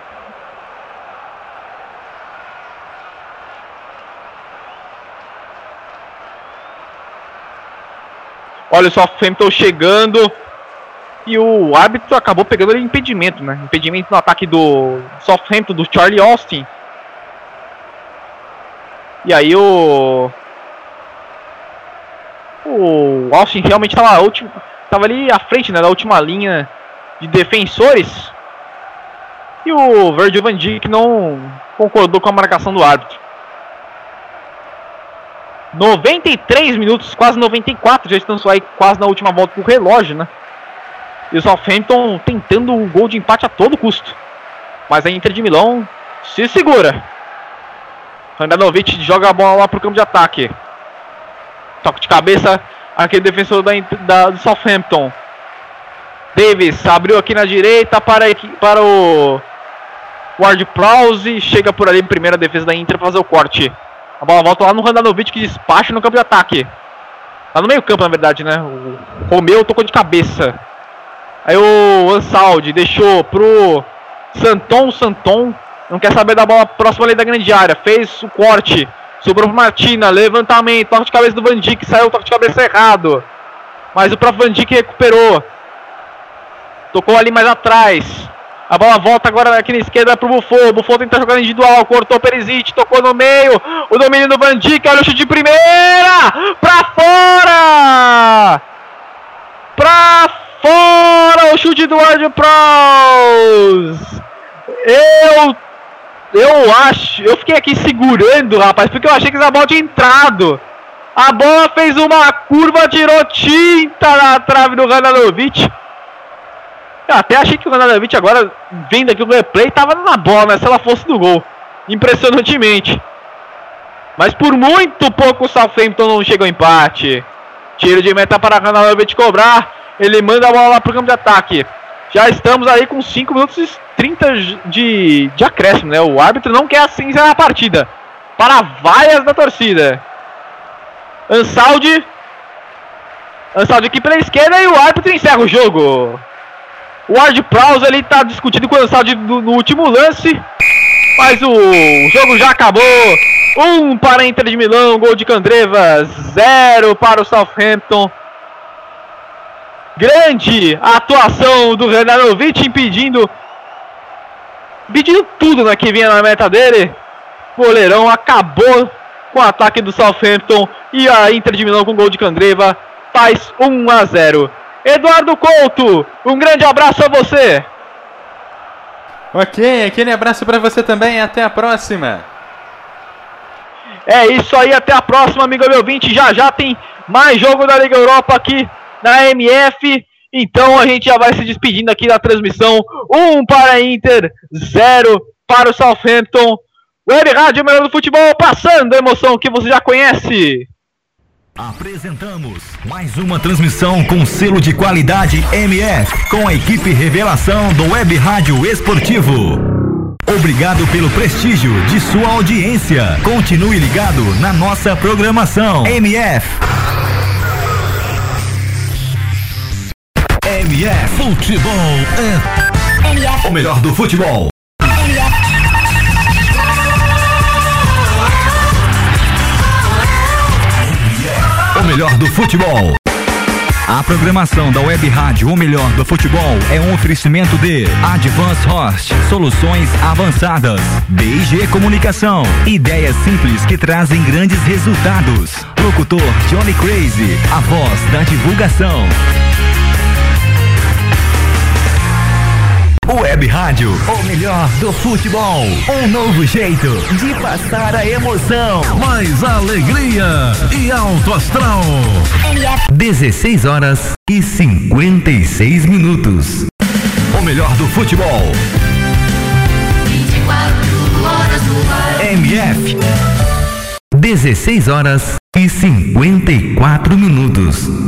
Olha o Southampton chegando. E o árbitro acabou pegando ali impedimento, né? Impedimento no ataque do Southampton, do Charlie Austin. E aí o... O Austin realmente estava último, tava ali à frente, né, da última linha de defensores. E o Virgil van Dijk não concordou com a marcação do árbitro. noventa e três minutos, quase noventa e quatro, já estamos aí quase na última volta do relógio, né? E o Southampton tentando um gol de empate a todo custo. Mas a Inter de Milão se segura. Handanovic joga a bola lá pro campo de ataque. Toque de cabeça, aquele defensor da, da, do Southampton. Davis abriu aqui na direita para, para o Ward-Prowse. Chega por ali em primeira defesa da Inter para fazer o corte. A bola volta lá no Handanovic que despacha no campo de ataque. Lá no meio campo, na verdade, né? O Romeu tocou de cabeça. Aí o Ansaldi deixou pro Santon. Santon não quer saber da bola próxima ali da grande área. Fez o corte. Sobrou pro Martina. Levantamento. Toque de cabeça do Van Dijk. Saiu o toque de cabeça errado. Mas o próprio Van Dijk recuperou. Tocou ali mais atrás. A bola volta agora aqui na esquerda pro Buffon. Buffon tenta jogar individual. Cortou o Perisic. Tocou no meio. O domínio do Van Dijk. Olha o chute de primeira. Pra fora. Pra fora. O chute do Ward-Prowse. Eu... Eu acho... Eu fiquei aqui segurando, rapaz. Porque eu achei que essa bola tinha entrado. A bola fez uma curva. Tirou tinta na trave do Handanovic. Eu até achei que o Handanovic agora, vendo aqui o replay, tava na bola, né? Se ela fosse do gol. Impressionantemente. Mas por muito pouco o Southampton não chegou ao empate. Tiro de meta para o Handanovic cobrar. Ele manda a bola lá pro campo de ataque. Já estamos aí com cinco minutos trinta de, de acréscimo, né? O árbitro não quer assim encerrar a partida. Para vaias da torcida. Ansaldi. Ansaldi aqui pela esquerda e o árbitro encerra o jogo. O Ward Prowse ali tá discutindo com o Ansaldi no, no último lance. Mas o jogo já acabou. Um para a Inter de Milão, gol de Candreva. Zero para o Southampton. Grande atuação do Handanovic, impedindo impedindo tudo, né, que vinha na meta dele. O goleirão acabou com o ataque do Southampton. E a Inter de Milão com gol de Candreva faz um a zero. Eduardo Couto, um grande abraço a você. Ok, aquele abraço para você também. Até a próxima. É isso aí, até a próxima, amigo meu ouvinte. Já já tem mais jogo da Liga Europa aqui na M F. Então a gente já vai se despedindo aqui da transmissão. Um para a Inter, zero para o Southampton. Web Rádio Melhor do Futebol, passando a emoção que você já conhece. Apresentamos mais uma transmissão com selo de qualidade M F, com a equipe Revelação do Web Rádio Esportivo. Obrigado pelo prestígio de sua audiência. Continue ligado na nossa programação. M F. M F Futebol é M F. o melhor do futebol. M F. O melhor do futebol. A programação da Web Rádio O Melhor do Futebol é um oferecimento de Advance Host, soluções avançadas, B I G Comunicação, ideias simples que trazem grandes resultados. Locutor Johnny Crazy, a voz da divulgação. Web Rádio, o melhor do futebol. Um novo jeito de passar a emoção. Mais alegria e alto astral. M F. dezesseis horas e cinquenta e seis minutos. O melhor do futebol. vinte e quatro horas no ar. M F. dezesseis horas e cinquenta e quatro minutos.